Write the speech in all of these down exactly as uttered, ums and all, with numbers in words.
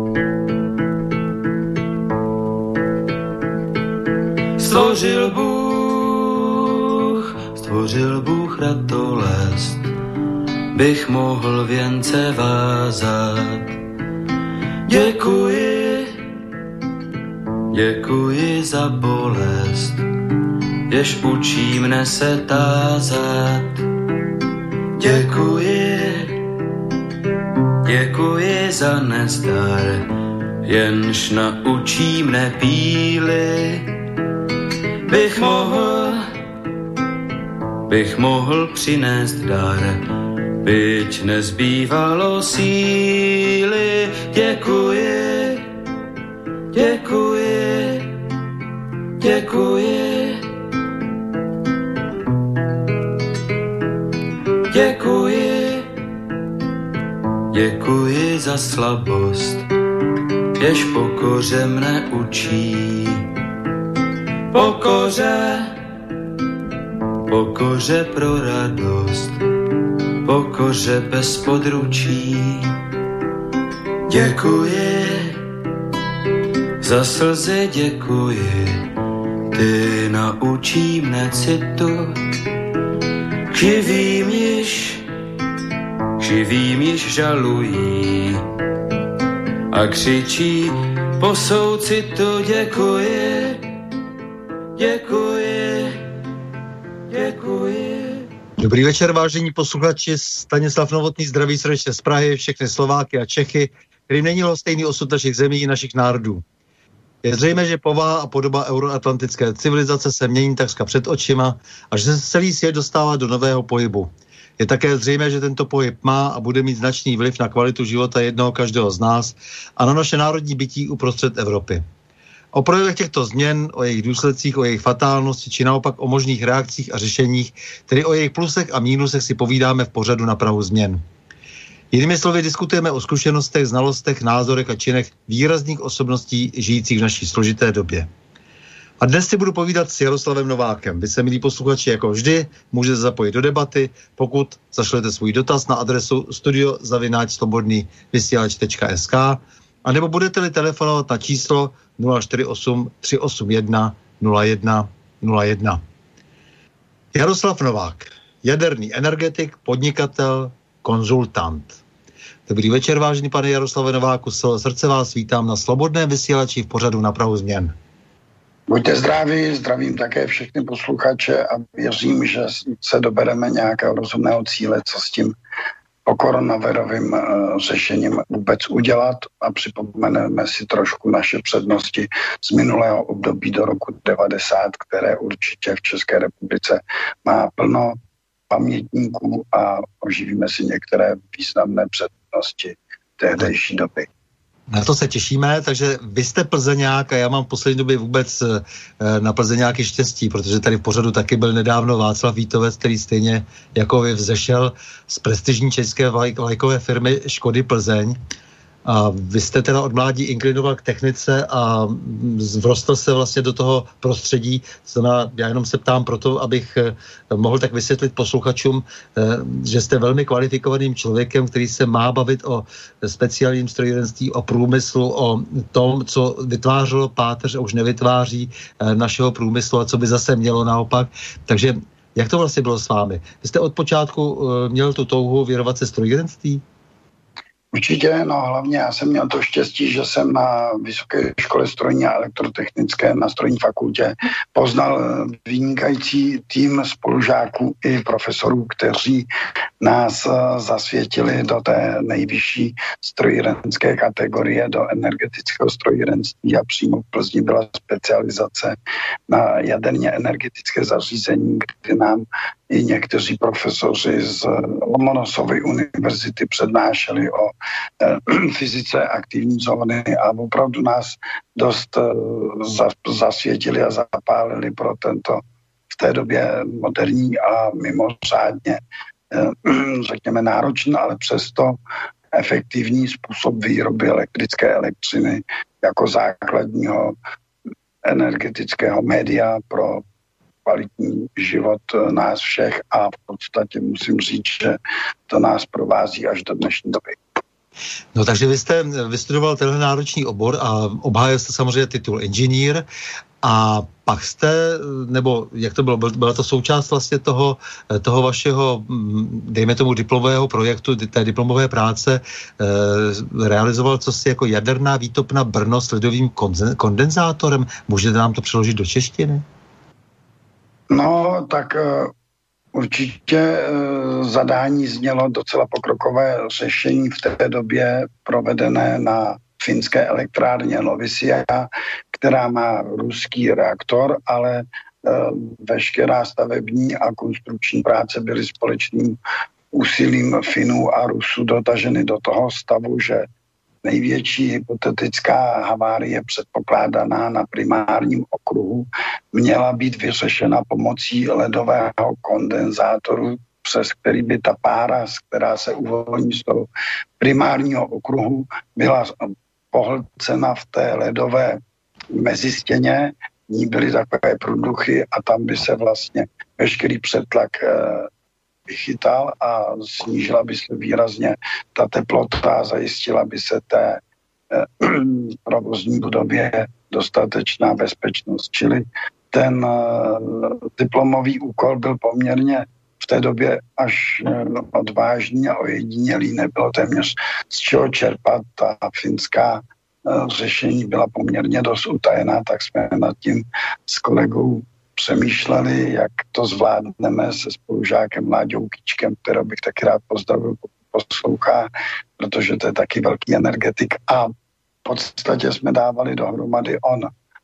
Stvořil Bůh, stvořil Bůh ratolest, bych mohl věnce vázat. Děkuji, děkuji za bolest, jež učí mne se tázat. Děkuji, děkuji za nezdar, jenž naučí mne píly. Bych mohl, bych mohl přinést dar, byť nezbývalo síly. Děkuji, děkuji, děkuji, děkuji, děkuji za slabost, jež pokoře mne učí. Pokoře, pokoře pro radost, pokoře bez područí. Děkuji, za slzy děkuji, ty naučí mne citu. Živým již, živým již žalují a křičí po soucitu. Děkuji, děkuji, děkuji. Dobrý večer, vážení posluchači. Stanislav Novotný zdraví srdečně z Prahy, všechny Slováky a Čechy, kterým není lhostejný osud našich zemí i našich národů. Je zřejmé, že povaha a podoba euroatlantické civilizace se mění takřka před očima a že se celý svět dostává do nového pohybu. Je také zřejmé, že tento pohyb má a bude mít značný vliv na kvalitu života jednoho každého z nás a na naše národní bytí uprostřed Evropy. O projevech těchto změn, o jejich důsledcích, o jejich fatálnosti, či naopak o možných reakcích a řešeních, tedy o jejich plusech a mínusech si povídáme v pořadu Na prahu změn. Jinými slovy diskutujeme o zkušenostech, znalostech, názorech a činech výrazných osobností žijících v naší složité době. A dnes si budu povídat s Jaroslavem Novákem. Vy se, milí posluchači, jako vždy můžete zapojit do debaty, pokud zašlete svůj dotaz na adresu studio zavináč slobodný vysílač tečka es ká a nebo budete-li telefonovat na číslo nula čtyři osm tři osm jedna nula jedna nula jedna. Jaroslav Novák, jaderný energetik, podnikatel, konzultant. Dobrý večer, vážený pane Jaroslave Nováku, z celého srdce vás vítám na slobodném vysílači v pořadu Na prahu změn. Buďte zdraví, zdravím také všechny posluchače a věřím, že se dobereme nějakého rozumného cíle, co s tím po koronavirovým uh, řešením vůbec udělat a připomeneme si trošku naše přednosti z minulého období do roku devadesát, které určitě v České republice má plno pamětníků a oživíme si některé významné přednosti tehdejší doby. Na to se těšíme, takže vy jste Plzeňák a já mám v poslední době vůbec na Plzeňáky štěstí, protože tady v pořadu taky byl nedávno Václav Vítovec, který stejně jako vy vzešel z prestižní české vlajkové firmy Škody Plzeň. A vy jste teda od mládí inklinoval k technice a vrostl se vlastně do toho prostředí. Znamená, já jenom se ptám proto, abych mohl tak vysvětlit posluchačům, že jste velmi kvalifikovaným člověkem, který se má bavit o speciálním strojírenství, o průmyslu, o tom, co vytvářelo páteř a už nevytváří našeho průmyslu a co by zase mělo naopak. Takže jak to vlastně bylo s vámi? Vy jste od počátku měl tu touhu věnovat se strojírenství? Určitě, no hlavně já jsem měl to štěstí, že jsem na Vysoké škole strojní a elektrotechnické na strojní fakultě poznal vynikající tým spolužáků i profesorů, kteří nás zasvětili do té nejvyšší strojírenské kategorie, do energetického strojírenství a přímo v Plzni byla specializace na jaderně energetické zařízení, kdy nám i někteří profesoři z Lomonosovy univerzity přednášeli o eh, fyzice aktivní zóny a opravdu nás dost eh, zasvětili a zapálili pro tento v té době moderní a mimořádně eh, řekněme náročný, ale přesto efektivní způsob výroby elektrické elektřiny jako základního energetického média pro kvalitní život nás všech a v podstatě musím říct, že to nás provází až do dnešní doby. No takže vy jste vystudoval tenhle náročný obor a obhájil jste samozřejmě titul inženýr a pak jste, nebo jak to bylo, byla to součást vlastně toho, toho vašeho, dejme tomu diplomového projektu, té diplomové práce, eh, realizoval cosi jako jaderná výtopna Brno s ledovým kondenzátorem. Můžete nám to přeložit do češtiny? No, tak určitě zadání znělo docela pokrokové řešení v té době provedené na finské elektrárně Novisia, která má ruský reaktor, ale veškerá stavební a konstrukční práce byly společným úsilím Finů a Rusů dotaženy do toho stavu, že největší hypotetická havárie předpokládaná na primárním okruhu měla být vyřešena pomocí ledového kondenzátoru, přes který by ta pára, která se uvolní z toho primárního okruhu, byla pohlcena v té ledové mezistěně. V ní byly takové průduchy a tam by se vlastně veškerý přetlak vychytal a snížila by se výrazně ta teplota a zajistila by se té eh, provozní budově dostatečná bezpečnost. Čili ten eh, diplomový úkol byl poměrně v té době až eh, odvážný a ojedinělý, nebylo téměř z čeho čerpat. Ta finská eh, řešení byla poměrně dost utajená, tak jsme nad tím s kolegou přemýšleli, jak to zvládneme se spolužákem Láďou Kyčkem, kterého bych taky rád pozdravil, poslouchá, protože to je taky velký energetik a v podstatě jsme dávali dohromady on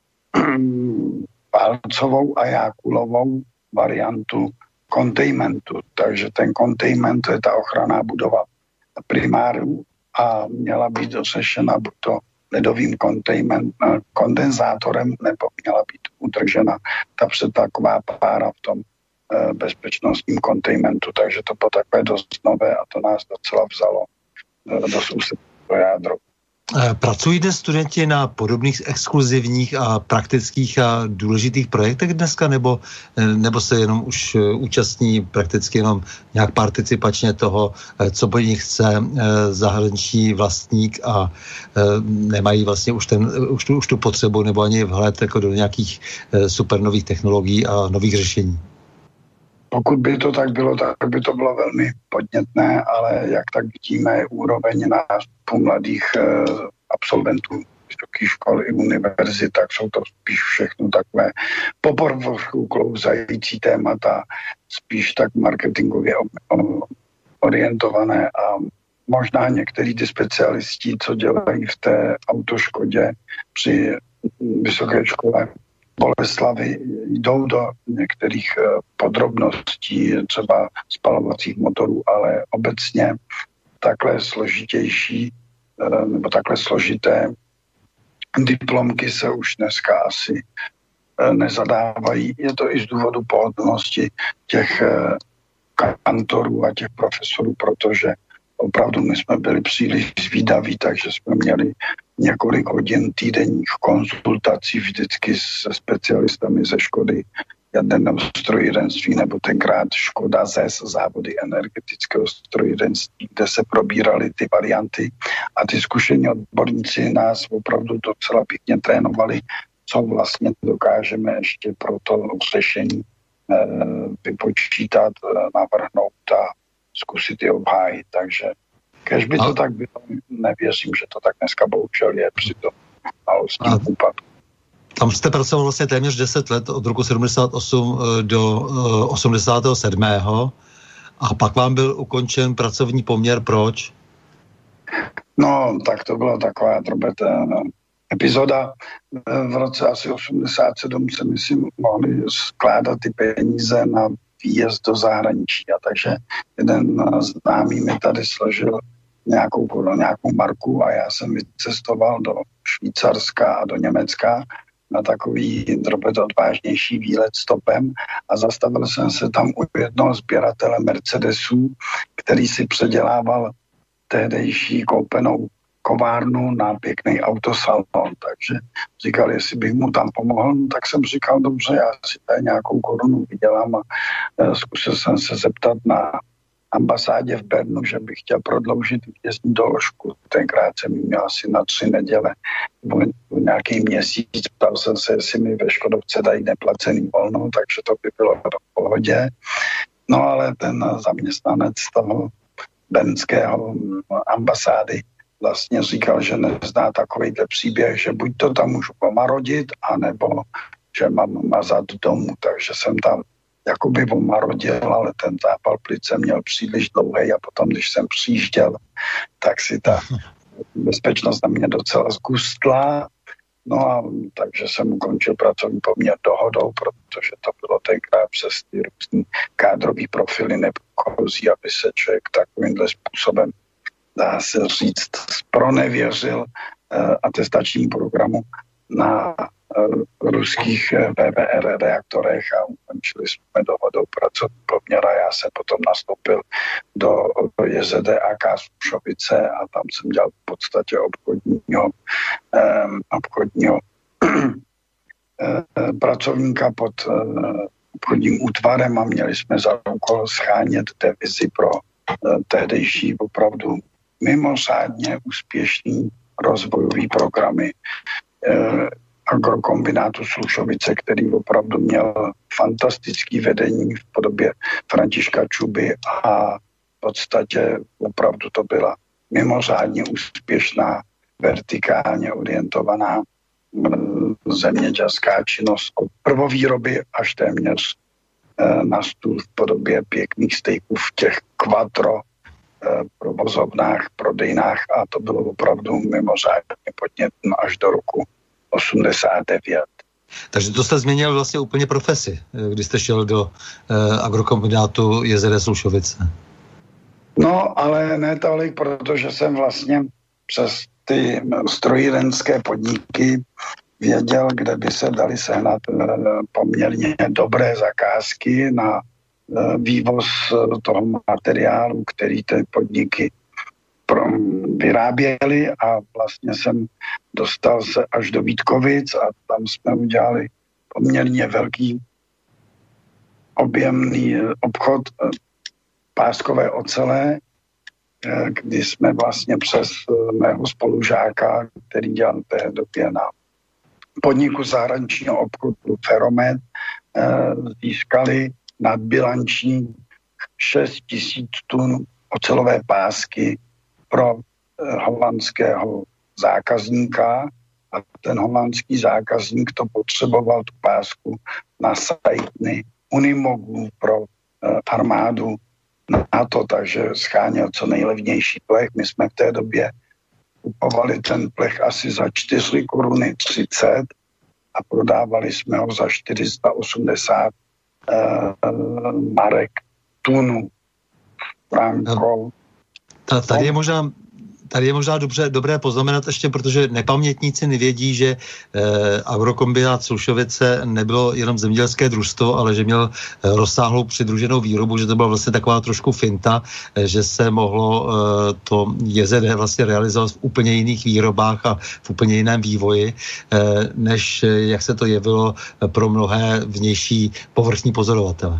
Válcovou a Jákulovou variantu containmentu. Takže ten containment, to je ta ochranná budova primáru a měla být řešena buď to ledovým kondenzátorem, nebo měla být udržena ta přetlaková pára v tom e, bezpečnostním containmentu. Takže to bylo takové dost nové a to nás docela vzalo e, dost úsilí do jádro. Pracují dnes studenti na podobných exkluzivních a praktických a důležitých projektech dneska, nebo, nebo se jenom už účastní prakticky jenom nějak participačně toho, co po nich chce zahraniční vlastník a nemají vlastně už, ten, už, tu, už tu potřebu nebo ani vhled jako do nějakých super nových technologií a nových řešení? Pokud by to tak bylo, tak by to bylo velmi podnětné, ale jak tak vidíme, úroveň nástupu mladých eh, absolventů vysokých škol i univerzit, tak jsou to spíš všechno takové po povrchu klouzající témata, spíš tak marketingově orientované a možná některý ty specialisti, co dělají v té autoškodě při vysoké škole Boleslavy, jdou do některých podrobností, třeba spalovacích motorů, ale obecně takhle složitější nebo takhle složité diplomky se už dneska asi nezadávají. Je to i z důvodu pohodlnosti těch kantorů a těch profesorů, protože opravdu my jsme byli příliš zvídaví, takže jsme měli několik hodin týdenních konzultací vždycky se specialistami ze Škody jaderného strojírenství nebo tenkrát Škoda Z E S, závody energetického strojírenství, kde se probíraly ty varianty a ty zkušení odborníci nás opravdu docela pěkně trénovali, co vlastně dokážeme ještě pro to řešení eh, vypočítat, navrhnout a zkusit je obhájit. Takže kež by to tak bylo, nevěřím, že to tak dneska bohužel je při tom malostním úpadku. Tam jste pracoval vlastně téměř deset let, od roku sedmdesát osm do osmdesát sedm. A pak vám byl ukončen pracovní poměr. Proč? No, tak to byla taková drobetá epizoda. V roce asi osmdesát sedm se myslím mohli skládat ty peníze na výjezd do zahraničí. A takže jeden známý mi tady složil nějakou, nějakou marku a já jsem vycestoval do Švýcarska a do Německa na takový drobet odvážnější výlet stopem a zastavil jsem se tam u jednoho sběratele Mercedesů, který si předělával tehdejší koupenou kovárnu na pěkný autosalon. Takže říkal, jestli bych mu tam pomohl, no, tak jsem říkal, dobře, já si tady nějakou korunu vydělám a e, zkusil jsem se zeptat na ambasádě v Bernu, že bych chtěl prodloužit výjezdní doložku. Tenkrát jsem měl asi na tři neděle nebo nějaký měsíc. Ptal jsem se, jestli mi ve Škodovce dají neplacený volno, takže to by bylo v pohodě. No ale ten zaměstnanec toho bernského ambasády vlastně říkal, že nezná takovýhle příběh, že buď to tam můžu pomarodit, anebo že mám mazat domů, takže jsem tam jakoby pomarodil, ale ten zápal plice měl příliš dlouhý a potom, když jsem přijížděl, tak si ta bezpečnost na mě docela zgustla. No a takže jsem ukončil pracovní poměr dohodou, protože to bylo tenkrát přes ty různý kádrový profily nepochozí, aby se člověk takovýmhle způsobem, dá se říct, pronevěřil uh, atestačním programu na uh, ruských uh, V V R reaktorech a ukončili jsme dohodou pracovní poměr a já jsem potom nastoupil do J Z D A K Slušovice a tam jsem dělal v podstatě obchodního, um, obchodního pracovníka pod uh, obchodním útvarem a měli jsme za úkol schánět devizy pro uh, tehdejší opravdu mimořádně úspěšný rozvojový programy uh, agrokombinátu Slušovice, který opravdu měl fantastický vedení v podobě Františka Čuby a v podstatě opravdu to byla mimořádně úspěšná, vertikálně orientovaná zemědělská činnost od prvovýroby až téměř na stůl v podobě pěkných stejků v těch quattro provozovnách, prodejnách a to bylo opravdu mimořádně podnětné až do roku osmdesát devět. Takže to jste změnil vlastně úplně profesi, když jste šel do eh, agrokombinátu J Z D Slušovice. No, ale ne tolik, protože jsem vlastně přes ty strojírenské podniky věděl, kde by se dali sehnat poměrně dobré zakázky na vývoz toho materiálu, který ty podniky vyráběli a vlastně jsem dostal se až do Vítkovic a tam jsme udělali poměrně velký objemný obchod páskové ocele, kdy jsme vlastně přes mého spolužáka, který dělal v té době na podniku zahraničního obchodu Ferromet, získali nadbilanční šest tisíc tun ocelové pásky pro holandského zákazníka a ten holandský zákazník to potřeboval tu pásku na sajtny Unimogu pro armádu na to, takže scháněl co nejlevnější plech. My jsme v té době kupovali ten plech asi za čtyři koruny třicet a prodávali jsme ho za čtyři sta osmdesát uh, marek tunu frankou. Tady je možná Tady je možná dobře, dobré poznamenat ještě, protože nepamětníci nevědí, že eh, agrokombinát Slušovice nebylo jenom zemědělské družstvo, ale že měl eh, rozsáhlou přidruženou výrobu, že to byla vlastně taková trošku finta, eh, že se mohlo eh, to J Z D vlastně realizovat v úplně jiných výrobách a v úplně jiném vývoji, eh, než eh, jak se to jevilo eh, pro mnohé vnější povrchní pozorovatele.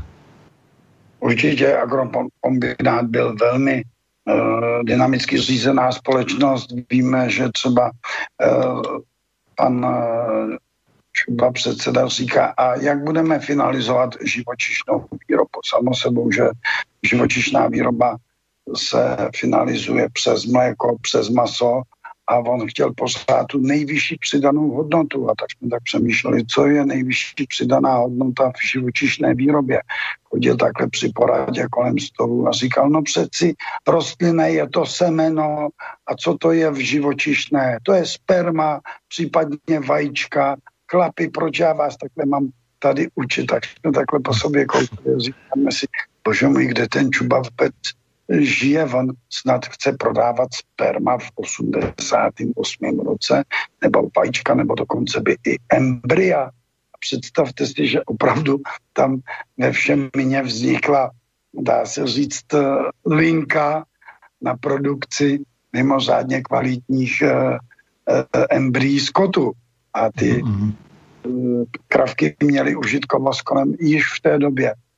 Určitě agrokombinát byl velmi dynamicky řízená společnost. Víme, že třeba uh, pan Čuba předseda říká, a jak budeme finalizovat živočišnou výrobu. Samo sebou, že živočišná výroba se finalizuje přes mléko, přes maso a on chtěl pořád tu nejvyšší přidanou hodnotu. A tak jsme tak přemýšleli, co je nejvyšší přidaná hodnota v živočišné výrobě. Chodil takhle při poradě kolem stolu a říkal, no přeci rostlinné je to semeno a co to je v živočišné? To je sperma, případně vajíčka. Chlapi, proč já vás takhle mám tady učit? Tak jsme takhle po sobě koukali. Říkáme si, bože můj, kde ten Čuba vůbec žije, on snad chce prodávat sperma v osmdesátém osmém roce, nebo vajíčka, nebo dokonce by i embrya. A představte si, že opravdu tam ve všem mně vznikla, dá se říct, linka na produkci mimořádně kvalitních uh, uh, embryí skotu. A ty mm-hmm. uh, kravky měly užitkovost kolem již v té době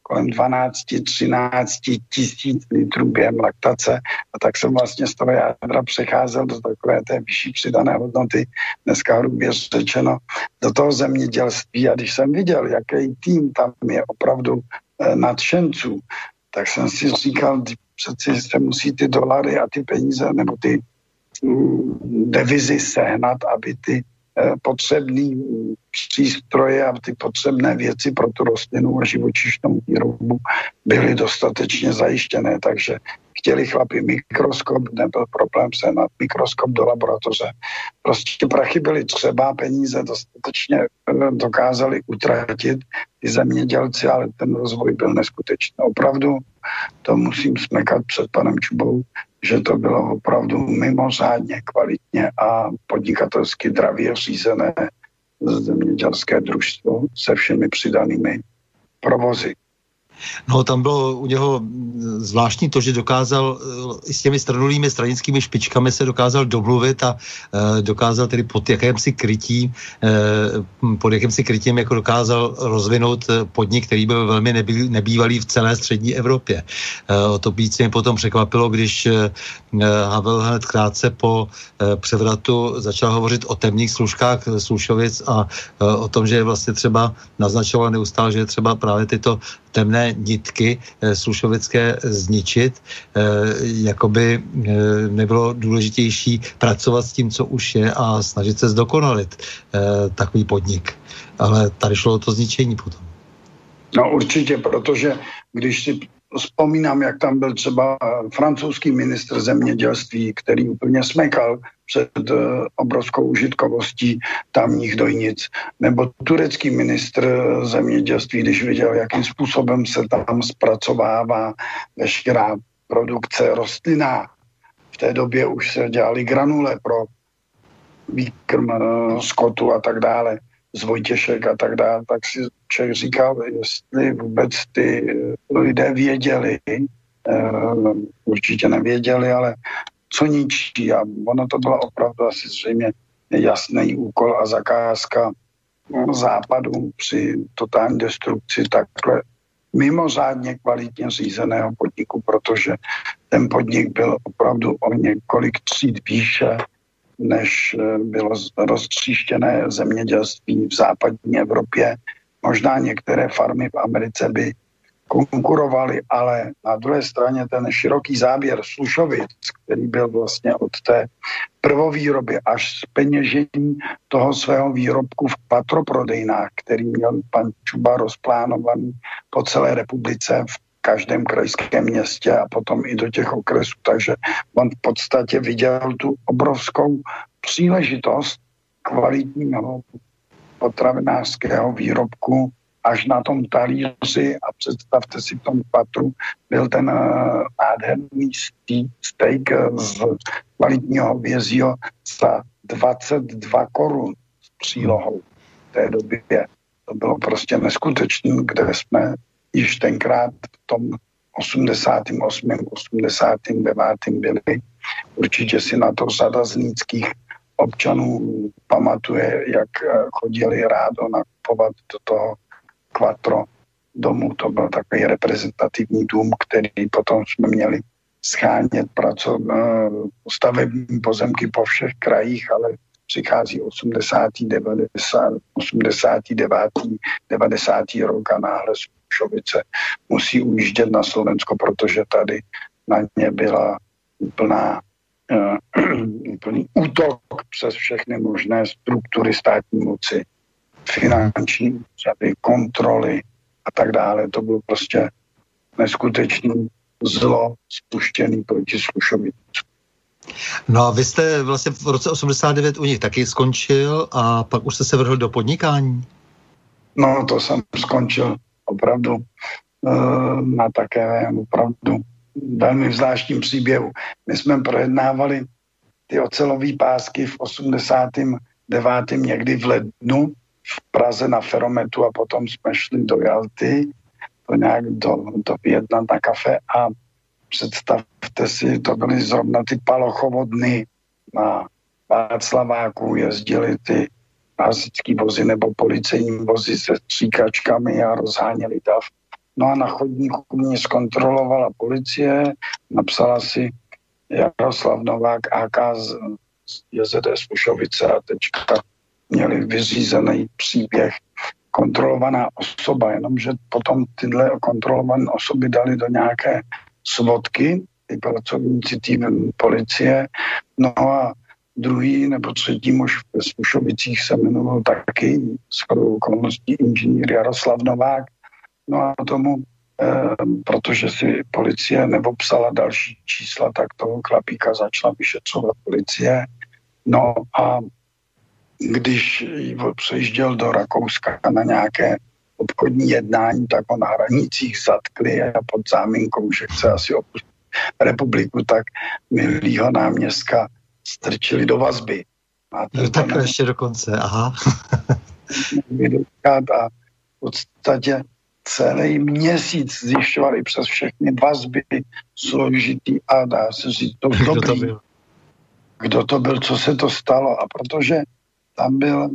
kolem dvanáct třináct tisíc litrů během laktace a tak jsem vlastně z toho jádra přecházel do takové té vyšší přidané hodnoty, dneska hrubě řečeno, do toho zemědělství a když jsem viděl, jaký tým tam je opravdu eh, nadšenců, tak jsem si říkal, přeci se musí ty dolary a ty peníze nebo ty mm, devizy sehnat, aby ty potřebné přístroje a ty potřebné věci pro tu rostlinnou a živočišnou výrobu byly dostatečně zajištěné, takže chtěli chlapi mikroskop, nebyl problém se na mikroskop do laboratoře. Prostě prachy byly třeba, peníze dostatečně dokázali utratit ty zemědělci, ale ten rozvoj byl neskutečný. Opravdu to musím smekat před panem Čubou, že to bylo opravdu mimořádně kvalitně a podnikatelsky dravě řízené zemědělské družstvo se všemi přidanými provozy. No, tam bylo u něho zvláštní to, že dokázal i s těmi stranulými stranickými špičkami se dokázal domluvit a e, dokázal tedy pod jakémsi krytím, e, pod jakýmsi krytím jako dokázal rozvinout podnik, který byl velmi nebý, nebývalý v celé střední Evropě. E, o to víc mě potom překvapilo, když e, Havel hned krátce po e, převratu začal hovořit o temných služkách Slušovic a e, o tom, že je vlastně třeba naznačoval neustále, že je třeba právě tyto temné nitky e, slušovické zničit, e, jakoby e, nebylo důležitější pracovat s tím, co už je a snažit se zdokonalit e, takový podnik. Ale tady šlo o to zničení potom. No určitě, protože když si vzpomínám, jak tam byl třeba francouzský ministr zemědělství, který úplně smekal před uh, obrovskou užitkovostí tamních dojnic, nebo turecký ministr zemědělství, když viděl, jakým způsobem se tam zpracovává veškerá produkce rostlinná. V té době už se dělali granule pro výkrm uh, skotu a tak dále, z Vojtěšek a tak dále, tak si člověk říkal, jestli vůbec ty lidé věděli, uh, určitě nevěděli, ale co ničí. A ono to bylo opravdu asi zřejmě jasný úkol a zakázka západu při totální destrukci takhle mimořádně kvalitně řízeného podniku, protože ten podnik byl opravdu o několik tříd výše, než bylo roztříštěné zemědělství v západní Evropě. Možná některé farmy v Americe by konkurovali, ale na druhé straně ten široký záběr Slušovic, který byl vlastně od té prvovýroby až zpeněžení toho svého výrobku v patroprodejnách, který měl pan Čuba rozplánovaný po celé republice v každém krajském městě a potom i do těch okresů. Takže on v podstatě viděl tu obrovskou příležitost kvalitního potravinářského výrobku až na tom talíři a představte si v tom patru byl ten nádherný steak z kvalitního hovězího za dvacet dva korun s přílohou v té době. To bylo prostě neskutečné, kde jsme již tenkrát v tom osmdesátém osmém osmdesátém devátém byli. Určitě si na to řada zlínských občanů pamatuje, jak chodili rádo nakupovat do toho Quattro domu. To byl takový reprezentativní dům, který potom jsme měli schánět praco, stavební pozemky po všech krajích, ale přichází osmdesátý devátý devadesátý rok a náhle Slušovice musí ujíždět na Slovensko, protože tady na ně byla úplná, uh, úplný útok přes všechny možné struktury státní moci, finanční úřady, kontroly a tak dále. To bylo prostě neskutečný zlo spuštěný proti Slušovicům. No a vy jste vlastně v roce osmdesát devět u nich taky skončil a pak už jste se vrhl do podnikání? No to jsem skončil opravdu uh, na takovém opravdu velmi zvláštním příběhu. My jsme projednávali ty ocelové pásky v osmdesátém devátém někdy v lednu v Praze na Ferometu a potom jsme šli do Jalty, to nějak do, do Vietna na kafe a představte si, to byly zrovna ty palochovodny na Václaváku, jezdili ty hasičský vozy nebo policejní vozy se stříkačkami a rozháněli dav No a na chodníku mě zkontrolovala policie, napsala si Jaroslav Novák á ká z J Z D Slušovice a teďka měli vyřízený příběh kontrolovaná osoba, jenomže potom tyhle kontrolované osoby dali do nějaké svodky, ty pracovníci týmu policie, no a druhý nebo třetí muž ve Slušovicích se jmenoval taky shodou okolností inženýr Jaroslav Novák. No a tomu, e, protože si policie neobpsala další čísla, tak toho chlapíka začala vyšetřovat policie. No a když přejižděl do Rakouska na nějaké obchodní jednání, tak ho na hranicích zatkli a pod záminkou, že chce asi opustit republiku, tak milýho náměstka strčili do vazby. No takhle ještě dokonce, aha. A v podstatě celý měsíc zjišťovali přes všechny vazby složitý a dá se říct to Kdo dobrý. to byl? Kdo to byl, co se to stalo. A protože tam byl,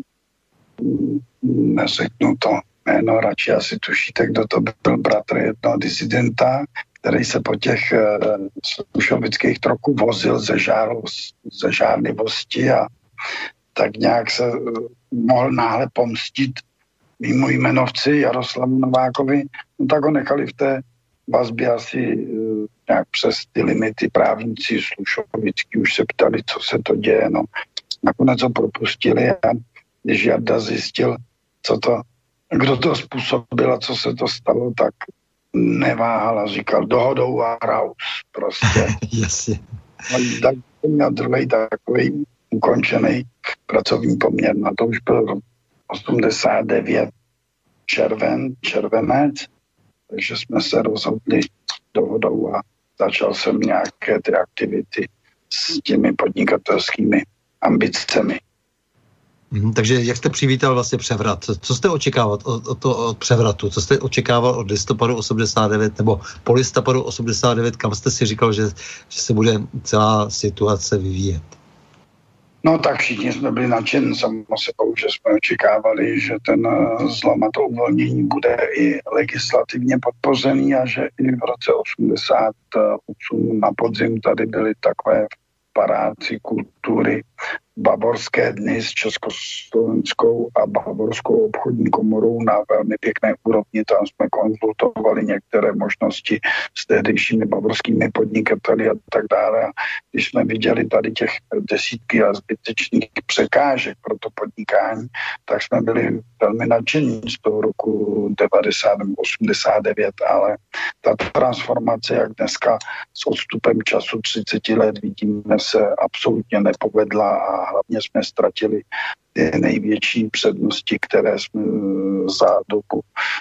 neřeknu to jméno, radši asi tušíte, kdo to byl, bratr jednoho disidenta, který se po těch uh, slušovických trochu vozil ze, žáru, ze žárlivosti a tak nějak se uh, mohl náhle pomstit mimo jmenovci Jaroslavu Novákovi, no tak ho nechali v té vazbě asi uh, nějak přes ty limity. Právníci slušovický už se ptali, co se to děje, no. Nakonec ho propustili a když Jarda zjistil, co to, kdo to způsobil a co se to stalo, tak neváhal a říkal dohodou a raus prostě. Jasně. Tak měl druhý takový ukončený pracovní poměr. Na to už byl osmdesát devět červen, červenec, takže jsme se rozhodli dohodou a začal jsem nějaké ty aktivity s těmi podnikatelskými ambicemi. Hmm, takže jak jste přivítal vlastně převrat? Co jste očekával od, od, od převratu? Co jste očekával od listopadu osmdesát devět nebo po listopadu osmdesát devět? Kam jste si říkal, že, že se bude celá situace vyvíjet? No tak všichni jsme byli nadšení samo sebou, že jsme očekávali, že ten zlom a to uvolnění bude i legislativně podpořený a že i v roce osmdesát osm na podzim tady byly takové paráci kultury Bavorské dny s Československou a Bavorskou obchodní komorou na velmi pěkné úrovni. Tam jsme konzultovali některé možnosti s tehdejšími bavorskými podnikateli a tak dále. A když jsme viděli tady těch desítky a zbytečných překážek pro to podnikání, tak jsme byli velmi nadšení z toho roku devadesát osmdesát devět, ale ta transformace, jak dneska s odstupem času třicet let vidíme, se absolutně nepovedla a hlavně jsme ztratili ty největší přednosti, které jsme za dobu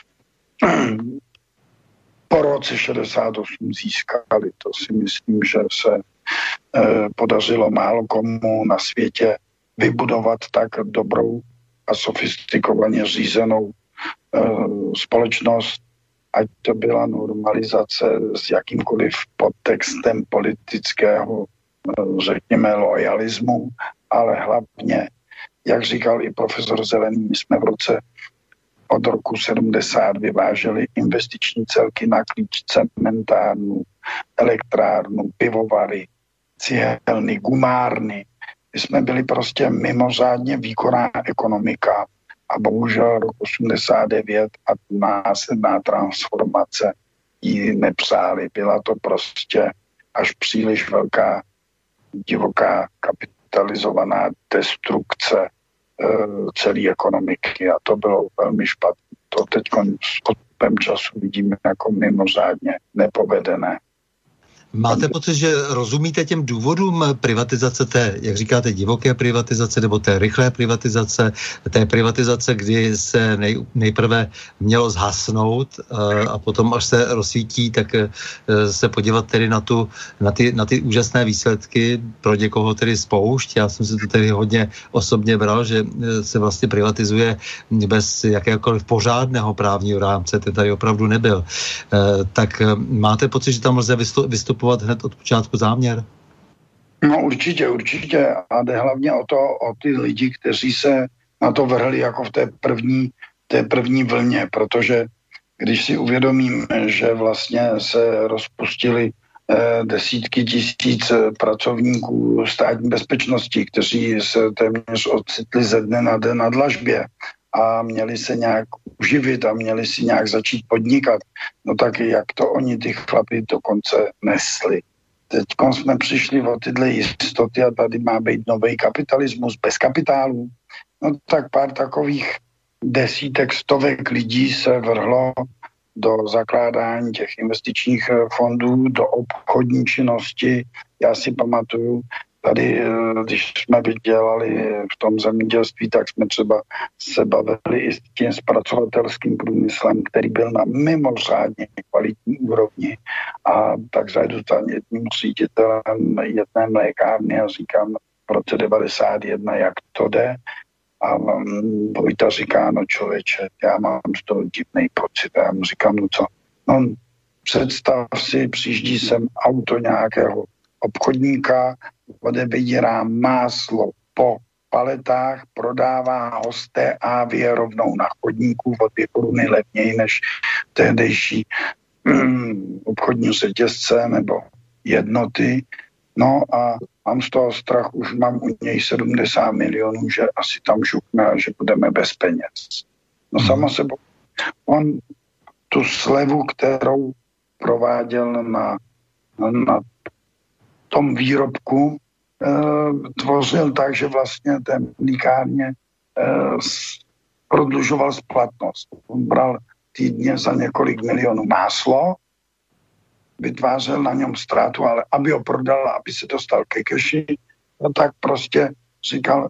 po roce šedesát osm získali. To si myslím, že se eh, podařilo málo komu na světě vybudovat tak dobrou a sofistikovaně řízenou eh, společnost, ať to byla normalizace s jakýmkoliv podtextem politického, řekněme, lojalismu, ale hlavně, jak říkal i profesor Zelený, my jsme v roce od roku sedmdesát vyváželi investiční celky na klíč, cementárnu, elektrárnu, pivovary, cihelny, gumárny. My jsme byli prostě mimořádně výkonná ekonomika a bohužel rok osmdesát devět a následná transformace ji nepřáli. Byla to prostě až příliš velká divoká kapitalizovaná destrukce e, celé ekonomiky a to bylo velmi špatné. To teď s odstupem času vidíme jako mimořádně nepovedené. Máte pocit, že rozumíte těm důvodům privatizace té, jak říkáte, divoké privatizace nebo té rychlé privatizace, té privatizace, kdy se nej, nejprve mělo zhasnout a potom, až se rozsvítí, tak se podívat tedy na, tu, na, ty, na ty úžasné výsledky, pro někoho tedy spoušť. Já jsem si to tedy hodně osobně bral, že se vlastně privatizuje bez jakéhokoliv pořádného právního rámce, ten tady opravdu nebyl. Tak máte pocit, že tam lze vystupovat hned od počátku záměr? No určitě, určitě. A jde hlavně o to, o ty lidi, kteří se na to vrhli jako v té první, té první vlně, protože když si uvědomím, že vlastně se rozpustili desítky tisíc pracovníků státní bezpečnosti, kteří se téměř ocitli ze dne na den na dlažbě a měli se nějak uživit a měli si nějak začít podnikat, no tak jak to oni ty chlapi dokonce nesli. Teď jsme přišli o tyhle jistoty a tady má být nový kapitalismus bez kapitálu. No tak pár takových desítek, stovek lidí se vrhlo do zakládání těch investičních fondů, do obchodní činnosti. Já si pamatuju, tady, když jsme dělali v tom zemědělství, tak jsme třeba se bavili i s tím zpracovatelským průmyslem, který byl na mimořádně kvalitní úrovni. A tak zajdu za jedním ředitelem jedné mlékárny a říkám v roce devadesát jedna, jak to jde. A Vojta říká, no člověče, já mám z toho divnej pocit. A já mu říkám, no co? No představ si, přijíždí sem auto nějakého obchodníka, odebírá máslo po paletách, prodává ho z té Avie rovnou na chodníku o dvě koruny levněji než tehdejší mm, obchodní řetězce nebo jednoty. No a mám z toho strach, už mám u něj sedmdesát milionů, že asi tam žukne a že budeme bez peněz. No sama sebou. On tu slevu, kterou prováděl na, na tom výrobku, eh, tvořil tak, že vlastně té mlíkárně eh, prodlužoval splatnost. On bral týdně za několik milionů máslo, vytvářel na něm ztrátu, ale aby ho prodal, aby se dostal ke keši, no tak prostě říkal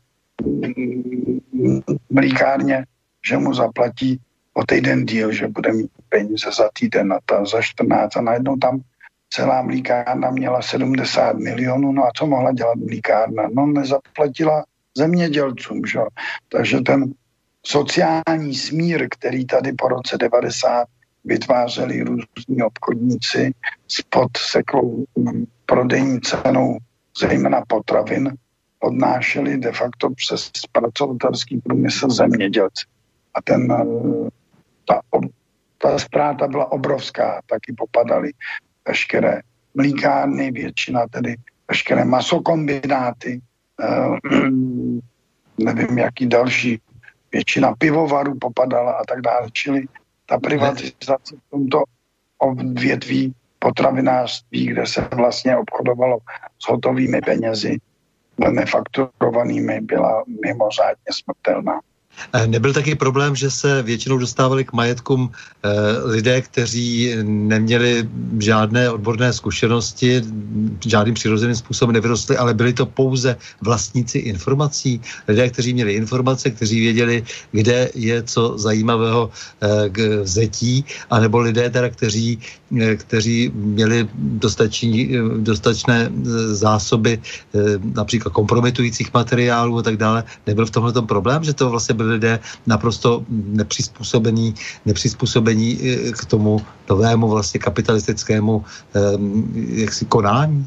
mlíkárně, že mu zaplatí o týden díl, že bude mít peníze za týden a ta za čtrnáct a najednou tam celá mlíkárna měla sedmdesát milionů, no a co mohla dělat mlíkárna? No nezaplatila zemědělcům, že? Takže ten sociální smír, který tady po roce devadesát vytvářeli různí obchodníci s podseklou prodejní cenou, zejména potravin, odnášeli de facto přes zpracovatelský průmysl zemědělci. A ten, ta, ta ztráta byla obrovská, taky popadaly veškeré mlíkárny, většina tedy veškeré masokombináty, eh, nevím, jaký další, většina pivovarů popadala a tak dále. Čili ta privatizace v tomto odvětví potravinářství, kde se vlastně obchodovalo s hotovými penězi, nefakturovanými, byla mimořádně smrtelná. Nebyl taky problém, že se většinou dostávali k majetkům eh, lidé, kteří neměli žádné odborné zkušenosti, žádným přirozeným způsobem nevyrostli, ale byli to pouze vlastníci informací, lidé, kteří měli informace, kteří věděli, kde je co zajímavého eh, k vzetí, anebo lidé, teda, kteří, eh, kteří měli dostační, dostatečné zásoby eh, například kompromitujících materiálů a tak dále. Nebyl v tomhle tom problém, že to vlastně byli lidé naprosto nepřizpůsobení, nepřizpůsobení k tomu novému vlastně kapitalistickému jaksi konání?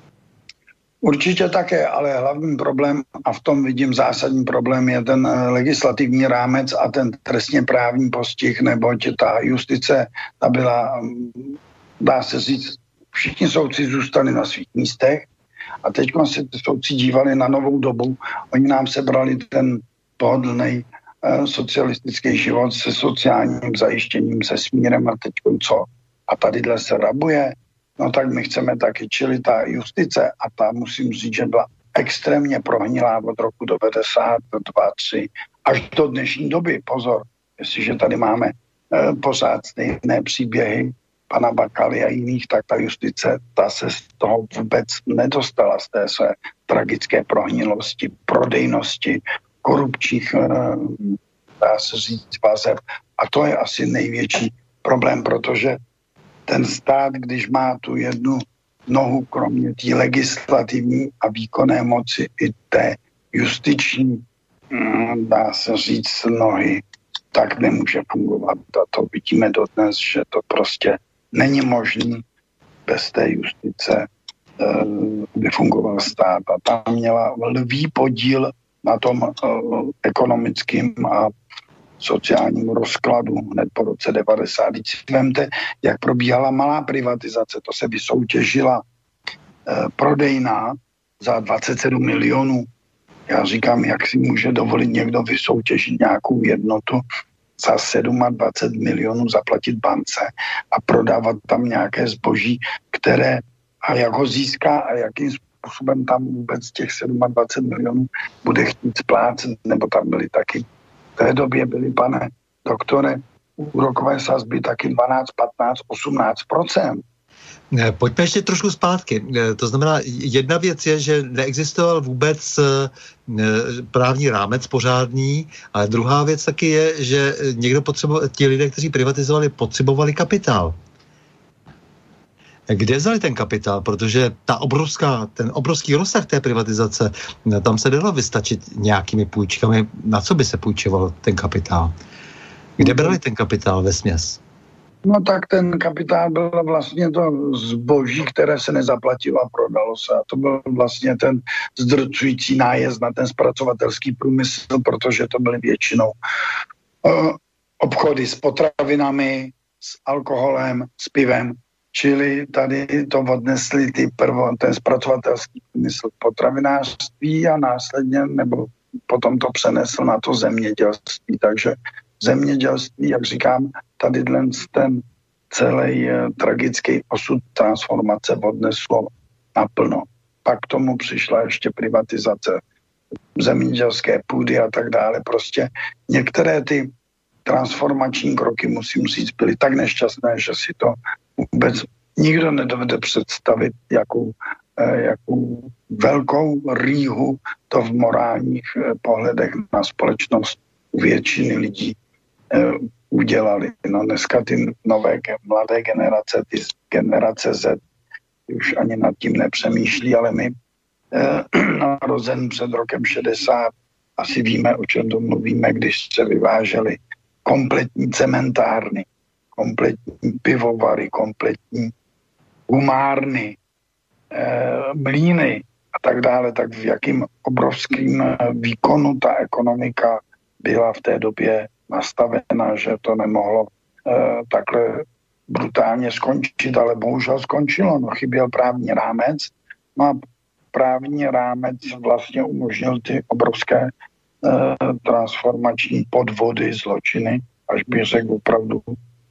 Určitě také, ale hlavní problém, a v tom vidím zásadní problém, je ten legislativní rámec a ten trestně právní postih, neboť ta justice, ta byla, dá se říct, všichni soudci zůstali na svých místech a teď se soudci dívali na novou dobu. Oni nám sebrali ten pohodlný eh, socialistický život se sociálním zajištěním, se smírem a teď co? A tadyhle se rabuje? No tak my chceme taky, čili ta justice a ta musím říct, že byla extrémně prohnilá od roku devadesát dva tři až do dnešní doby. Pozor, jestliže tady máme eh, pořád stejné příběhy pana Bakaly a jiných, tak ta justice, ta se z toho vůbec nedostala, z té své tragické prohnilosti, prodejnosti, korupčních, dá se říct, vazeb. A to je asi největší problém, protože ten stát, když má tu jednu nohu, kromě té legislativní a výkonné moci i té justiční, dá se říct, nohy, tak nemůže fungovat. A to vidíme dodnes, že to prostě není možné bez té justice, by fungoval stát. A tam měla lví podíl na tom uh, ekonomickým a sociálnímu rozkladu hned po roce devadesát. Když si vemte, jak probíhala malá privatizace, to se vysoutěžila eh, prodejná za dvacet sedm milionů. Já říkám, jak si může dovolit někdo vysoutěžit nějakou jednotu za dvacet sedm milionů zaplatit bance a prodávat tam nějaké zboží, které a jak ho získá a jakým způsobem tam vůbec těch dvacet sedm milionů bude chtít splácet, nebo tam byly taky v té době byly, pane doktore, úrokové sazby taky dvanáct, patnáct, osmnáct procent. Pojďme ještě trošku zpátky. To znamená, jedna věc je, že neexistoval vůbec právní rámec pořádný, ale druhá věc taky je, že někdo potřeboval, ti lidé, kteří privatizovali, potřebovali kapitál. Kde vzali ten kapitál? Protože ta obrovská, ten obrovský rozsah té privatizace, tam se dalo vystačit nějakými půjčkami. Na co by se půjčoval ten kapitál? Kde brali ten kapitál vesměs? No tak ten kapitál byl vlastně to zboží, které se nezaplatilo a prodalo se. A to byl vlastně ten zdrcující nájezd na ten zpracovatelský průmysl, protože to byly většinou uh, obchody s potravinami, s alkoholem, s pivem. Čili tady to odnesli ty prvo, ten zpracovatelský průmysl potravinářství a následně, nebo potom to přenesl na to zemědělství. Takže zemědělství, jak říkám, tady ten celý eh, tragický osud transformace odneslo naplno. Pak k tomu přišla ještě privatizace zemědělské půdy a tak dále. Prostě některé ty transformační kroky, musím říct, byly tak nešťastné, že si to vůbec nikdo nedovede představit, jakou, eh, jakou velkou rýhu to v morálních eh, pohledech na společnost u většiny lidí eh, udělali. No dneska ty nové mladé generace, ty generace Z, už ani nad tím nepřemýšlí, ale my eh, narozen před rokem šedesát asi víme, o čem to mluvíme, když se vyvážely kompletní cementárny, kompletní pivovary, kompletní humárny, eh, mlýny a tak dále, tak v jakým obrovským výkonu ta ekonomika byla v té době nastavena, že to nemohlo eh, takhle brutálně skončit, ale bohužel skončilo. No, chyběl právní rámec. No a právní rámec vlastně umožnil ty obrovské eh, transformační podvody, zločiny, až bych řekl opravdu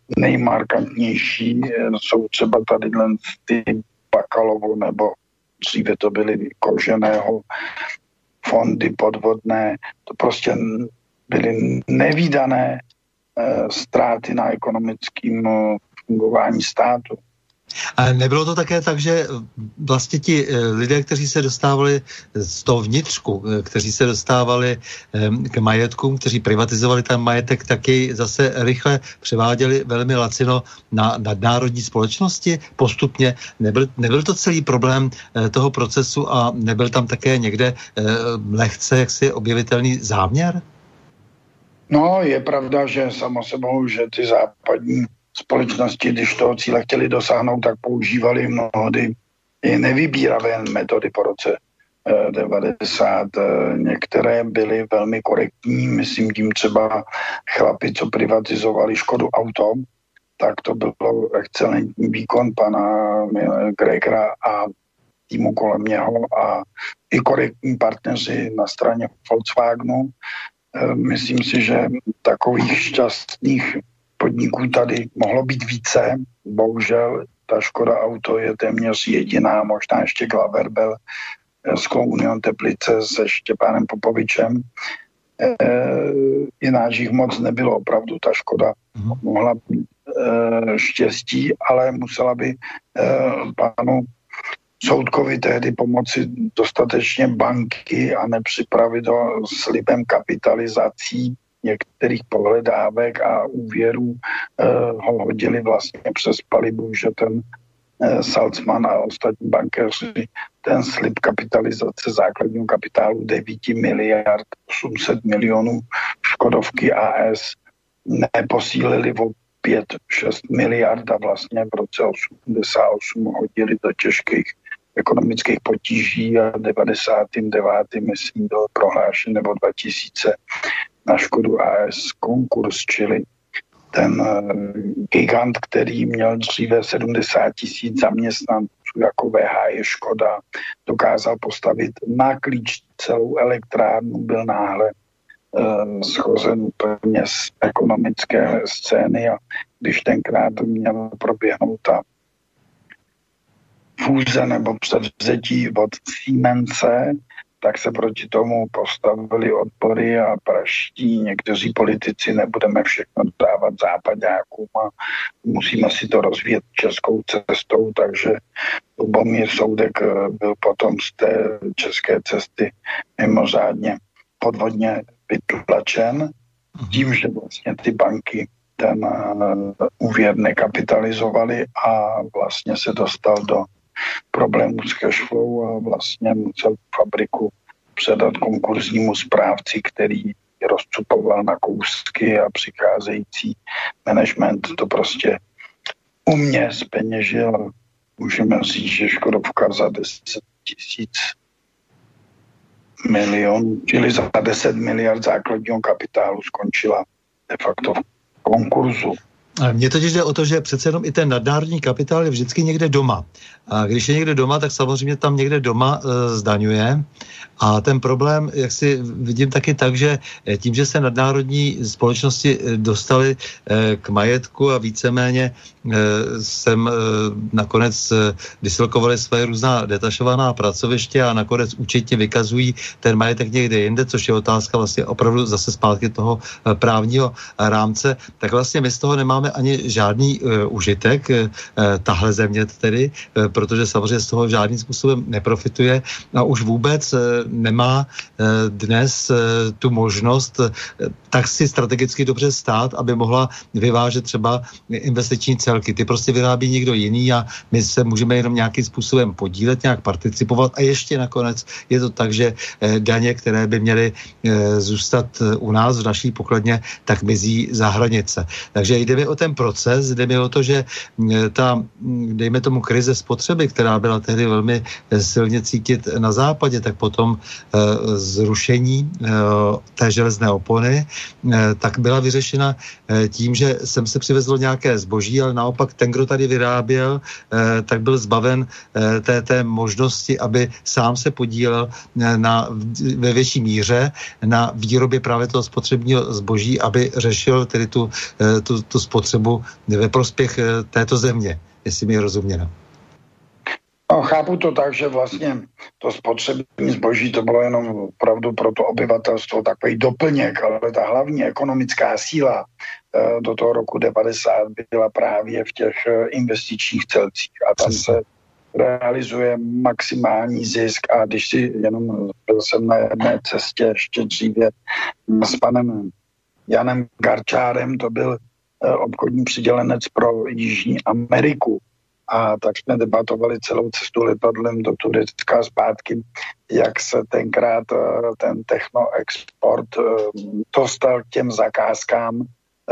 nejmarkantnější. Eh, jsou třeba tady ty Bakalovo, nebo dříve to byly Koženého fondy podvodné. To prostě byly nevídané e, ztráty na ekonomickém e, fungování státu. A nebylo to také tak, že vlastně ti lidé, kteří se dostávali z toho vnitřku, kteří se dostávali k majetkům, kteří privatizovali ten majetek, taky zase rychle převáděli velmi lacino na nadnárodní společnosti postupně. Nebyl, nebyl to celý problém toho procesu a nebyl tam také někde lehce jaksi objevitelný záměr? No, je pravda, že samo sebou, že ty západní společnosti, když toho cíle chtěli dosáhnout, tak používali mnohdy i nevybíravé metody po roce eh, devadesát. Eh, některé byly velmi korektní, myslím tím třeba chlapi, co privatizovali Škodu Auto, tak to bylo excelentní výkon pana Gregora a týmu kolem něho a i korektní partneři na straně Volkswagenu. Eh, myslím si, že takových šťastných podniků tady mohlo být více. Bohužel ta Škoda Auto je téměř jediná, možná ještě Glaverbel, Sklo Union Teplice se Štěpánem Popovičem. E, jináč jich moc nebylo opravdu. Ta Škoda mohla být e, štěstí, ale musela by e, panu Soudkovi tehdy pomoci dostatečně banky a nepřipravit ho slibem kapitalizací některých pohledávek a úvěrů eh, ho hodili vlastně přes palibu, že ten eh, Salzman a ostatní bankéři ten slib kapitalizace základního kapitálu devět miliard osm set milionů Škodovky A S neposílili o pět šest miliard a vlastně v roce osmdesát osm hodili do těžkých ekonomických potíží a devadesátým devátým myslím bylo prohlášen nebo dva tisíce na Škodu A S konkurs, čili ten gigant, který měl dříve sedmdesát tisíc zaměstnanců jako V H je Škoda, dokázal postavit na klíč celou elektrárnu, byl náhle uh, schozen úplně z ekonomické scény a když tenkrát měla proběhnout ta fúze nebo předvzetí od Siemense, tak se proti tomu postavili odpory a praští někteří politici nebudeme všechno dávat západákům a musíme si to rozvíjet českou cestou, takže Lubomír Soudek byl potom z té české cesty mimořádně podvodně vytlačen tím, že vlastně ty banky ten úvěr nekapitalizovaly a vlastně se dostal do problémů s cashflow a vlastně musel fabriku předat konkurznímu správci, který rozcupoval na kousky a přicházející management to prostě umě zpeněžil. Můžeme říct, že Škodovka za deset tisíc milionů, čili za deset miliard základního kapitálu skončila de facto v konkurzu. Mně totiž jde o to, že přece jenom i ten nadnárodní kapitál je vždycky někde doma. A když je někde doma, tak samozřejmě tam někde doma e, zdaňuje. A ten problém, jak si vidím taky tak, že tím, že se nadnárodní společnosti dostaly e, k majetku a víceméně e, sem e, nakonec e, dislokovali své různá detašovaná pracoviště a nakonec účetně vykazují ten majetek někde jinde, což je otázka vlastně opravdu zase zpátky toho e, právního rámce, tak vlastně my z toho nemáme ani žádný e, užitek, e, tahle země tedy, e, protože samozřejmě z toho žádným způsobem neprofituje a už vůbec e, nemá e, dnes e, tu možnost e, tak si strategicky dobře stát, aby mohla vyvážet třeba investiční celky. Ty prostě vyrábí někdo jiný a my se můžeme jenom nějakým způsobem podílet, nějak participovat a ještě nakonec je to tak, že e, daně, které by měly e, zůstat u nás v naší pokladně, tak mizí za hranice. Takže jde mi o ten proces, jde mi o to, že ta, dejme tomu, krize spotřeby, která byla tehdy velmi silně cítit na západě, tak potom e, zrušení e, té železné opony, e, tak byla vyřešena e, tím, že sem se přivezlo nějaké zboží, ale naopak ten, kdo tady vyráběl, e, tak byl zbaven e, té, té možnosti, aby sám se podílel na, ve větší míře na výrobě právě toho spotřebního zboží, aby řešil tedy tu, tu, tu spotřebu ve prospěch této země, jestli mi je rozuměno. No, chápu to tak, že vlastně to spotřební zboží to bylo jenom opravdu pro to obyvatelstvo takový doplněk, ale ta hlavní ekonomická síla do toho roku devadesát byla právě v těch investičních celcích a tam se realizuje maximální zisk a když si jenom byl jsem na jedné cestě ještě dříve s panem Janem Garčárem, to byl obchodní přidělenec pro Jižní Ameriku. A tak jsme debatovali celou cestu letadlem do Turecka zpátky, jak se tenkrát ten technoexport dostal k těm zakázkám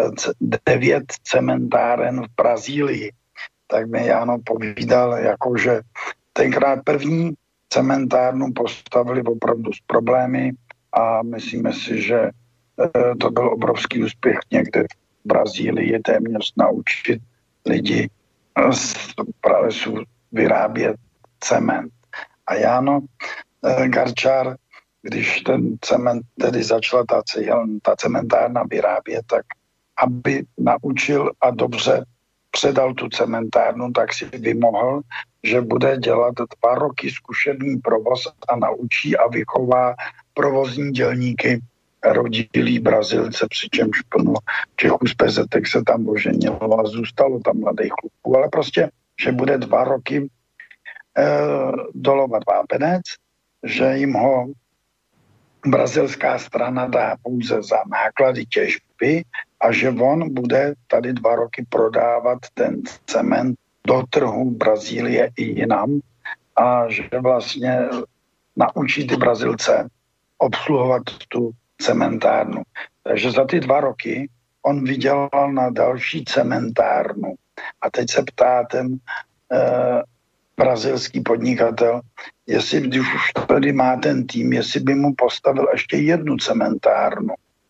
devět cementáren v Brazílii. Tak mi Jano povídal, jako že tenkrát první cementárnu postavili opravdu s problémy a myslíme si, že to byl obrovský úspěch někde v Brazílii, téměř naučit lidi z pralesů vyrábět cement. A Jano Garčár, když ten cement tedy začala ta, ta cementárna vyrábět, tak aby naučil a dobře předal tu cementárnu, tak si vymohl, že bude dělat dva roky zkušební provoz a naučí a vychová provozní dělníky rodilí Brazilce, přičemž plno Čechů z P Z se tam oženilo a zůstalo tam mladých kluků, ale prostě, že bude dva roky e, dolovat vápenec, že jim ho brazilská strana dá pouze za náklady těžby a že on bude tady dva roky prodávat ten cement do trhu Brazílie i jinam a že vlastně naučí ty Brazilce obsluhovat tu cementárnu. Takže za ty dva roky on vydělal na další cementárnu. A teď se ptá ten eh, brazilský podnikatel, jestli když už tady má ten tým, jestli by mu postavil ještě jednu cementárnu.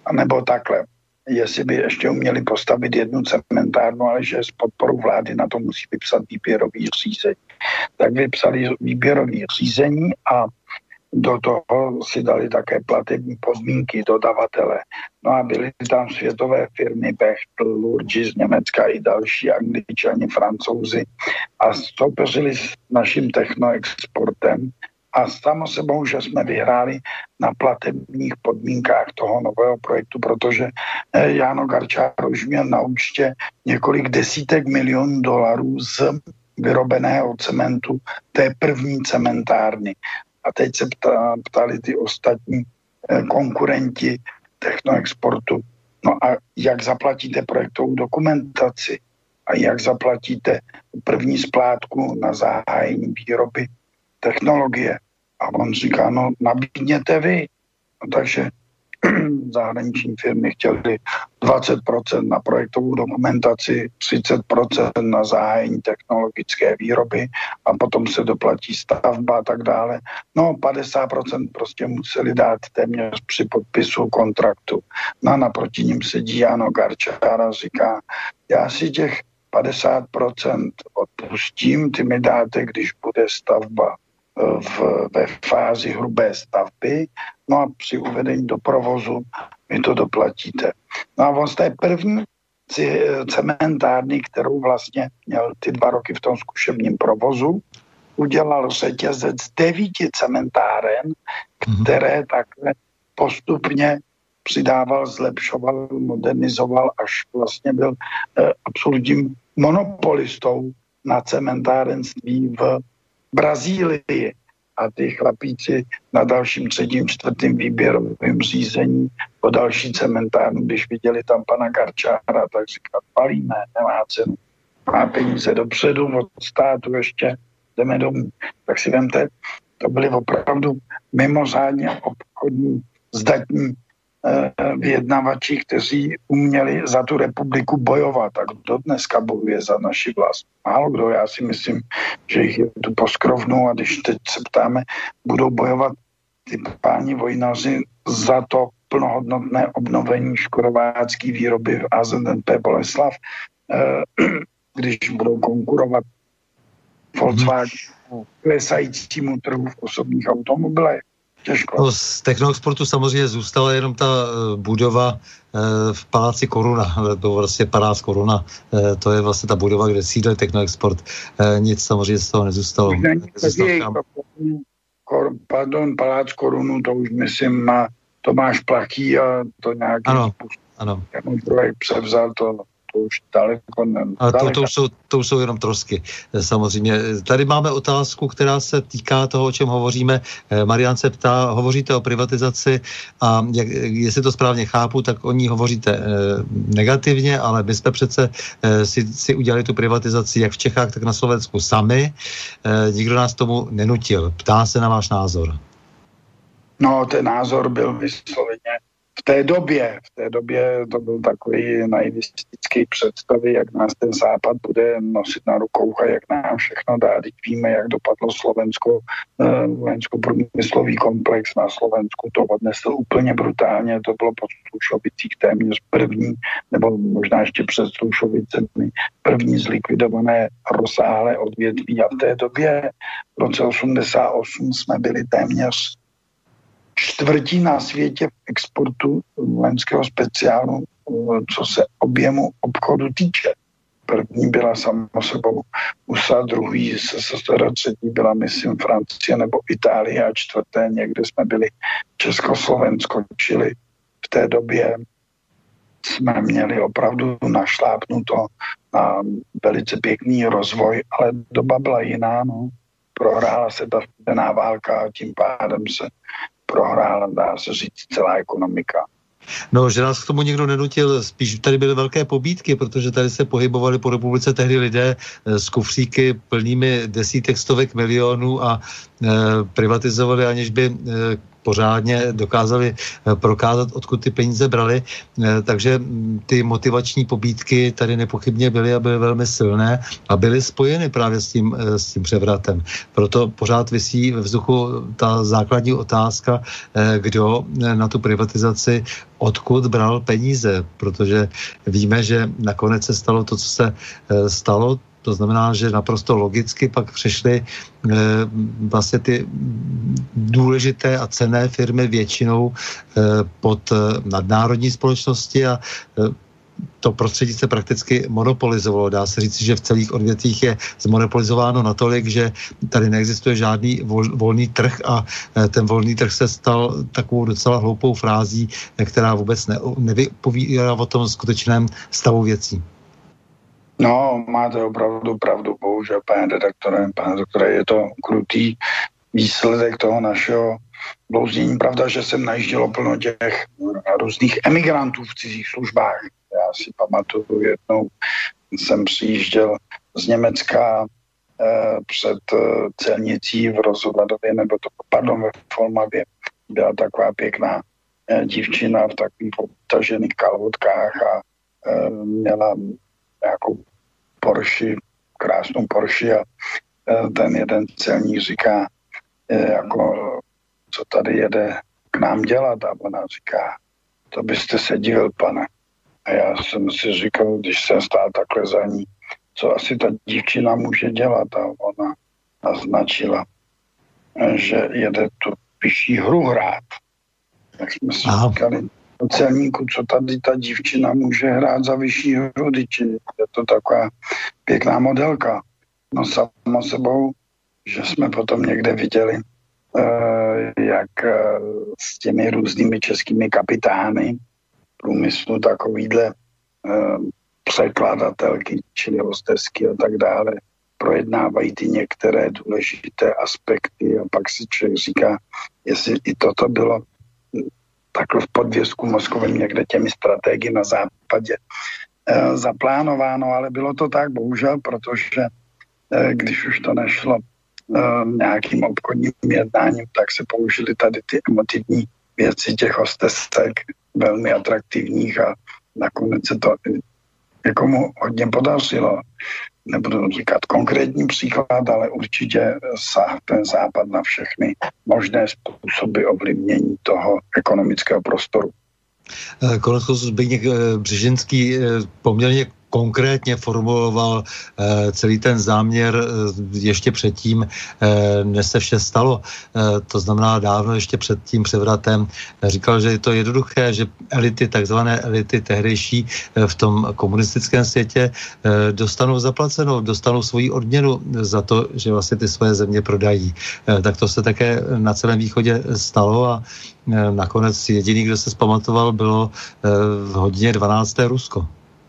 A nebo takhle, jestli by ještě uměli postavit jednu cementárnu, ale že s podporou vlády na to musí vypsat výběrový řízení. Tak vypsali výběrový řízení a do toho si dali také platební podmínky dodavatele. No a byly tam světové firmy Bechtel, Lurgi z Německa i další, Angličani, Francouzi a soupeřili s naším technoexportem a samo sebou, že jsme vyhráli na platebních podmínkách toho nového projektu, protože Jáno Garčár už měl na účtě několik desítek milionů dolarů z vyrobeného cementu té první cementárny. A teď se ptá, ptali ty ostatní eh, konkurenti technoexportu, no a jak zaplatíte projektovou dokumentaci a jak zaplatíte první splátku na zahájení výroby technologie. A on říká, no nabídněte vy. No, takže zahraniční firmy chtěly dvacet procent na projektovou dokumentaci, třicet procent na zahájení technologické výroby a potom se doplatí stavba a tak dále. No padesát procent prostě museli dát téměř při podpisu kontraktu. No a naproti ním sedí Jáno Garčár a říká, já si těch padesát procent odpustím, ty mi dáte, když bude stavba v, ve fázi hrubé stavby, no a při uvedení do provozu mi to doplatíte. No a on z té první cementárny, kterou vlastně měl ty dva roky v tom zkušebním provozu, udělal řetězec devíti cementáren, které takhle postupně přidával, zlepšoval, modernizoval, až vlastně byl eh, absolutním monopolistou na cementárenství v Brazílii. A ty chlapíci na dalším třetím, čtvrtým výběrovém řízení po další cementárnu, když viděli tam pana Garčára, tak říkali, palíme, nemá cenu. Má peníze dopředu od státu ještě, jdeme domů. Tak si vemte, to byli opravdu mimořádně obchodní, zdatní eh, vyjednavači, kteří uměli za tu republiku bojovat. A kdo dneska bojuje za naši vlast? Málo kdo, já si myslím, že jich je tu poskrovnou a když teď se ptáme, budou bojovat ty páni vojnaři za to plnohodnotné obnovení škodovácké výroby v A Z N P Boleslav, eh, když budou konkurovat Volkswagenu, klesajícímu trhu v osobních automobilech. Těžko. No, z Technoexportu samozřejmě zůstala jenom ta uh, budova uh, v paláci Koruna, to vlastně palác Koruna, uh, to je vlastně ta budova, kde sídlil Technoexport. Uh, nic samozřejmě z toho nezůstalo. nezůstalo kor, pardon, palác Korunu, to už myslím má Tomáš Plachý a to nějaký ano, ano. projekt převzal, to to už daleko ne... Ale to, to, už jsou, to už jsou jenom trosky, samozřejmě. Tady máme otázku, která se týká toho, o čem hovoříme. Marian se ptá, hovoříte o privatizaci a jak, jestli to správně chápu, tak o ní hovoříte eh, negativně, ale my jsme přece eh, si, si udělali tu privatizaci jak v Čechách, tak na Slovensku sami. Eh, nikdo nás tomu nenutil. Ptá se na váš názor. No, ten názor byl vysloveně v té době, v té době to byl takový naivistický představy, jak nás ten západ bude nosit na rukou a jak nám všechno dá. Teď víme, jak dopadlo Slovensko, Slovensko průmyslový komplex na Slovensku, to odnesl úplně brutálně, to bylo pod Slušovicích téměř první, nebo možná ještě před Slušovicemi, první zlikvidované rozsáhlé odvětví a v té době v roce osmdesát osm jsme byli téměř čtvrtí na světě v exportu vojenského speciálu, co se objemu obchodu týče. První byla samo sebou U S A, druhý S S S R, třetí byla, myslím, Francie nebo Itálie a čtvrté někde jsme byli Československo, čili v té době jsme měli opravdu našlápnuto na velice pěkný rozvoj, ale doba byla jiná, no. Prohrála se ta studená válka a tím pádem se prohrála, dá se říct, celá ekonomika. No, že nás k tomu někdo nenutil, spíš tady byly velké pobídky, protože tady se pohybovali po republice tehdy lidé z kufříky plnými desítek, stovek milionů a e, privatizovali, aniž by e, pořádně dokázali prokázat, odkud ty peníze brali, takže ty motivační pobídky tady nepochybně byly a byly velmi silné a byly spojeny právě s tím, s tím převratem. Proto pořád visí ve vzduchu ta základní otázka, kdo na tu privatizaci odkud bral peníze, protože víme, že nakonec se stalo to, co se stalo. To znamená, že naprosto logicky pak přišly e, vlastně ty důležité a cenné firmy většinou e, pod e, nadnárodní společnosti a e, to prostředí se prakticky monopolizovalo. Dá se říct, že v celých odvětvích je zmonopolizováno natolik, že tady neexistuje žádný vol, volný trh a e, ten volný trh se stal takovou docela hloupou frází, e, která vůbec ne, nevypovídá o tom skutečném stavu věcí. No, máte opravdu pravdu, bohužel, pane redaktore, pane doktore, je to krutý výsledek toho našeho blouznění. Pravda, že jsem najíždělo plno těch různých emigrantů v cizích službách. Já si pamatuju, jednou jsem přijížděl z Německa eh, před eh, celnicí v Rozvadově, nebo to, pardon, ve Folmavě. Byla taková pěkná eh, dívčina v takových obtažených kalhotkách a eh, měla nějakou Porsche, krásnou Porsche a ten jeden celník říká, jako, co tady jede k nám dělat, a ona říká, to byste se divil, pane. A já jsem si říkal, když jsem stál takhle za ní, co asi ta dívčina může dělat, a ona naznačila, že jede tu vyšší hru hrát. Tak jsme si Aha. říkali, celníku, co tady ta dívčina může hrát za vyšší hru, je to taková pěkná modelka. No samo sebou, že jsme potom někde viděli, jak s těmi různými českými kapitány průmyslu takovýhle překladatelky, čili hostesky a tak dále, projednávají ty některé důležité aspekty a pak si člověk říká, jestli i toto bylo takhle v podvězku mozkovém někde těmi strategy na západě e, zaplánováno, ale bylo to tak, bohužel, protože e, když už to nešlo e, nějakým obchodním jednáním, tak se použili tady ty emotivní věci těch hostesek, velmi atraktivních, a nakonec se to někomu hodně podařilo. Nebudu říkat konkrétní příklad, ale určitě sah ten západ na všechny možné způsoby ovlivnění toho ekonomického prostoru. Koneckonců Zbyněk Břežinský poměrně konkrétně formuloval eh, celý ten záměr eh, ještě předtím, eh, než se vše stalo. Eh, to znamená dávno ještě před tím převratem. Eh, říkal, že je to jednoduché, že elity, takzvané elity tehdejší eh, v tom komunistickém světě eh, dostanou zaplacenou, dostanou svoji odměnu za to, že vlastně ty svoje země prodají. Eh, tak to se také na celém východě stalo a eh, nakonec jediný, kdo se zpamatoval, bylo eh, v hodině dvanácté Rusko.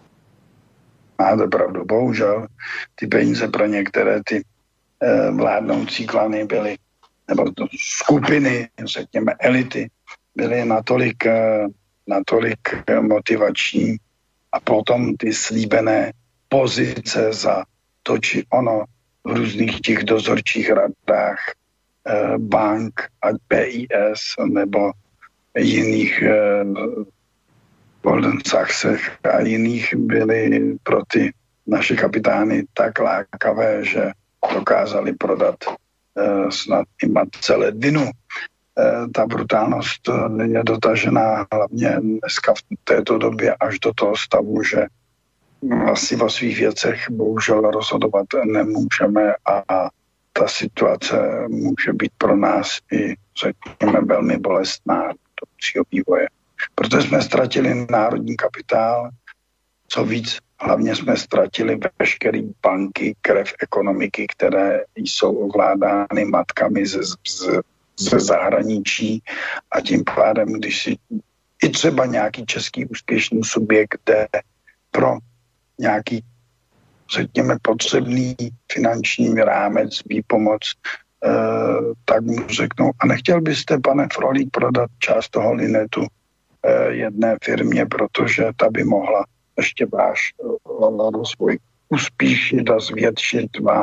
Máte pravdu, bohužel ty peníze pro některé ty eh, vládnoucí klany byly, nebo to, skupiny, řekněme elity, byly natolik, eh, natolik motivační, a potom ty slíbené pozice za to či ono v různých těch dozorčích radách eh, bank, ať B I S nebo jiných eh, Golden Sachsech a jiných, byly pro ty naše kapitány tak lákavé, že dokázali prodat eh, snad i matce ledvinu. Eh, ta brutálnost je dotažená hlavně dneska v této době až do toho stavu, že asi o svých věcech bohužel rozhodovat nemůžeme, a ta situace může být pro nás i, řekněme, velmi bolestná do budoucího vývoje. Protože jsme ztratili národní kapitál, co víc, hlavně jsme ztratili veškeré banky, krev ekonomiky, které jsou ovládány matkami ze, ze, ze zahraničí, a tím pádem, když si i třeba nějaký český úspěšný subjekt jde pro nějaký, řekněme, potřebný finanční rámec, výpomoc, eh, tak mu řeknou, a nechtěl byste, pane Frolík, prodat část toho linetu jedné firmě, protože ta by mohla ještě váš rozvoj uspíšit a zvětšit vám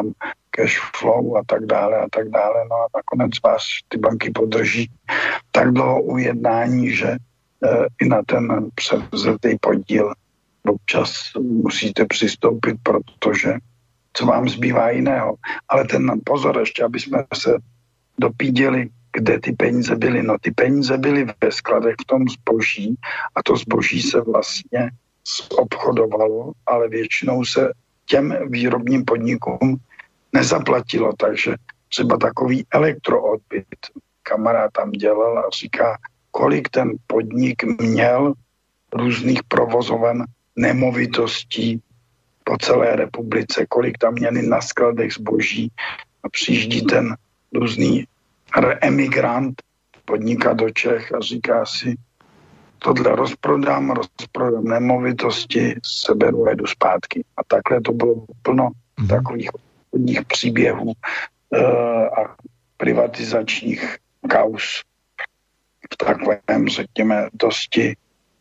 cash flow a tak dále a tak dále. No a nakonec vás ty banky podrží tak dlouho u jednání, že eh, i na ten převzetý podíl občas musíte přistoupit, protože co vám zbývá jiného. Ale ten pozor ještě, aby jsme se dopíděli, kde ty peníze byly. No ty peníze byly ve skladech v tom zboží a to zboží se vlastně obchodovalo, ale většinou se těm výrobním podnikům nezaplatilo, takže třeba takový elektroodbyt kamarád tam dělal a říká, kolik ten podnik měl různých provozoven nemovitostí po celé republice, kolik tam měli na skladech zboží a přijíždí ten různý emigrant podniká do Čech a říká si, tohle rozprodám, rozprodám nemovitosti, seberu a jdu zpátky. A takhle to bylo plno mm-hmm. takových obchodních příběhů uh, a privatizačních kauz v takovém, řekněme, dosti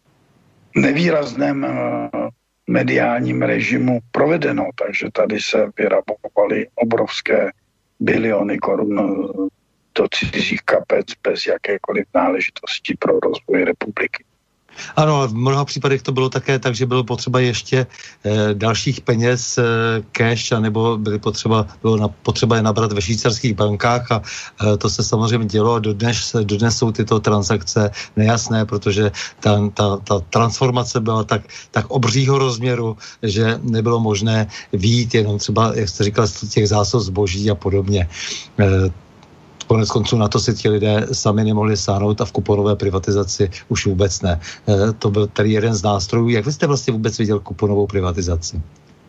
nevýrazném uh, mediálním režimu provedeno. Takže tady se vyrabovaly obrovské biliony korun do cizích kapec bez jakékoliv náležitosti pro rozvoj republiky. Ano, ale v mnoha případech to bylo také tak, že bylo potřeba ještě eh, dalších peněz, eh, cash, anebo byly potřeba, bylo na, potřeba je nabrat ve švýcarských bankách a eh, to se samozřejmě dělo a dodnes, dodnes jsou tyto transakce nejasné, protože ta, ta, ta transformace byla tak, tak obřího rozměru, že nebylo možné vyjít jenom třeba, jak jste říkal, z těch zásob zboží a podobně. Eh, Konec konců na to si ti lidé sami nemohli sáhnout a v kuponové privatizaci už vůbec ne. E, to byl tady jeden z nástrojů. Jak vy jste vlastně vůbec viděl kuponovou privatizaci?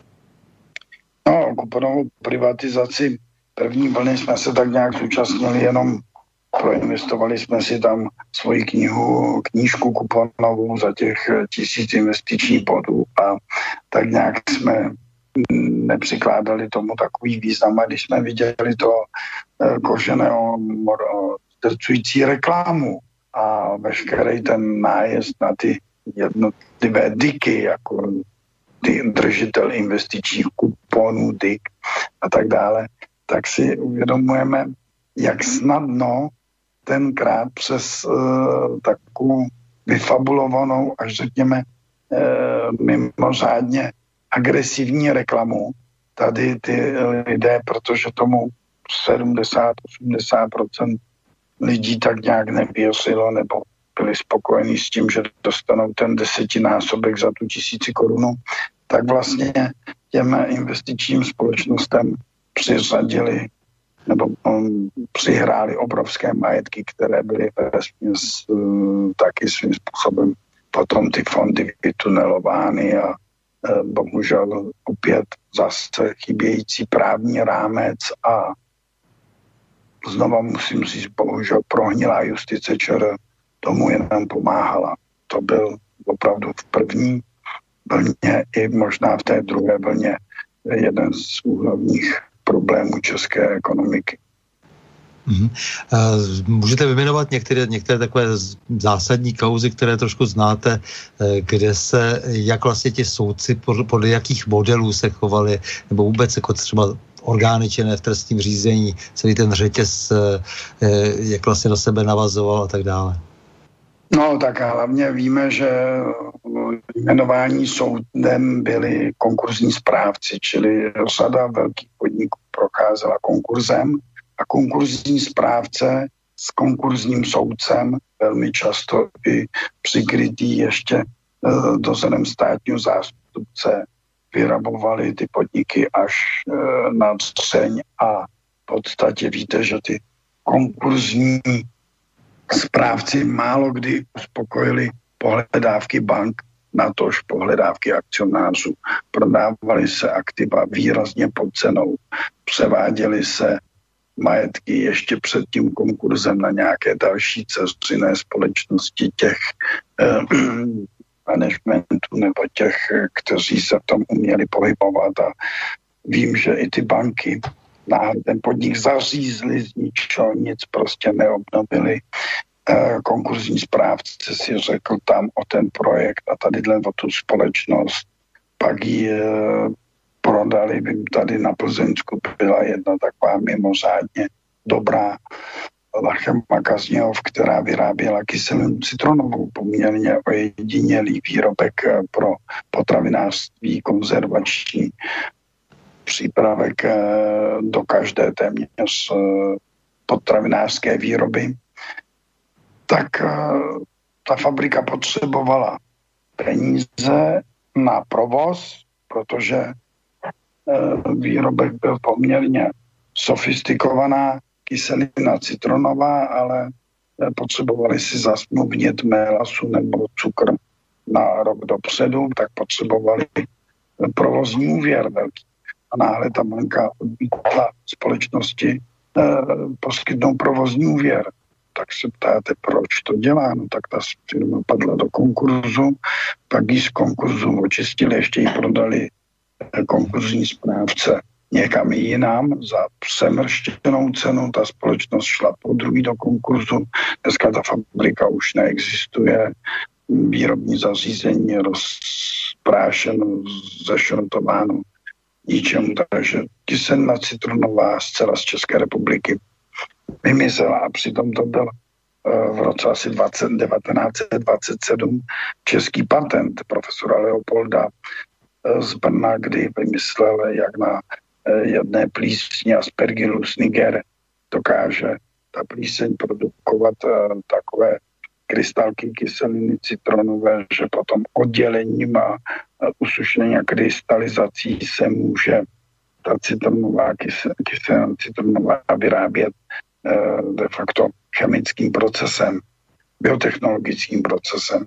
No, kuponovou privatizaci první vlny jsme se tak nějak zúčastnili, jenom proinvestovali jsme si tam svoji knihu, knížku kuponovou za těch tisíc investičních bodů a tak nějak jsme nepřikládali tomu takový význam, a když jsme viděli to koženého drcující reklamu a veškerý ten nájezd na ty jednotlivé diky, jako ty držitel investičních kuponů, dik a tak dále, tak si uvědomujeme, jak snadno tenkrát přes uh, takovou vyfabulovanou až řekněme uh, mimořádně agresivní reklamu tady ty lidé, protože tomu sedmdesát až osmdesát procent lidí tak nějak nevěřilo nebo byli spokojení s tím, že dostanou ten desetinásobek za tu tisíci korunu, tak vlastně těm investičním společnostem přiřadili nebo um, přihráli obrovské majetky, které byly vesměs uh, taky svým způsobem potom ty fondy vytunelovány a uh, bohužel opět zase chybějící právní rámec a znova musím říct, bohužel prohnilá justice ČR tomu jenom pomáhala. To byl opravdu v první vlně i možná v té druhé vlně jeden z hlavních problémů české ekonomiky. Mm-hmm. Můžete vyjmenovat některé, některé takové zásadní kauzy, které trošku znáte, kde se, jak vlastně ti soudci, podle jakých modelů se chovali, nebo vůbec jako třeba orgány činné v trestním řízení, celý ten řetěz, jak vlastně do sebe navazoval a tak dále? No tak hlavně víme, že jmenování soudem byli konkurzní správci, čili řada velkých podniků procházela konkurzem a konkurzní správce s konkurzním soudcem, velmi často i přikrytý ještě dozorem státního zástupce, vyrabovali ty podniky až na dřeň a v podstatě víte, že ty konkurzní správci málo kdy uspokojili pohledávky bank, natož pohledávky akcionářů. Prodávali se aktiva výrazně pod cenou, převáděly se majetky ještě před tím konkurzem na nějaké další dceřiné společnosti těch eh, managementů nebo těch, kteří se v tom uměli pohybovat a vím, že i ty banky na ten podnik zařízli z ničeho, nic prostě neobnovili. Konkurzní správce si řekl tam o ten projekt a tadyhle o tu společnost, pak ji prodali. Vím, tady na Plzeňsku byla jedna taková mimořádně dobrá Lachema Kazněhov, která vyráběla kyselinu citronovou, poměrně ojedinělý výrobek pro potravinářství, konzervační přípravek do každé téměř potravinářské výroby. Tak ta fabrika potřebovala peníze na provoz, protože výrobek byl poměrně sofistikovaná kyselina citronová, ale potřebovali si zasmluvnit mélasu nebo cukr na rok dopředu, tak potřebovali provozní úvěr velký. A náhle ta banka odmítla společnosti eh, poskytnout provozní úvěr. Tak se ptáte, proč to dělá? No tak ta firma padla do konkurzu, pak ji z konkurzu očistili, ještě ji prodali konkurzní správce někam jinam za přemrštěnou cenu. Ta společnost šla po druhý do konkurzu. Dneska ta fabrika už neexistuje. Výrobní zařízení je rozprášeno, zešrotováno ničemu. Takže kyselina citronová zcela z České republiky vymyslela a přitom to byl v roce asi devatenáct set dvacet sedm český patent profesora Leopolda z Brna, kdy vymyslel, jak na jedné plísni Aspergillus niger dokáže ta plíseň produkovat takové krystalky kyseliny citronové, že potom oddělením a usušením a krystalizací se může ta citronová kyselina citronová vyrábět de facto chemickým procesem, biotechnologickým procesem.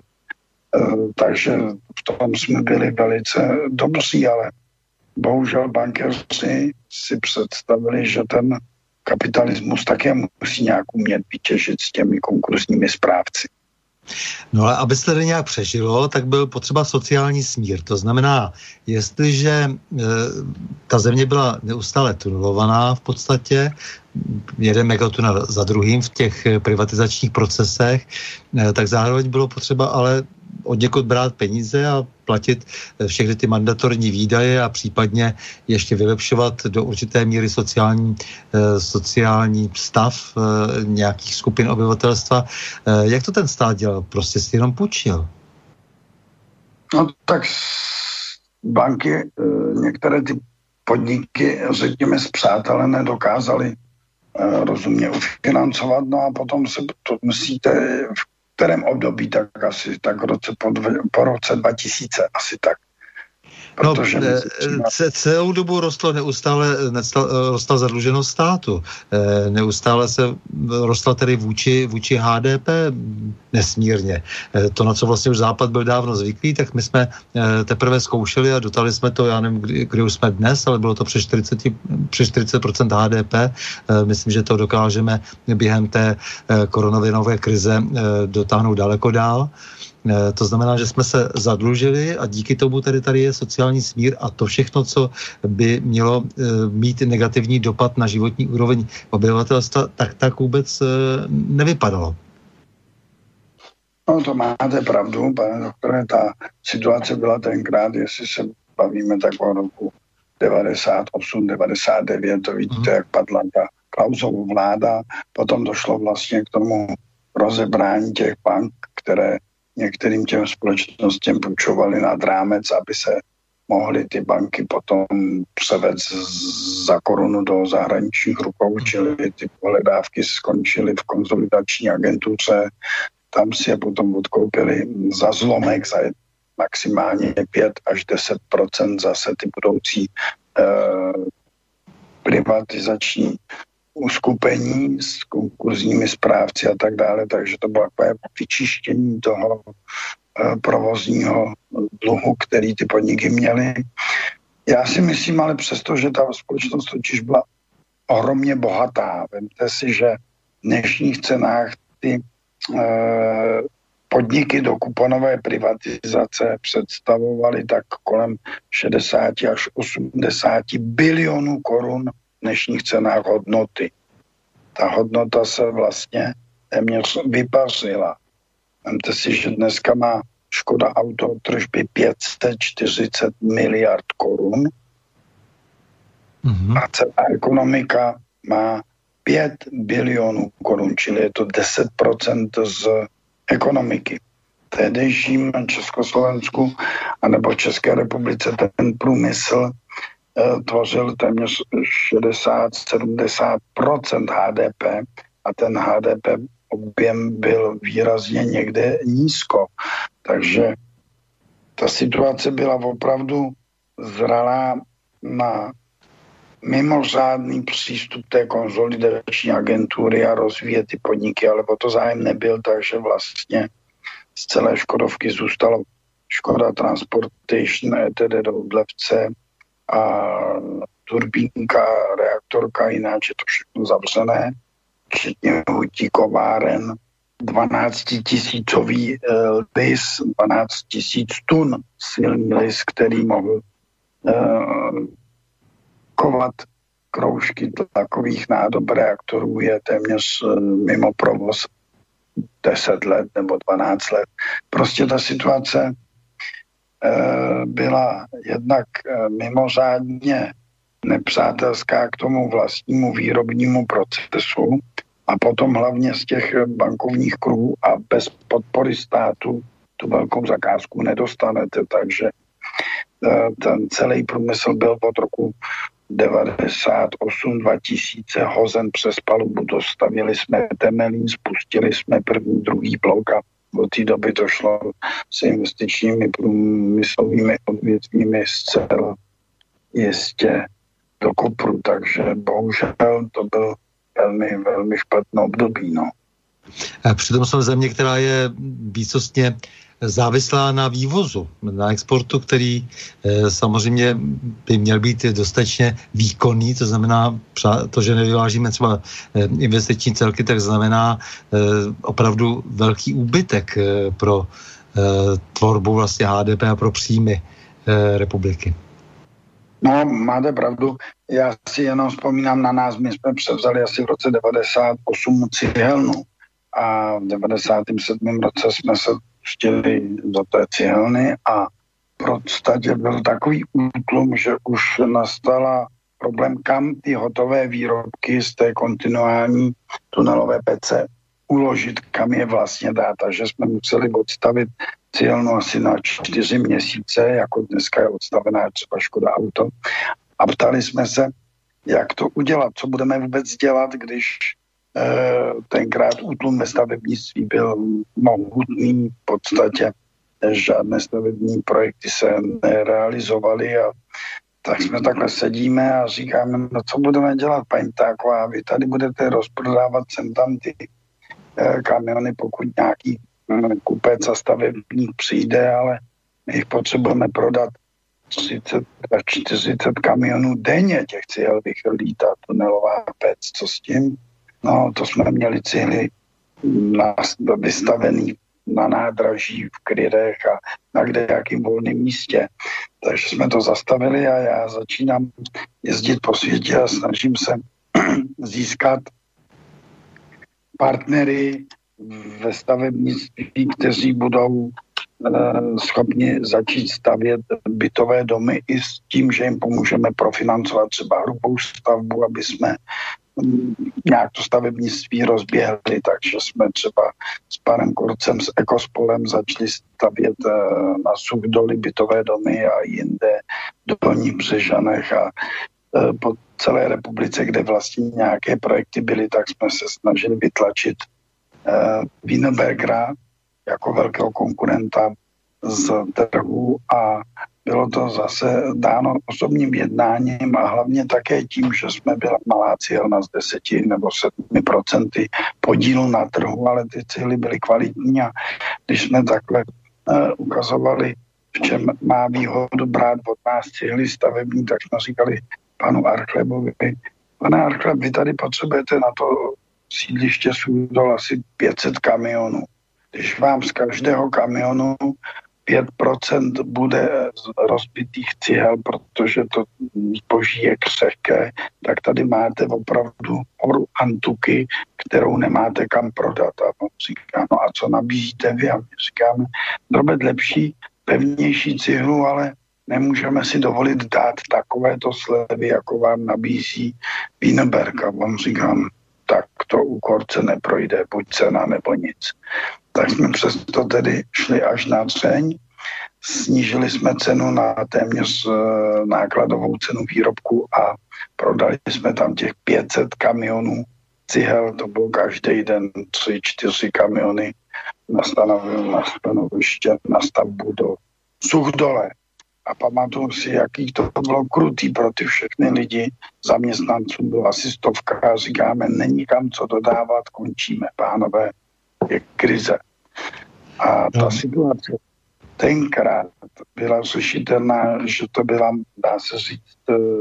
Takže v tom jsme byli velice dobří, ale bohužel bankéři si představili, že ten kapitalismus také musí nějak umět vytěžit s těmi konkurzními správci. No ale aby se tady nějak přežilo, tak byl potřeba sociální smír. To znamená, jestliže e, ta země byla neustále tunelovaná v podstatě, jeden megatunel za druhým v těch privatizačních procesech, e, tak zároveň bylo potřeba ale od někud brát peníze a platit všechny ty mandatorní výdaje a případně ještě vylepšovat do určité míry sociální, sociální stav nějakých skupin obyvatelstva. Jak to ten stát dělal? Prostě si jenom půjčil. No tak banky, některé ty podniky, řekněme, spřátelené dokázaly rozumně ufinancovat, no a potom se to musíte v kterém období, tak asi tak roce po, dvě, po roce dva tisíce, asi tak. Protože no, třeba... celou dobu rostlo neustále, neustále rostla zadluženost státu. Neustále se rostla tedy vůči, vůči H D P nesmírně. To, na co vlastně už Západ byl dávno zvyklý, tak my jsme teprve zkoušeli a dotali jsme to, já nevím, kdy, kdy už jsme dnes, ale bylo to přes čtyřicet, přes čtyřicet procent H D P. Myslím, že to dokážeme během té koronavirové krize dotáhnout daleko dál. To znamená, že jsme se zadlužili a díky tomu tady tady je sociální smír a to všechno, co by mělo mít negativní dopad na životní úroveň obyvatelstva, tak tak vůbec nevypadalo. No to máte pravdu, pane doktore, ta situace byla tenkrát, jestli se bavíme tak o roku devadesát osm devadesát devět, to víte, mm. jak padla ta Klausova vláda, potom došlo vlastně k tomu rozebrání těch bank, které některým těm společnostem půjčovali nad rámec, aby se mohly ty banky potom převést za korunu do zahraničních rukou, čili ty pohledávky skončily v konsolidační agentuře, tam si je potom odkoupili za zlomek, za maximálně pět až deset procent zase ty budoucí eh, privatizační uskupení s konkurzními správci a tak dále, takže to bylo takové vyčištění toho e, provozního dluhu, který ty podniky měly. Já si myslím, ale přesto, že ta společnost totiž byla ohromně bohatá. Vemte si, že v dnešních cenách ty e, podniky do kuponové privatizace představovaly tak kolem šedesát až osmdesát bilionů korun dnešních cenách hodnoty. Ta hodnota se vlastně téměř vypařila. Vemte si, že dneska má Škoda Auto tržby pět set čtyřicet miliard korun Mm-hmm. A celá ekonomika má pět bilionů korun, čili je to deset procent z ekonomiky. V tehdejším Československu anebo České republice ten průmysl e, tvořil téměř šedesát až sedmdesát procent H D P a ten H D P objem byl výrazně někde nízko. Takže ta situace byla opravdu zralá na mimořádný přístup té konsolidační agentury a rozvíjet ty podniky, ale o to zájem nebyl, takže vlastně z celé Škodovky zůstalo Škoda Transportation, E T D do Udlevce a turbínka, reaktorka, jinak je to všechno zavřené, včetně hutí kováren, dvanáctitisícový lis, dvanáct tisíc tun silný lis, který mohl uh, kovat kroužky tlakových nádob reaktorů, je téměř uh, mimo provoz deset let nebo dvanáct let. Prostě ta situace uh, byla jednak uh, mimořádně nepřátelská k tomu vlastnímu výrobnímu procesu a potom hlavně z těch bankovních kruhů a bez podpory státu tu velkou zakázku nedostanete, takže ten celý průmysl byl od roku devadesát osm dva tisíce hozen přes palubu, dostavili jsme temelín, spustili jsme první, druhý blok a od té doby to šlo s investičními průmyslovými odvětvími zcela jistě do kopru, takže bohužel to byl velmi, velmi špatné období. No. Přitom jsme země, která je výsostně závislá na vývozu, na exportu, který e, samozřejmě by měl být dostatečně výkonný, to znamená to, že nevyvážíme třeba e, investiční celky, tak znamená e, opravdu velký úbytek e, pro e, tvorbu vlastně H D P a pro příjmy e, republiky. No, máte pravdu. Já si jenom vzpomínám na nás, my jsme převzali asi v roce devadesát osm cihelnu a v devadesátém sedmém roce jsme se pustili do té cihelny a v podstatě byl takový útlum, že už nastala problém, kam ty hotové výrobky z té kontinuální tunelové pece uložit, kam je vlastně dát. Takže jsme museli odstavit cihelnu asi na čtyři měsíce, jako dneska je odstavená třeba Škoda Auto. A ptali jsme se, jak to udělat, co budeme vůbec dělat, když eh, tenkrát útlum ve stavebnictví byl mohutný, v podstatě žádné stavební projekty se nerealizovaly a tak jsme takhle sedíme a říkáme, no co budeme dělat, paní Ptáková, vy tady budete rozprodávat sem tam ty eh, kamiony, pokud nějaký hm, kupec a stavebník přijde, ale my jich potřebujeme prodat třicet až čtyřicet kamionů denně, těch cihel vychrlí ta tunelová pec, co s tím? No, to jsme měli cihly na, vystavený na nádraží, v Kryrech a na kdejakým volném místě. Takže jsme to zastavili a já začínám jezdit po světě a snažím se získat partnery ve stavebnictví, kteří budou schopni začít stavět bytové domy i s tím, že jim pomůžeme profinancovat třeba hrubou stavbu, aby jsme nějak to stavebnictví rozběhli, takže jsme třeba s panem Kurcem, s Ekospolem začali stavět na Suchdoly bytové domy a jinde do Dolních Břežanech a po celé republice, kde vlastně nějaké projekty byly, tak jsme se snažili vytlačit Wienerbergera jako velkého konkurenta z trhu a bylo to zase dáno osobním jednáním a hlavně také tím, že jsme byla malá cihelna z deseti nebo sedmi procenty podílu na trhu, ale ty cihly byly kvalitní a když jsme takhle uh, ukazovali, v čem má výhodu brát od nás cihly stavební, tak jsme říkali panu Archlebovi, pane Archleb, vy tady potřebujete na to sídliště Suchdol asi pět set kamionů. Když vám z každého kamionu pět procent bude rozbitých cihel, protože to zboží je křehké, tak tady máte opravdu horu antuky, kterou nemáte kam prodat. A on říká, no a co nabízíte vy? A my říkáme, drobet lepší, pevnější cihlu, ale nemůžeme si dovolit dát takovéto slevy, jako vám nabízí Wienerberg. A on říkám, tak to u Korce neprojde, buď cena nebo nic. Tak jsme přesto tedy šli až na Třeň, snížili jsme cenu na téměř nákladovou cenu výrobku a prodali jsme tam těch pět set kamionů cihel, to bylo každý den tři, čtyři kamiony na stanoviště, na stavbu do Suchdole. A pamatuju si, jaký to bylo krutý pro ty všechny lidi. Zaměstnanců bylo asi stovka a říkáme, není kam co dodávat, končíme, pánové, je krize. A ta situace tenkrát byla řešitelná, že to byla, dá se říct,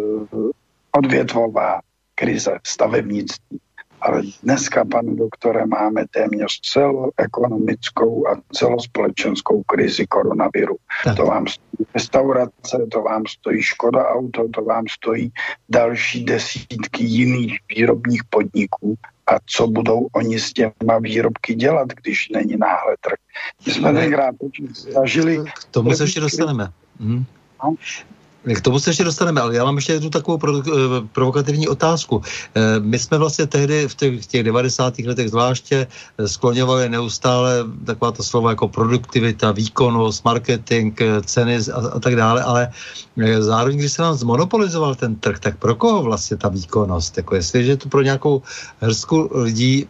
odvětvová krize stavebnictví. Ale dneska, pane doktore, máme téměř celoekonomickou a celospolečenskou krizi koronaviru. Tak. To vám stojí restaurace, to vám stojí Škoda Auto, to vám stojí další desítky jiných výrobních podniků. A co budou oni s těma výrobky dělat, když není náhle trh? My jsme tenkrát zažili... K tomu se ještě dostaneme. Mhm. K tomu se ještě dostaneme, ale já mám ještě jednu takovou provo- provokativní otázku. My jsme vlastně tehdy v těch, v těch devadesátých letech zvláště skloňovali neustále taková ta slova jako produktivita, výkonnost, marketing, ceny a, a tak dále, ale zároveň, když se nám zmonopolizoval ten trh, tak pro koho vlastně ta výkonnost? Jako jestliže je to pro nějakou hrstku lidí,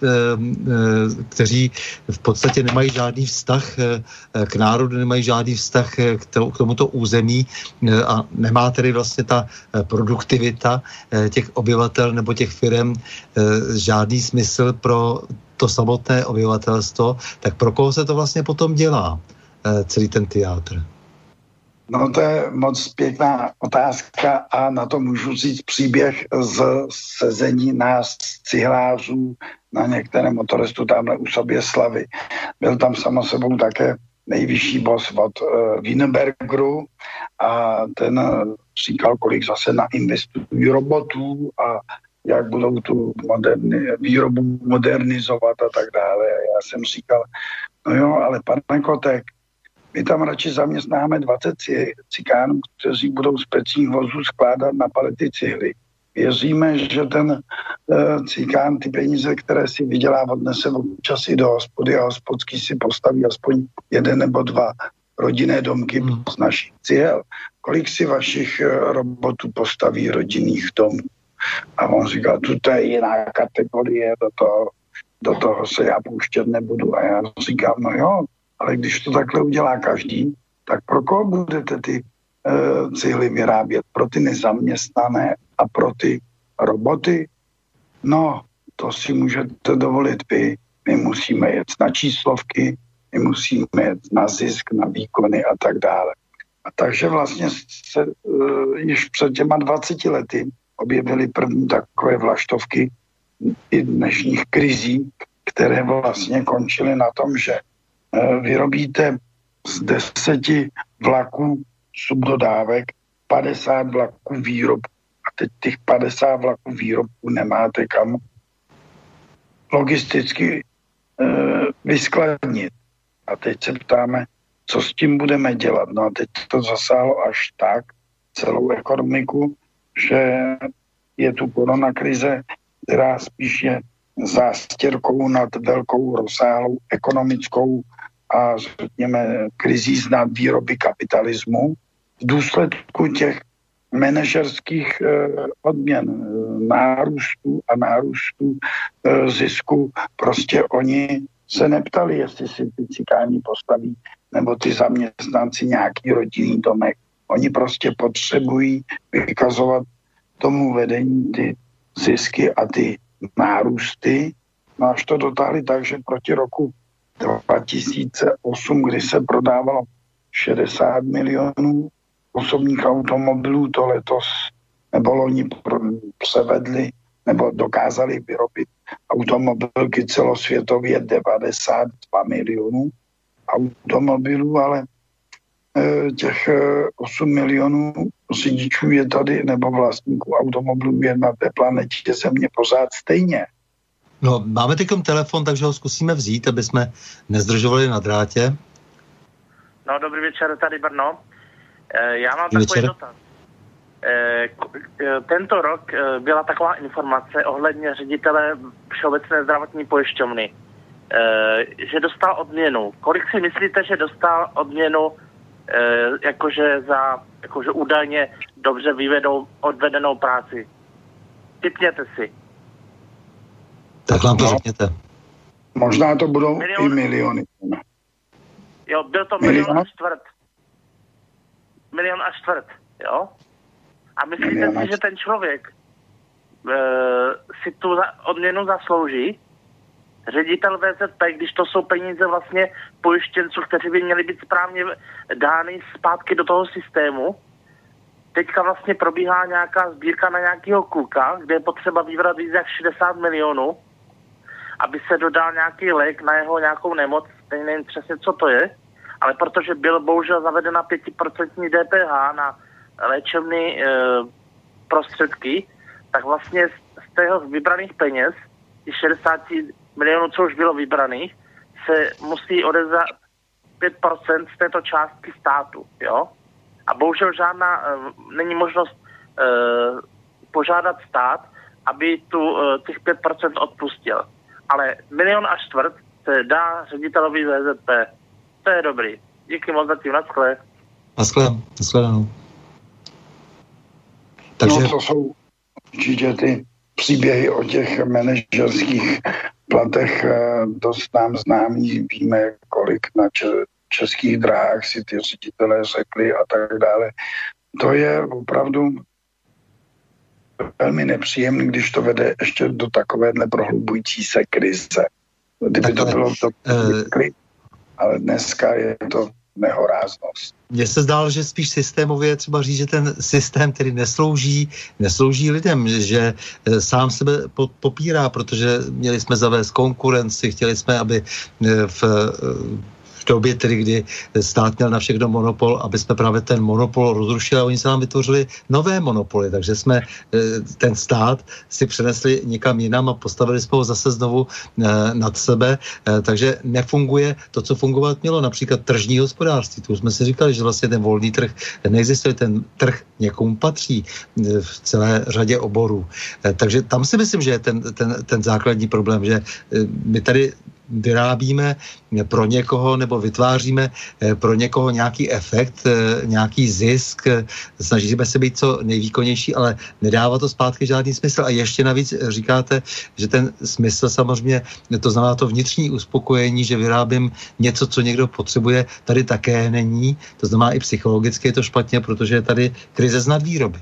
kteří v podstatě nemají žádný vztah k národu, nemají žádný vztah k tomuto území a nemá tedy vlastně ta produktivita těch obyvatel nebo těch firem žádný smysl pro to samotné obyvatelstvo, tak pro koho se to vlastně potom dělá, celý ten teátr? No to je moc pěkná otázka a na to můžu říct příběh z sezení nás cihlářů na některém motorestu tamhle u Soběslavy. Byl tam samo sebou také nejvyšší boss od uh, Wienerbergeru a ten uh, říkal, kolik zase nainvestují robotů a jak budou tu moderni, výrobu modernizovat a tak dále. A já jsem říkal, no jo, ale pane Kotek, my tam radši zaměstnáme dvacet cikánů, kteří budou z pecích vozů skládat na palety cihly. Věříme, že ten uh, cikán ty peníze, které si vydělá, odnese občas i do hospody a hospodský si postaví aspoň jeden nebo dva rodinné domky mm. z našich cihel. Kolik si vašich uh, robotů postaví rodinných domů? A on říkal, to je jiná kategorie, do toho, do toho se já pouštět nebudu. A já říkám, no jo, ale když to takhle udělá každý, tak pro koho budete ty uh, cihly vyrábět? Pro ty nezaměstnané a pro ty roboty? No, to si můžete dovolit vy. My musíme jet na číslovky, my musíme jet na zisk, na výkony a tak dále. A takže vlastně se uh, již před těma dvaceti lety objevily první takové vlaštovky i dnešních krizí, které vlastně končily na tom, že uh, vyrobíte z deseti vlaků subdodávek padesát vlaků výrobků. A teď těch padesát vlaků výrobků nemáte kam logisticky e, vyskladnit. A teď se ptáme, co s tím budeme dělat. No a teď to zasáhlo až tak celou ekonomiku, že je tu koronakrize, která spíš je zástěrkou nad velkou rozsáhlou ekonomickou a řekněme krizí z nadvýroby kapitalismu. V důsledku těch manažerských eh, odměn, eh, nárůstů a nárůstů eh, zisku. Prostě oni se neptali, jestli si ty cikáni postaví nebo ty zaměstnanci nějaký rodinný domek. Oni prostě potřebují vykazovat tomu vedení ty zisky a ty nárůsty. No až to dotáhli tak, že proti roku dva tisíce osm, kdy se prodávalo šedesát milionů osobních automobilů, to letos nebo loni převedli nebo dokázali vyrobit automobilky celosvětově devadesát dva milionů automobilů, ale těch osm milionů řidičů je tady nebo vlastníků automobilů je na té planetě Země pořád stejně. No, máme teď telefon, takže ho zkusíme vzít, aby jsme nezdržovali na drátě. No, dobrý večer, tady Brno. Já mám takový dotaz. Tento rok byla taková informace ohledně ředitele Všeobecné zdravotní pojišťovny, že dostal odměnu. Kolik si myslíte, že dostal odměnu jakože za jakože údajně dobře vyvedou odvedenou práci? Typněte si. Tak nám to řekněte. Možná to budou milion, i miliony. Jo, byl to milion a čtvrt. Milion a čtvrt, jo? A myslíte milion si, že ten člověk e, si tu za, odměnu zaslouží? Ředitel V Z P, když to jsou peníze vlastně pojištěnců, kteří by měli být správně dány zpátky do toho systému. Teďka vlastně probíhá nějaká sbírka na nějakého kluka, kde je potřeba vybrat víc jak šedesát milionů, aby se dodal nějaký lék na jeho nějakou nemoc, teď nevím přesně, co to je, ale protože byl bohužel zavedena pět procent D P H na léčebné e, prostředky, tak vlastně z, z těch vybraných peněz, těch šedesát milionů, co už bylo vybraných, se musí odezat pět procent z této částky státu, jo? A bohužel žádná, e, není možnost e, požádat stát, aby tu e, těch pět procent odpustil. Ale milion a čtvrt se dá ředitelovi V Z P. To je dobrý. Díky moc za tím, naschle. Naschle, naschledanou. Takže... No to jsou určitě ty příběhy o těch manažerských platech dost nám známí. Víme, kolik na českých dráhách si ty ředitelé řekli a tak dále. To je opravdu velmi nepříjemný, když to vede ještě do takovéhle prohlubující se krize. Kdyby to bylo to uh, ale dneska je to nehoráznost. Mně se zdálo, že spíš systémově třeba říct, že ten systém, který neslouží, neslouží lidem, že sám sebe popírá, protože měli jsme zavést konkurenci, chtěli jsme, aby v v době tedy, kdy stát měl na všechno monopol, aby jsme právě ten monopol rozrušili a oni se nám vytvořili nové monopoly, takže jsme ten stát si přenesli někam jinam a postavili jsme ho zase znovu nad sebe, takže nefunguje to, co fungovat mělo, například tržní hospodářství. Tu jsme si říkali, že vlastně ten volný trh neexistuje, ten trh někomu patří v celé řadě oborů. Takže tam si myslím, že je ten, ten, ten základní problém, že my tady vyrábíme pro někoho nebo vytváříme pro někoho nějaký efekt, nějaký zisk, snažíme se být co nejvýkonnější, ale nedává to zpátky žádný smysl. A ještě navíc říkáte, že ten smysl samozřejmě, to znamená to vnitřní uspokojení, že vyrábím něco, co někdo potřebuje, tady také není. To znamená i psychologicky je to špatně, protože je tady krize z nadvýroby.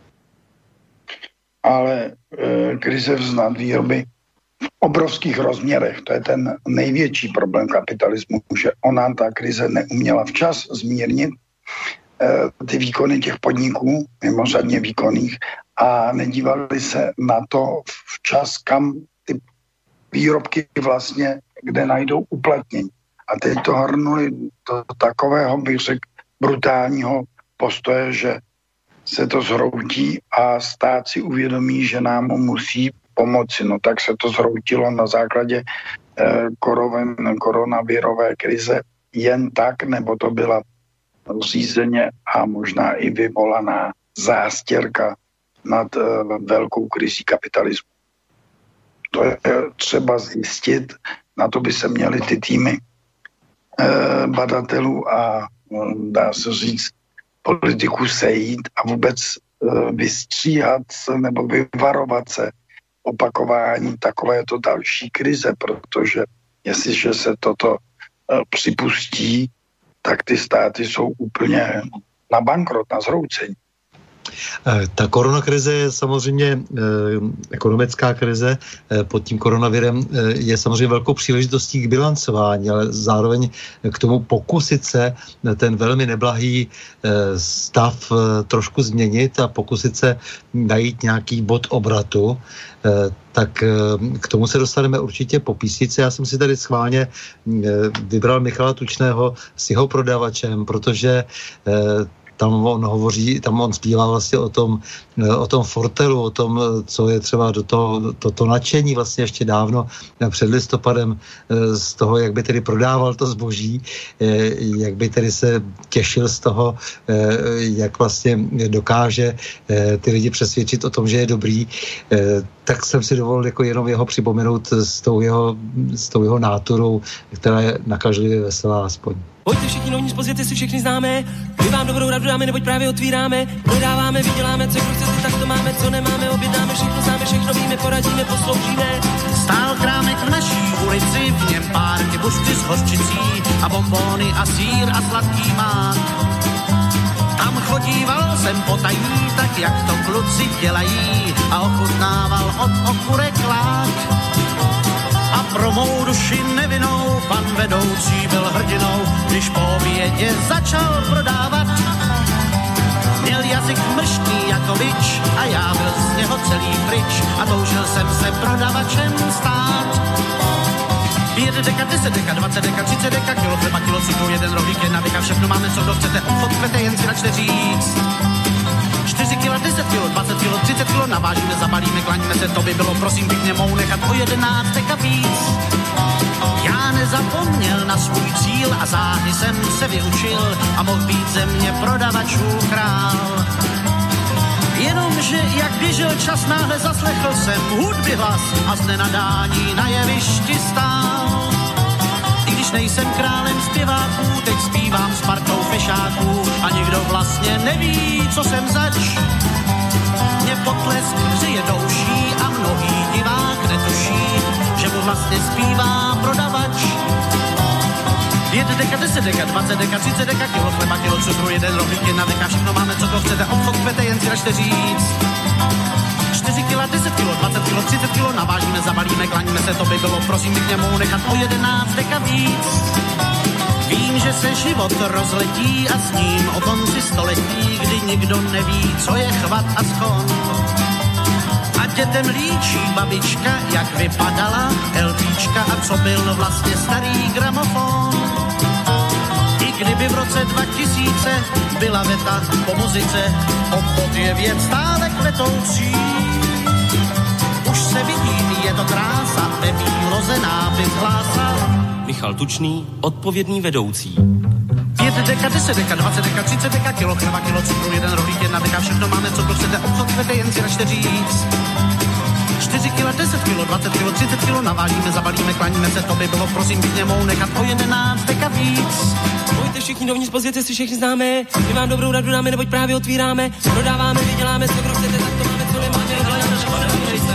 Ale e, krize z nadvýroby v obrovských rozměrech. To je ten největší problém kapitalismu, že ona, ta krize, neuměla včas zmírnit e, ty výkony těch podniků, mimořádně výkonných, a nedívali se na to včas, kam ty výrobky vlastně, kde najdou uplatnění. A teď to hrnuli do takového, bych řekl, brutálního postoje, že se to zhroutí a stát si uvědomí, že nám musí pomoci. No tak se to zhroutilo na základě eh, koroven, koronavirové krize jen tak, nebo to byla řízeně a možná i vyvolaná zástěrka nad eh, velkou krizí kapitalismu. To je třeba zjistit, na to by se měly ty týmy eh, badatelů a dá se říct politiků sejít a vůbec eh, vystříhat se nebo vyvarovat se opakování takovéto další krize, protože jestliže se toto e, připustí, tak ty státy jsou úplně na bankrot, na zhroucení. Ta koronakrize je samozřejmě eh, ekonomická krize eh, pod tím koronavirem eh, je samozřejmě velkou příležitostí k bilancování, ale zároveň k tomu pokusit se ten velmi neblahý eh, stav eh, trošku změnit a pokusit se najít nějaký bod obratu, eh, tak eh, k tomu se dostaneme určitě po písnici. Já jsem si tady schválně eh, vybral Michala Tučného s jeho prodavačem, protože eh, tam on hovoří, tam on zpívá vlastně o tom, o tom fortelu, o tom, co je třeba do toho, to, to nadšení vlastně ještě dávno před listopadem z toho, jak by tedy prodával to zboží, jak by tedy se těšil z toho, jak vlastně dokáže ty lidi přesvědčit o tom, že je dobrý, tak jsem si dovolil jako jenom jeho připomenout s tou jeho, s tou jeho náturou, která je nakažlivě veselá aspoň. Pojďte všichni novní, pozvěte si všechny známe, my vám dobrou radu dáme, neboť právě otvíráme, prodáváme, vyděláme, co kdo chcete, tak to máme, co nemáme, objednáme, všechno známe, všechno víme, poradíme, posloužíme. Stál krámek v naší ulici, v něm párky bušty s hořčicí a bombóny a sýr a sladký mák. Tam chodíval jsem potají, tak jak to kluci dělají a ochutnával od okurek lák. A pro mou duši nevinnou pan vedoucí byl hrdinou, když po obědě začal prodávat. Měl jazyk mrštý jako bič a já byl z něho celý pryč a toužil jsem se prodavačem stát. Pět deka, deset deka, dvacet deka, třicet deka, kilo chleba, kilo cukru, jeden rohlík, jedna deka, všechno máme, co kdo chcete, obchod kvete, jen si račte říct. čtyři kila, deset kilo, dvacet kilo, třicet kilo, navážíme, zabalíme, klaňme se, to by bylo, prosím, pěkně mou nechat o jedenáct deka víc. Já nezapomněl na svůj cíl a záhy jsem se vyučil a mohl být ze mě prodavačů král. Jenomže jak běžel čas, náhle zaslechl jsem hudby hlas a z nenadání na jevišti stál. I když nejsem králem zpěváků, teď zpívám s partou fešáků a nikdo vlastně neví, co jsem zač. Mě potlesk hřeje douší a mnohý divák netuší, že mu vlastně zpívá prodavač. Pět deka, deset deka, dvacet deka, třicet deka, kilo chleba, kilo cukru, jeden rohlík, jedna deka, všechno máme, co to chcete, obchod kvete, jen si račte říct. čtyři kila, deset kilo, dvacet kilo, třicet kilo, navážíme, zabalíme, klaňme se, to by bylo, prosím, k němu nechat o jedenáct deka víc. Vím, že se život rozletí a s ním o konci století, kdy nikdo neví, co je chvat a skon. A dětem líčí babička, jak vypadala LPčka a co byl vlastně starý gramofon. I kdyby v roce dva tisíce byla věta po muzice, obchod je věc stále kvetoucí. Už se vidím, je to krása, ve výloze nápis hlásal Michal Tučný, odpovědný vedoucí. Pět deka, deset deka, dvacet deka, třicet deka, kilo chleba, kilo cukru, jeden rohlík, jedna deka, všechno máme, co to chcete, obchod kvete, jen si račte říct. čtyři kila, deset kilo, dvacet kilo, třicet kilo, navážíme, zabalíme, klaníme se, to by bylo, prosím, k němu nechat o jedenáct deka víc. Pojďte všichni dovnitř, pozvěte si všechny známe, my vám dobrou radu dáme, neboť právě otvíráme, prodáváme, vyděláme, co kdo chcete, tak to máme, co nemáme, hledáme, že máme,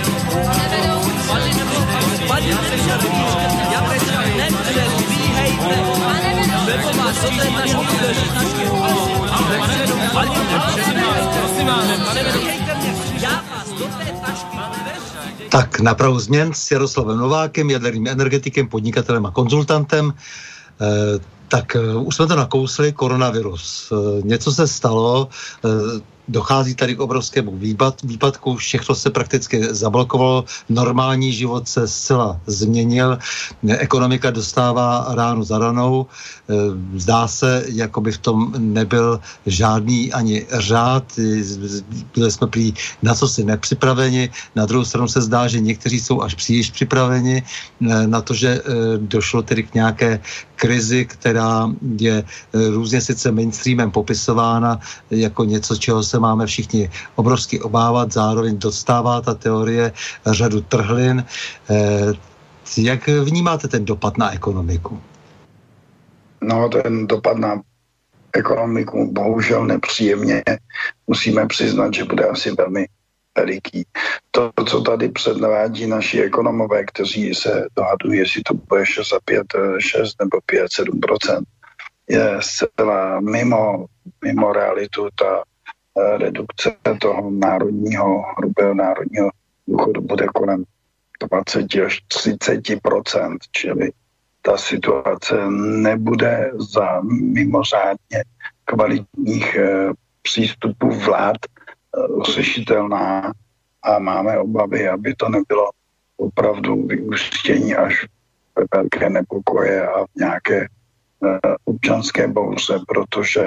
Tak na prahu změn s Jaroslavem Novákem, jaderným energetikem, podnikatelem a konzultantem. E, tak už jsme to nakousli, koronavirus. E, něco se stalo, e, dochází tady k obrovskému výpadku, všechno se prakticky zablokovalo, normální život se zcela změnil, ekonomika dostává ránu za ranou, zdá se, jako by v tom nebyl žádný ani řád, byli jsme prý na co si nepřipraveni, na druhou stranu se zdá, že někteří jsou až příliš připraveni na to, že došlo tedy k nějaké krizi, která je různě sice mainstreamem popisována jako něco, čeho se máme všichni obrovsky obávat, zároveň dostává ta teorie řadu trhlin. Jak vnímáte ten dopad na ekonomiku? No, ten dopad na ekonomiku bohužel nepříjemně. Musíme přiznat, že bude asi velmi veliký. To, co tady předvádí naši ekonomové, kteří se dohadují, jestli to bude šest a pět, šest nebo pět, sedm procent, je zcela mimo, mimo realitu. Ta redukce toho národního, hrubého národního důchodu bude kolem dvacet až třicet procent, čili ta situace nebude za mimořádně kvalitních e, přístupů vlád e, řešitelná a máme obavy, aby to nebylo opravdu vyústění až ve velké nepokoje a v nějaké e, občanské bouře, protože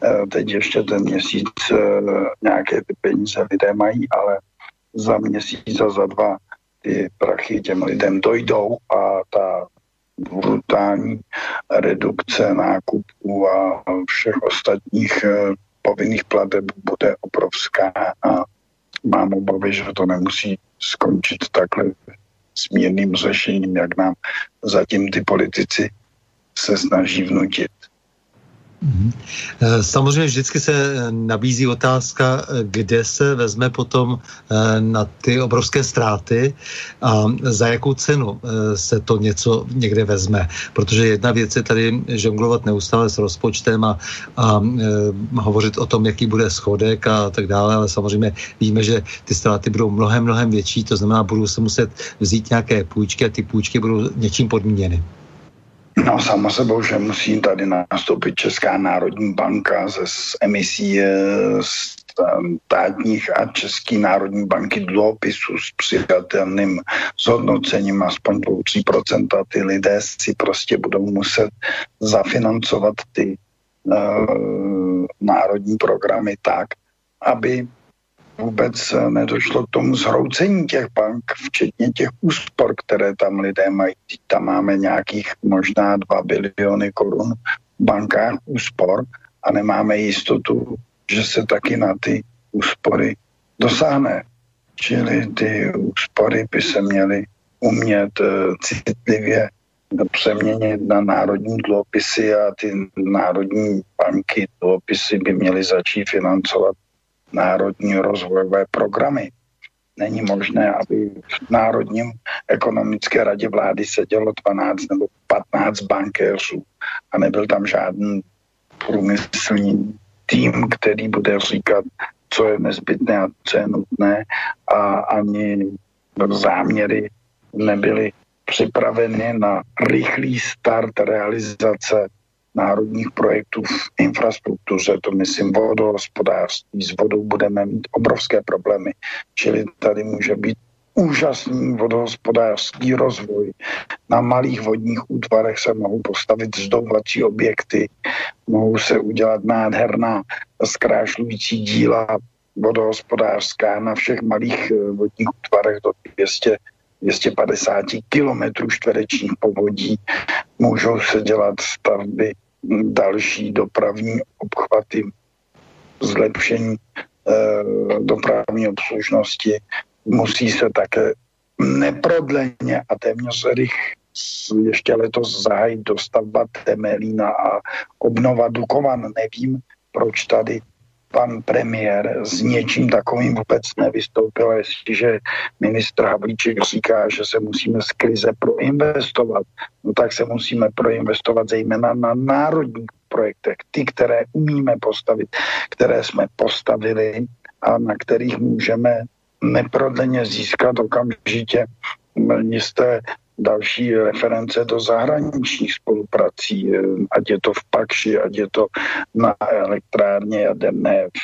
Teď ještě ten měsíc nějaké ty peníze lidé mají, ale za měsíc a za dva ty prachy těm lidem dojdou a ta brutální redukce nákupů a všech ostatních povinných plateb bude obrovská a mám obavy, že to nemusí skončit takhle smírným řešením, jak nám zatím ty politici se snaží vnutit. Samozřejmě vždycky se nabízí otázka, kde se vezme potom na ty obrovské ztráty a za jakou cenu se to něco někde vezme. Protože jedna věc je tady žonglovat neustále s rozpočtem a, a hovořit o tom, jaký bude schodek a tak dále, ale samozřejmě víme, že ty ztráty budou mnohem, mnohem větší, to znamená, budou se muset vzít nějaké půjčky a ty půjčky budou něčím podmíněny. No, samo sebou, že musí tady nastoupit Česká národní banka ze emisí státních a České národní banky dluhopisů s přijatelným zhodnocením aspoň dvě tři procenta. Ty lidé si prostě budou muset zafinancovat ty uh, národní programy tak, aby vůbec nedošlo k tomu zhroucení těch bank, včetně těch úspor, které tam lidé mají. Tam máme nějakých možná dva biliony korun v bankách úspor a nemáme jistotu, že se taky na ty úspory dosáhne. Čili ty úspory by se měly umět citlivě přeměnit na národní dluhopisy a ty národní banky dluhopisy by měly začít financovat národní rozvojové programy. Není možné, aby v Národním ekonomické radě vlády sedělo dvanáct nebo patnáct bankéřů a nebyl tam žádný průmyslný tým, který bude říkat, co je nezbytné a co je nutné, a ani záměry nebyly připraveny na rychlý start realizace národních projektů v infrastruktuře, to myslím vodohospodářství, s vodou budeme mít obrovské problémy, čili tady může být úžasný vodohospodářský rozvoj. Na malých vodních útvarech se mohou postavit zdovací objekty, mohou se udělat nádherná zkrášlující díla vodohospodářská na všech malých vodních útvarech do dvě stě dvě stě padesát kilometrů čtverečních povodí. Můžou se dělat stavby, další dopravní obchvaty, zlepšení eh, dopravní obslužnosti. Musí se také neprodleně a téměř rychle ještě letos zahájit dostavba Temelína a obnova Dukovan. Nevím, proč tady pan premiér s něčím takovým vůbec nevystoupil, jestliže ministr Havlíček říká, že se musíme z krize proinvestovat, no tak se musíme proinvestovat zejména na národních projektech, ty, které umíme postavit, které jsme postavili a na kterých můžeme neprodleně získat okamžitě jisté další reference do zahraničních spoluprací, ať je to v Pakši, ať je to na elektrárně jaderné v,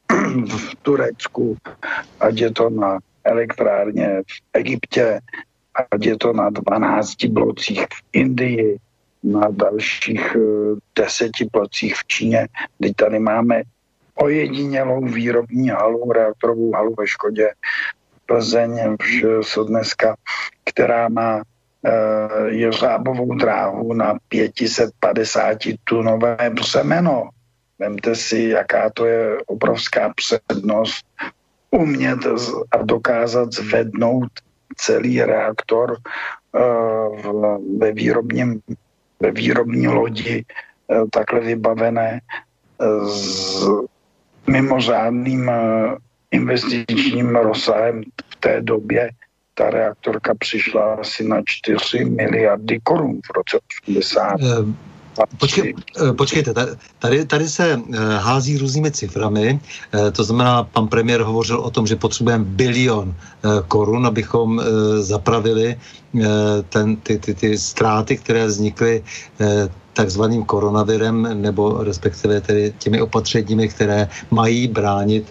v Turecku, ať je to na elektrárně v Egyptě, ať je to na dvanácti blocích v Indii, na dalších deseti blocích v Číně, kdy tady máme ojedinělou výrobní halu, reaktorovou halu ve Škodě, Plzeň jsou dneska, která má jeřábovou dráhu na pět set padesát tunové břemeno. Vemte si, jaká to je obrovská přednost umět a dokázat zvednout celý reaktor uh, ve, výrobním, ve výrobní lodi uh, takhle vybavené uh, s mimořádným uh, investičním rozsahem. V té době ta reaktorka přišla asi na čtyři miliardy korun v roce osmdesát. Počkej, počkejte, tady, tady se hází různými ciframi, to znamená, pan premiér hovořil o tom, že potřebujeme bilion korun, abychom zapravili ten, ty, ty, ty ztráty, které vznikly takzvaným koronavirem, nebo respektive tedy těmi opatřeními, které mají bránit,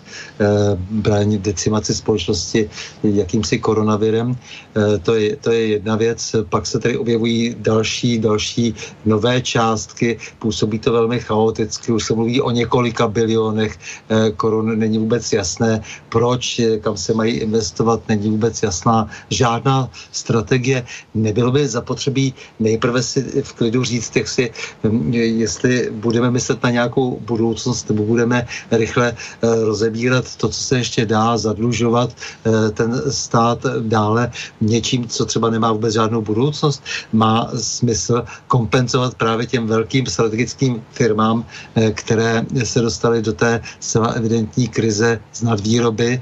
bránit decimaci společnosti jakýmsi koronavirem. To je, to je jedna věc. Pak se tedy objevují další, další nové částky. Působí to velmi chaoticky. Už se mluví o několika bilionech korun. Není vůbec jasné, proč, kam se mají investovat. Není vůbec jasná žádná strategie. Nebylo by zapotřebí nejprve si v klidu říct, jak si, jestli budeme myslet na nějakou budoucnost, nebo budeme rychle rozebírat to, co se ještě dá, zadlužovat ten stát dále něčím, co třeba nemá vůbec žádnou budoucnost. Má smysl kompenzovat právě těm velkým strategickým firmám, které se dostaly do té zcela evidentní krize z nadvýroby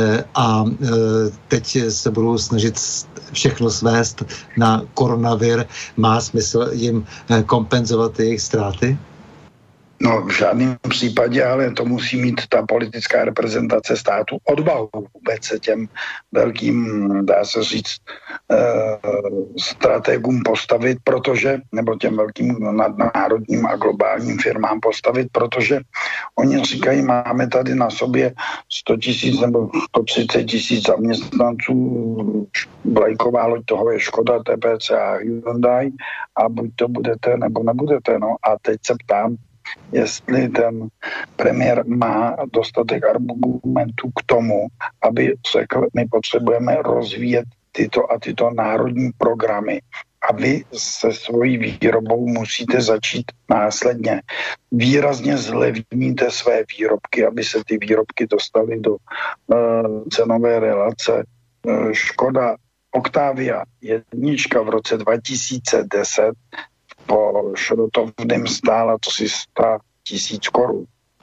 a teď se budou snažit všechno svést na koronavir. Má smysl jim kompenzovat jejich ztráty? No v žádném případě, ale to musí mít ta politická reprezentace státu odvahu vůbec se těm velkým, dá se říct, eh, strategům postavit, protože, nebo těm velkým nadnárodním a globálním firmám postavit, protože oni říkají, máme tady na sobě sto tisíc nebo sto třicet tisíc zaměstnanců, vlajková loď toho je Škoda, T P C a Hyundai a buď to budete, nebo nebudete. No a teď se ptám, jestli ten premiér má dostatek argumentů k tomu, aby řekl, my potřebujeme rozvíjet tyto a tyto národní programy a vy se svojí výrobou musíte začít následně. Výrazně zlevníte své výrobky, aby se ty výrobky dostaly do uh, cenové relace. Uh, Škoda Octavia jednička v roce dva tisíce deset po šrotovném stála tři sta tisíc korun.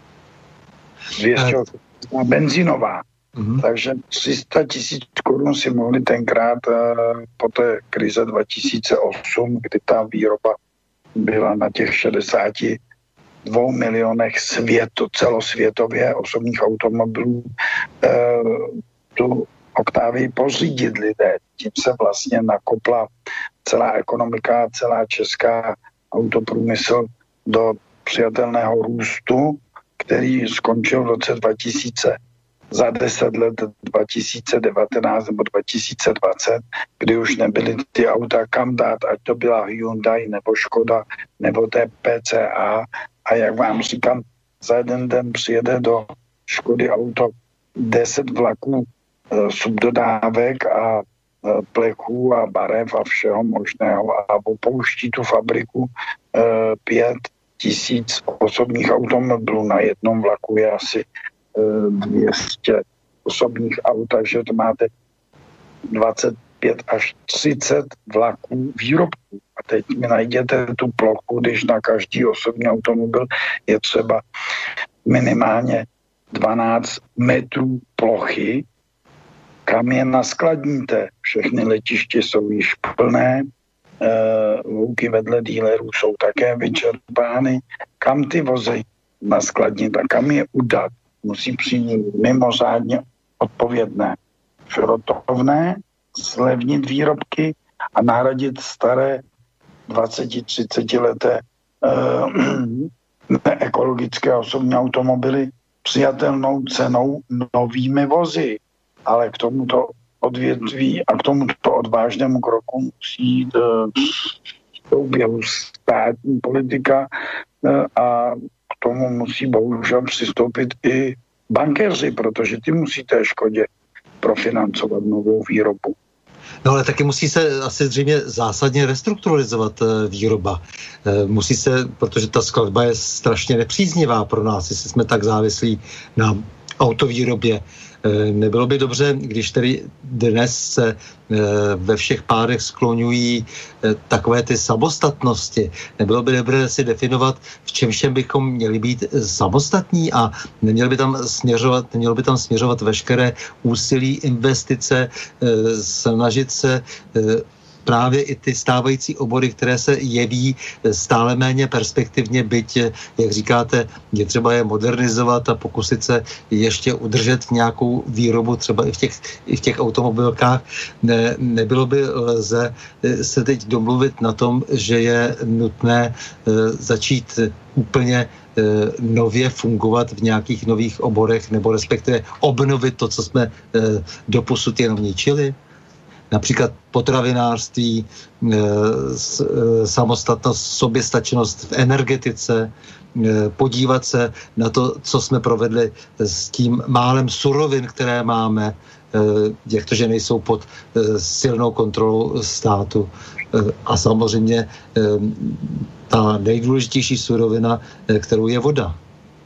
dvě stě benzinová. Mm-hmm. Takže tři sta tisíc korun si mohli tenkrát uh, po té krize dva tisíce osm, kdy ta výroba byla na těch šedesáti dvou milionech světo, celosvětově osobních automobilů, uh, tu Octavii pořídit lidé. Tím se vlastně nakopla celá ekonomika, celá česká autoprůmysl do přijatelného růstu, který skončil v roce dva tisíce, za deset let dva tisíce devatenáct nebo dva tisíce dvacet, kdy už nebyly ty auta kam dát, ať to byla Hyundai nebo Škoda nebo T P C A. A jak vám říkám, za jeden den přijede do Škody auto deset vlaků e, subdodávek a plechů a barev a všeho možného a opouští tu fabriku e, pět tisíc osobních automobilů. Na jednom vlaku je asi e, dvě stě osobních aut, takže to máte dvacet pět až třicet vlaků výrobků. A teď mi najděte tu plochu, když na každý osobní automobil je třeba minimálně dvanáct metrů plochy, kam je naskladníte. Všechny letiště jsou již plné, louky vedle dílerů jsou také vyčerpány. Kam ty vozy naskladnit a kam je udat, musí přijít mimořádně odpovědné šrotovné, zlevnit výrobky a nahradit staré dvacet třicet leté eh, ekologické osobní automobily přijatelnou cenou novými vozy. Ale k tomuto odvětví a k tomuto odvážnému kroku musí jít v souběhu státní politika a k tomu musí bohužel přistoupit i bankéři, protože ty musí té Škodě profinancovat novou výrobu. No ale taky musí se asi zřejmě zásadně restrukturalizovat výroba. Musí se, protože ta skladba je strašně nepříznivá pro nás, jestli jsme tak závislí na autovýrobě. Nebylo by dobře, když tedy dnes se ve všech pádech skloňují takové ty samostatnosti. Nebylo by dobré si definovat, v čem všem bychom měli být samostatní a nemělo by tam směřovat, nemělo by tam směřovat veškeré úsilí, investice, snažit se právě i ty stávající obory, které se jeví stále méně perspektivně, byť, jak říkáte, je třeba je modernizovat a pokusit se ještě udržet nějakou výrobu třeba i v těch, i v těch automobilkách. Ne, nebylo by lze se teď domluvit na tom, že je nutné začít úplně nově fungovat v nějakých nových oborech, nebo respektive obnovit to, co jsme doposud jenom ničili? Například potravinářství, samostatnost, soběstačnost v energetice, podívat se na to, co jsme provedli s tím málem surovin, které máme, jak to, že nejsou pod silnou kontrolou státu. A samozřejmě ta nejdůležitější surovina, kterou je voda.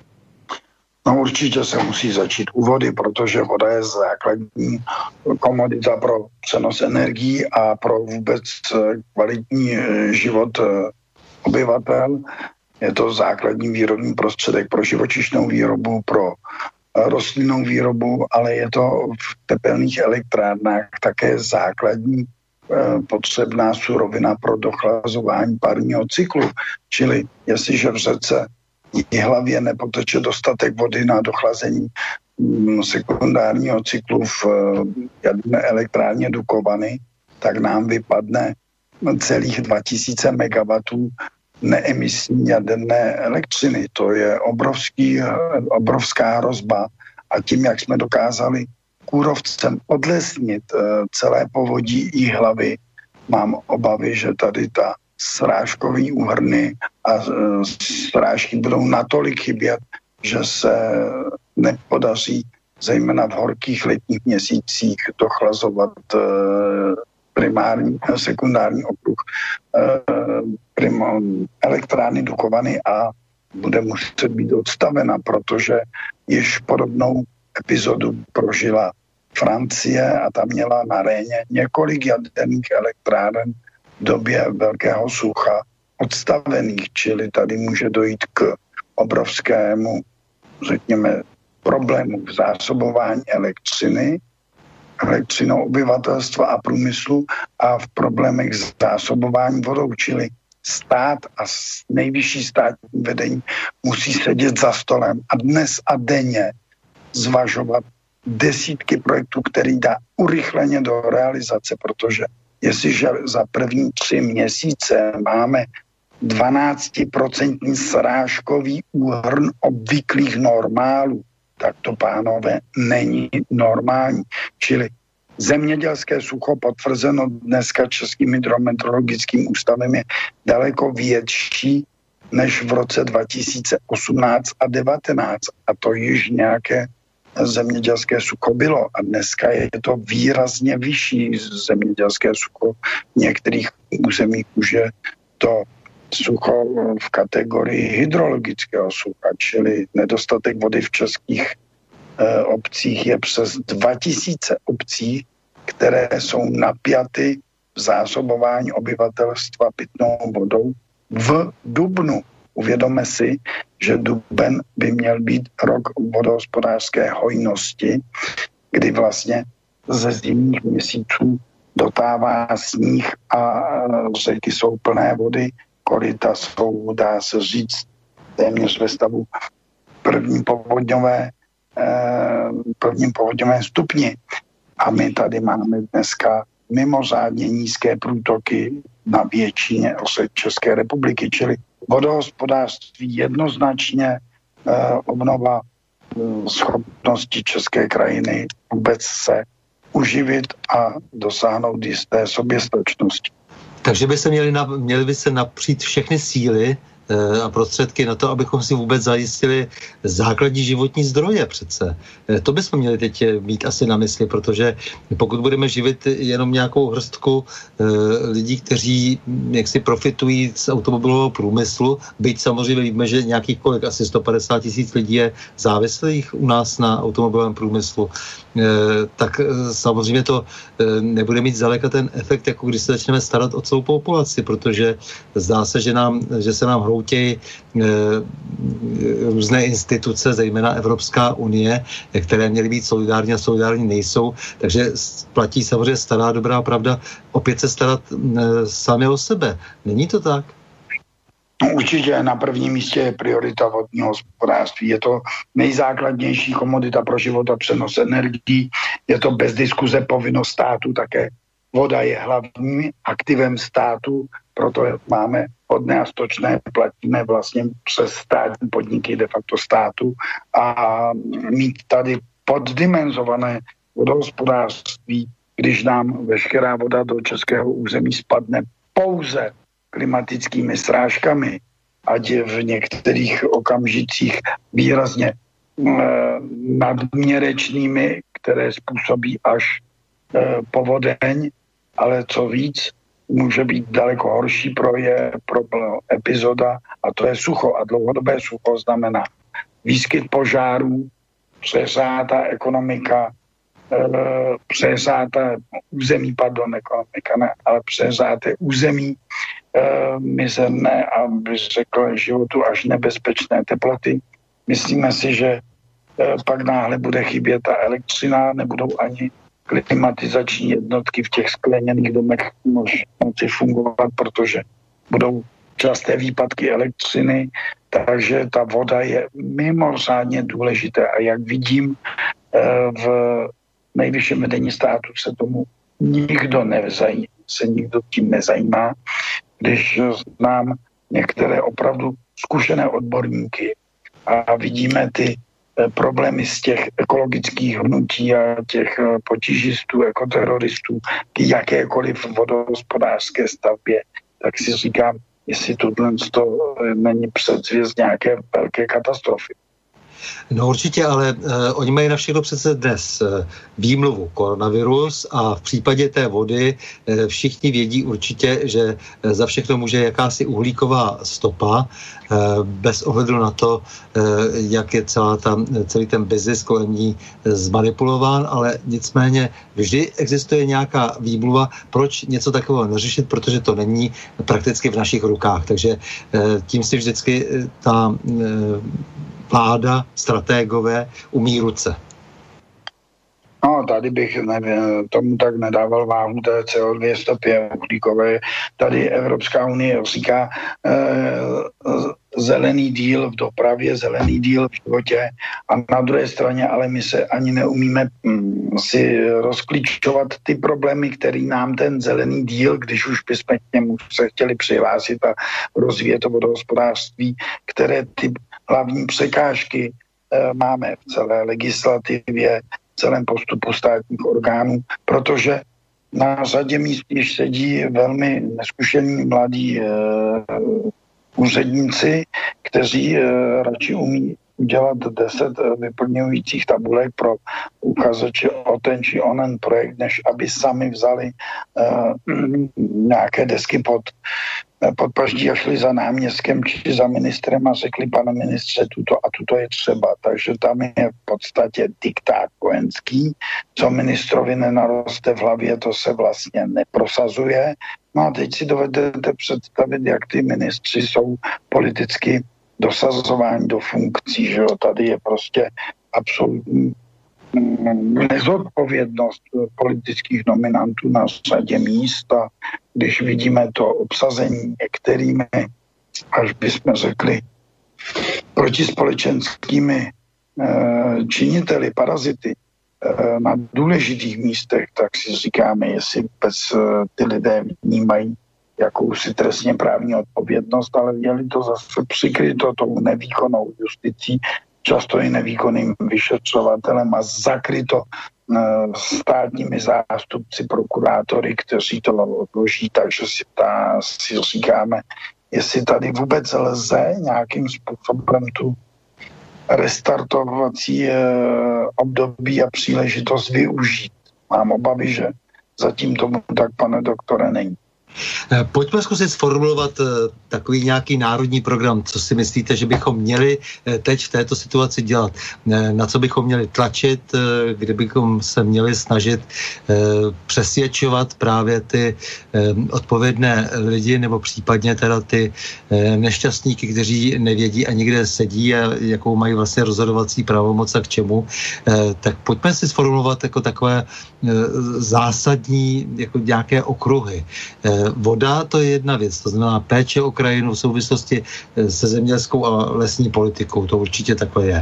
No určitě se musí začít u vody, protože voda je základní komodita pro přenos energií a pro vůbec kvalitní život obyvatel. Je to základní výrobní prostředek pro živočišnou výrobu, pro rostlinnou výrobu, ale je to v tepelných elektrárnách také základní potřebná surovina pro dochlazování parního cyklu. Čili jestliže v řece Jihlavě nepoteče dostatek vody na dochlazení sekundárního cyklu v jaderné elektrárně Dukovany, tak nám vypadne celých dva tisíce megawatů neemisní jaderné elektřiny. To je obrovský, obrovská hrozba. A tím, jak jsme dokázali kůrovcem odlesnit celé povodí Jihlavy, mám obavy, že tady ta srážkový úhrny a srážky budou natolik chybět, že se nepodaří zejména v horkých letních měsících dochlazovat primární, sekundární okruh primo, elektrárny Dukovany a bude muset být odstavena, protože již podobnou epizodu prožila Francie a ta měla na Réně několik jaderných elektráren v době velkého sucha odstavených, čili tady může dojít k obrovskému, řekněme, problému v zásobování elektřiny, elektřinou obyvatelstva a průmyslu a v problémech zásobování vodou, čili stát a nejvyšší státní vedení musí sedět za stolem a dnes a denně zvažovat desítky projektů, který dá urychleně do realizace, protože jestliže za první tři měsíce máme dvanáct procent srážkový úhrn obvyklých normálů, tak to, pánové, není normální. Čili zemědělské sucho potvrzeno dneska Českým hydrometeorologickým ústavem je daleko větší než v roce dva tisíce osmnáct a devatenáct. A to již nějaké zemědělské sucho bylo. A dneska je to výrazně vyšší zemědělské sucho. V některých územích už je to sucho v kategorii hydrologického sucha, čili nedostatek vody v českých e, obcích je přes dva tisíce obcí, které jsou napjaty v zásobování obyvatelstva pitnou vodou v dubnu. Uvědomme si, že duben by měl být rok vodohospodářské hojnosti, kdy vlastně ze zimních měsíců dotává sníh a řeky jsou plné vody, koryta jsou, dá se říct, téměř ve stavu první povodňové, prvním povodňové stupni. A my tady máme dneska mimořádně nízké průtoky na většině osad České republiky, čili vodohospodářství jednoznačně obnova schopnosti české krajiny vůbec se uživit a dosáhnout jisté soběstačnosti. Takže by se měly, na, měly by se napřít všechny síly e, a prostředky na to, abychom si vůbec zajistili základní životní zdroje přece. E, to bychom měli teď mít asi na mysli, protože pokud budeme živit jenom nějakou hrstku e, lidí, kteří jaksi profitují z automobilového průmyslu, byť samozřejmě víme, že nějakých kolik, asi sto padesát tisíc lidí je závislých u nás na automobilovém průmyslu, e, tak e, samozřejmě to e, nebude mít zdaleka ten efekt, jako když se začneme starat o celou populaci, protože zdá se, že, nám, že se nám hroutí choutějí e, různé instituce, zejména Evropská unie, které měly být solidární a solidární nejsou. Takže platí samozřejmě stará dobrá pravda opět se starat e, sami o sebe. Není to tak? Určitě na prvním místě je priorita vodního hospodářství. Je to nejzákladnější komodita pro život a přenos energií. Je to bez diskuze povinnost státu také. Voda je hlavním aktivem státu, proto máme vodné a stočné, platíme vlastně přes státní podniky de facto státu a mít tady poddimenzované vodohospodářství, když nám veškerá voda do českého území spadne pouze klimatickými srážkami, ať je v některých okamžicích výrazně nadměrečnými, které způsobí až povodeň, ale co víc, může být daleko horší pro je pro epizoda a to je sucho. A dlouhodobé sucho znamená výskyt požárů, přeřátá ekonomika, přeřátá území, pardon, ekonomika ne, ale přeřáté území, mizerné a bych řekl životu až nebezpečné teploty. Myslíme si, že pak náhle bude chybět ta elektřina, nebudou ani klimatizační jednotky v těch skleněných domech moci fungovat, protože budou časté výpadky elektřiny, takže ta voda je mimořádně důležitá. A jak vidím, v nejvyšším vedení státu se tomu nikdo nezajímá, se nikdo tím nezajímá, když znám některé opravdu zkušené odborníky a vidíme ty problémy z těch ekologických hnutí a těch potížistů, ekoteroristů k jakékoliv vodohospodářské stavbě, tak si říkám, jestli tohle není předzvěst nějaké velké katastrofy. No určitě, ale uh, oni mají na všechno přece dnes uh, výmluvu koronavirus a v případě té vody uh, všichni vědí určitě, že uh, za všechno může jakási uhlíková stopa, uh, bez ohledu na to, uh, jak je celá ta, celý ten biznis kolem ní uh, zmanipulován, ale nicméně vždy existuje nějaká výmluva, proč něco takového neřešit, protože to není prakticky v našich rukách. Takže uh, tím si vždycky uh, ta uh, vláda, strategové umí ruce. No, tady bych nevím, tomu tak nedával váhu té C O dva stopě uhlíkové. Tady Evropská unie říká eh, zelený díl v dopravě, zelený díl v životě a na druhé straně, ale my se ani neumíme hm, si rozklíčovat ty problémy, který nám ten zelený díl, když už bychom k němu se chtěli přihlásit a rozvíjet to vodohospodářství, které ty hlavní překážky eh, máme v celé legislativě, v celém postupu státních orgánů, protože na řadě míst již sedí velmi neskušení mladí eh, úředníci, kteří eh, radši umí udělat deset vyplňujících tabulek pro uchazeče o ten či onen projekt, než aby sami vzali uh, nějaké desky pod, pod paždí a šli za náměstkem či za ministrem a řekli, pane ministře, tuto a tuto je třeba. Takže tam je v podstatě diktát vojenský, co ministrovi nenaroste v hlavě, to se vlastně neprosazuje. No a teď si dovedete představit, jak ty ministři jsou politicky dosazování do funkcí, že jo, tady je prostě absolutní nezodpovědnost politických nominantů na řadě míst a když vidíme to obsazení některými, až bychom řekli, protispolečenskými eh, činiteli, parazity eh, na důležitých místech, tak si říkáme, jestli bez eh, ty lidé vnímají jakousi trestně právní odpovědnost, ale je-li to zase přikryto tou nevýkonnou justicí, často i nevýkonným vyšetřovatelem a zakryto e, státními zástupci, prokurátory, kteří to odloží, takže si, ta, si říkáme, jestli tady vůbec lze nějakým způsobem tu restartovací e, období a příležitost využít. Mám obavy, že zatím tomu tak, pane doktore, není. Pojďme zkusit sformulovat takový nějaký národní program. Co si myslíte, že bychom měli teď v této situaci dělat? Na co bychom měli tlačit, kde bychom se měli snažit přesvědčovat právě ty odpovědné lidi, nebo případně teda ty nešťastníky, kteří nevědí ani kde sedí a jakou mají vlastně rozhodovací pravomoc a k čemu. Tak pojďme si sformulovat jako takové zásadní jako nějaké okruhy. Voda, to je jedna věc, to znamená péče o krajinu v souvislosti se zemědělskou a lesní politikou, to určitě takhle je.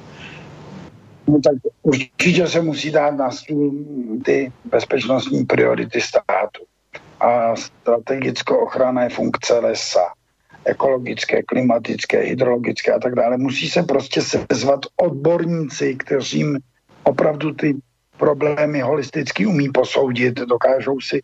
No tak určitě se musí dát na stůl ty bezpečnostní priority státu a strategicko-ochranné funkce lesa, ekologické, klimatické, hydrologické a tak dále. Musí se prostě sezvat odborníci, kteřím opravdu ty problémy holisticky umí posoudit, dokážou si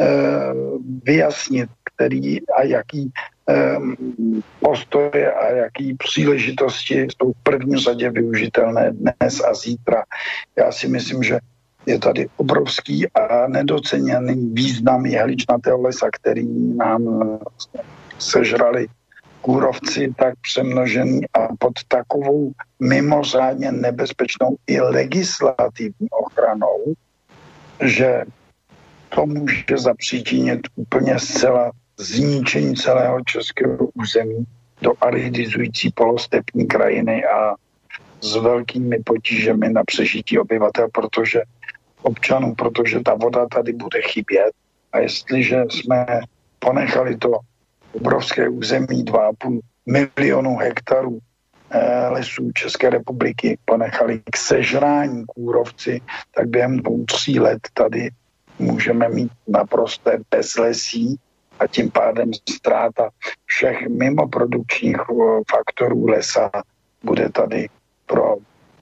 vyjasnit, který a jaký um, postoje a jaký příležitosti jsou v první řadě využitelné dnes a zítra. Já si myslím, že je tady obrovský a nedoceněný význam jehličnatého lesa, který nám sežrali kůrovci tak přemnožený a pod takovou mimořádně nebezpečnou i legislativní ochranou, že to může zapříčinit úplně zcela zničení celého českého území do aridizující polostepní krajiny a s velkými potížemi na přežití obyvatel, protože občanů, protože ta voda tady bude chybět. A jestliže jsme ponechali to obrovské území dva a půl milionu hektarů eh, lesů České republiky, ponechali k sežrání kůrovci, tak během dvou, tří let tady můžeme mít naprosté bezlesí a tím pádem ztráta všech mimoprodukčních faktorů lesa bude tady pro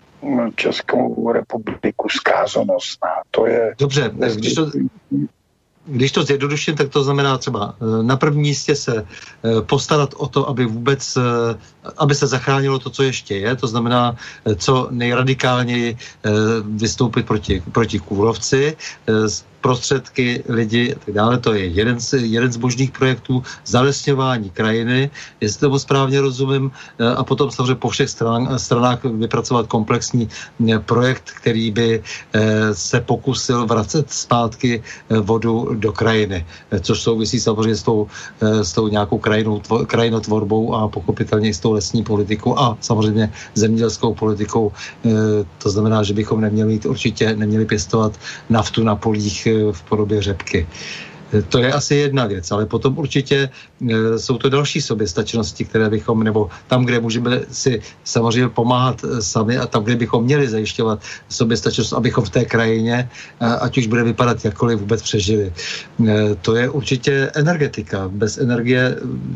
Českou republiku zkázonosná. To je... Dobře, když to, když to zjednoduším, tak to znamená třeba na prvním místě se postarat o to, aby vůbec, aby se zachránilo to, co ještě je, to znamená co nejradikálněji vystoupit proti, proti kůrovci, prostředky, lidi a tak dále. To je jeden z, jeden z možných projektů, zalesňování krajiny, jestli tomu správně rozumím, a potom samozřejmě po všech stran, stranách vypracovat komplexní projekt, který by se pokusil vracet zpátky vodu do krajiny, což souvisí samozřejmě s tou, s tou nějakou krajinou, tvo, krajinotvorbou a pochopitelně s tou lesní politikou a samozřejmě zemědělskou politikou. To znamená, že bychom neměli mít, určitě neměli pěstovat naftu na polích v podobě řepky. To je asi jedna věc, ale potom určitě e, jsou to další soběstačnosti, které bychom, nebo tam, kde můžeme si samozřejmě pomáhat sami a tam, kde bychom měli zajišťovat soběstačnost, abychom v té krajině, a, ať už bude vypadat jakkoliv, vůbec přežili. E, to je určitě energetika. Bez energie,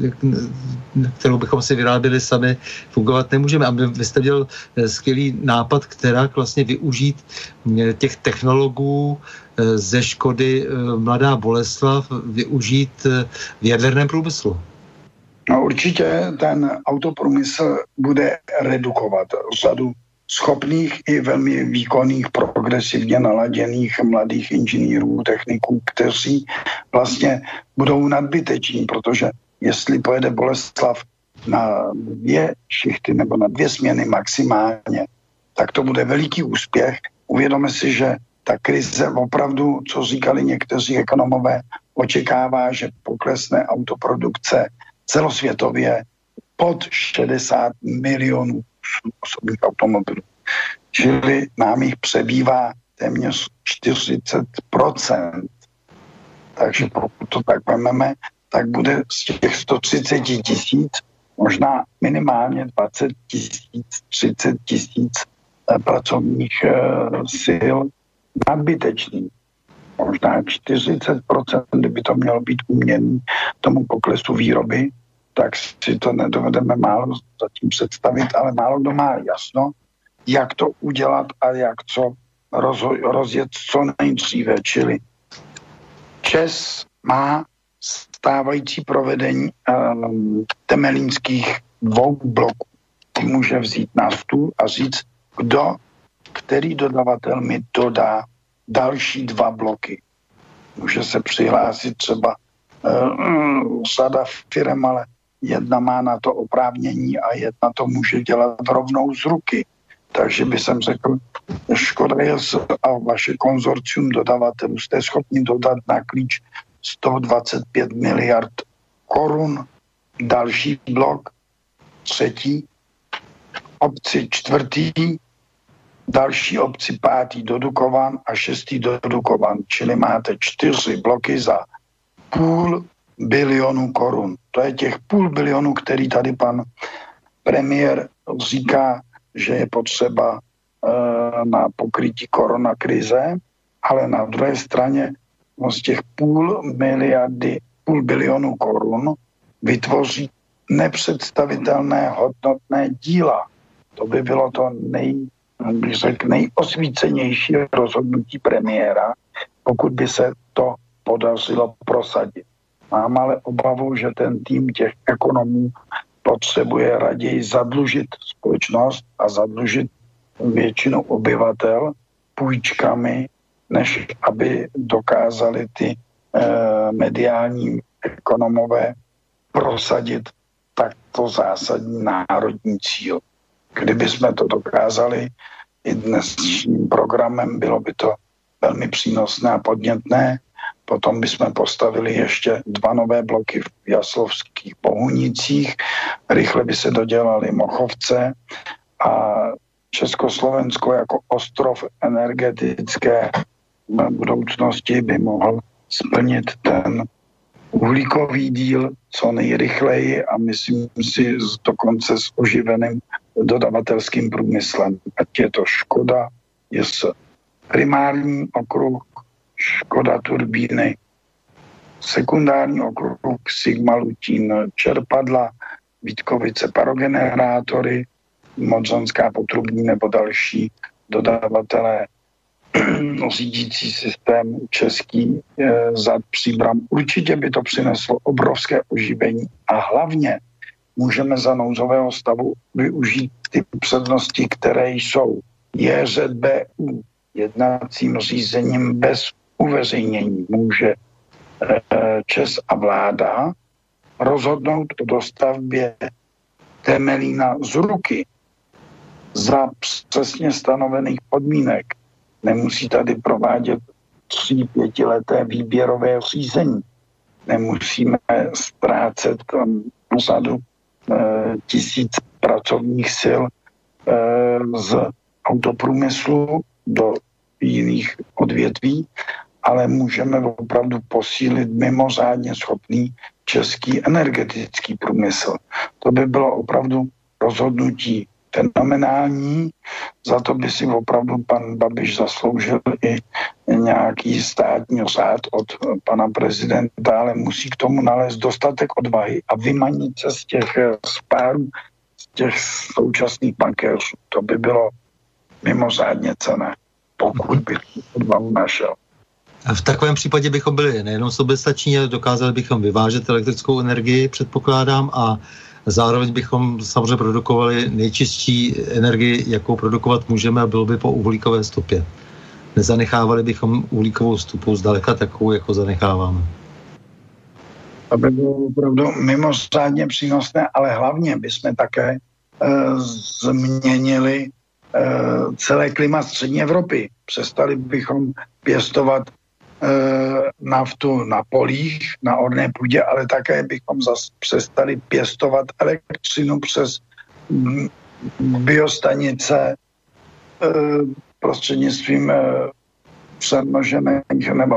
kterou bychom si vyráběli sami, fungovat nemůžeme. A vy jste měl skvělý nápad, která vlastně využít těch technologů ze Škody Mladá Boleslav využít v jaderném průmyslu? No určitě ten autoprůmysl bude redukovat řadu schopných i velmi výkonných, progresivně naladěných mladých inženýrů, techniků, kteří vlastně budou nadbyteční, protože jestli pojede Boleslav na dvě šichty nebo na dvě směny maximálně, tak to bude veliký úspěch. Uvědomme si, že ta krize opravdu, co říkali někteří ekonomové, očekává, že poklesne autoprodukce celosvětově pod šedesát milionů osobních automobilů. Čili nám jich přebývá téměř čtyřicet procent. Takže pokud to tak vezmeme, tak bude z těch sto třicet tisíc možná minimálně dvacet tisíc, třicet tisíc pracovních uh, sil nadbytečný. Možná čtyřicet procent, kdyby to mělo být uměný tomu poklesu výroby, tak si to nedovedeme málo zatím představit, ale málo kdo má jasno, jak to udělat a jak co rozho- rozjet co nejdříve. Čili ČEZ má stávající provedení um, temelínských dvou bloků. Ty může vzít na stůl a říct, kdo, který dodavatel mi dodá další dva bloky. Může se přihlásit třeba řada firm, ale jedna má na to oprávnění a jedna to může dělat rovnou z ruky. Takže by jsem řekl, Škoda je a vaše konzorcium dodavatelů jste schopni dodat na klíč sto dvacet pět miliard korun. Další blok, třetí, obci čtvrtý, další obci pátý do Dukovan a šestý do Dukovan. Čili máte čtyři bloky za půl bilionu korun. To je těch půl bilionu, který tady pan premiér říká, že je potřeba e, na pokrytí koronakrize, ale na druhé straně z těch půl miliardy, půl bilionu korun vytvoří nepředstavitelné hodnotné díla. To by bylo to nej, bych řekl, nejosvícenější rozhodnutí premiéra, pokud by se to podařilo prosadit. Mám ale obavu, že ten tým těch ekonomů potřebuje raději zadlužit společnost a zadlužit většinu obyvatel půjčkami, než aby dokázali ty eh, mediální ekonomové prosadit takto zásadní národní cíl. Kdyby jsme to dokázali i dnešním programem, bylo by to velmi přínosné a podnětné. Potom bychom postavili ještě dva nové bloky v Jaslovských Bohunicích, rychle by se dodělaly Mochovce a Československo jako ostrov energetické budoucnosti by mohl splnit ten uhlíkový díl co nejrychleji a myslím si dokonce s oživeným dodavatelským průmyslem. Ať je to Škoda, je primární okruh, Škoda turbíny, sekundární okruh Sigma Lutín, čerpadla, Vítkovice parogenerátory, Modřanská potrubní nebo další dodavatelé, řídící systém český e, zad Příbram. Určitě by to přineslo obrovské oživení a hlavně můžeme za nouzového stavu využít ty přednosti, které jsou J Z B U jednacím řízením bez uveřejnění může ČEZ a vláda rozhodnout o dostavbě Temelína z ruky za přesně stanovených podmínek. Nemusí tady provádět tři pětileté výběrové řízení. Nemusíme ztrácet vzadu e, tisíc pracovních sil e, z autoprůmyslu do jiných odvětví, ale můžeme opravdu posílit mimořádně schopný český energetický průmysl. To by bylo opravdu rozhodnutí fenomenální, za to by si opravdu pan Babiš zasloužil i nějaký státní řád od pana prezidenta, ale musí k tomu nalézt dostatek odvahy a vymanit se z těch spárů, z těch současných bankéřů. To by bylo mimořádně cenné, pokud by odvahu našel. A v takovém případě bychom byli nejenom soběstační, ale dokázali bychom vyvážet elektrickou energii, předpokládám, a zároveň bychom samozřejmě produkovali nejčistší energii, jakou produkovat můžeme, a bylo by po uhlíkové stopě. Nezanechávali bychom uhlíkovou stopu zdaleka takovou, jako zanecháváme. To by bylo opravdu mimořádně přínosné, ale hlavně bychom také e, změnili e, celé klima střední Evropy. Přestali bychom pěstovat naftu na polích, na orné půdě, ale také bychom zase přestali pěstovat elektřinu přes biostanice prostřednictvím přemnožených nebo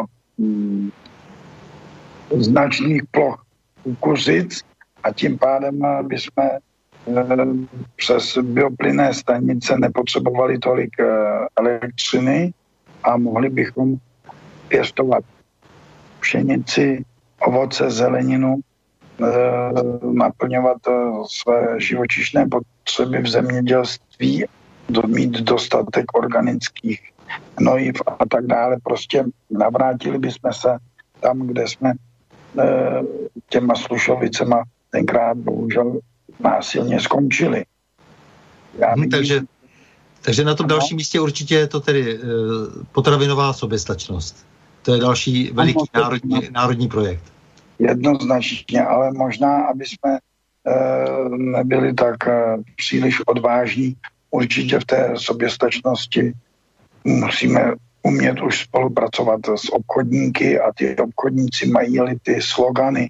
značných ploch kukuřic a tím pádem bychom přes bioplynné stanice nepotřebovali tolik elektřiny a mohli bychom pěstovat pšenici, ovoce, zeleninu, e, naplňovat e, své živočišné potřeby v zemědělství, do, mít dostatek organických hnojiv a tak dále. Prostě navrátili bychom se tam, kde jsme e, těma Slušovicema tenkrát bohužel násilně skončili. Já hmm, takže, takže na tom dalším místě určitě je to tedy e, potravinová soběstačnost. To je další veliký národní, národní projekt. jednoznačně, ale možná, aby jsme nebyli tak příliš odvážní. Určitě v té soběstačnosti musíme umět už spolupracovat s obchodníky a ty obchodníci mají-li ty slogany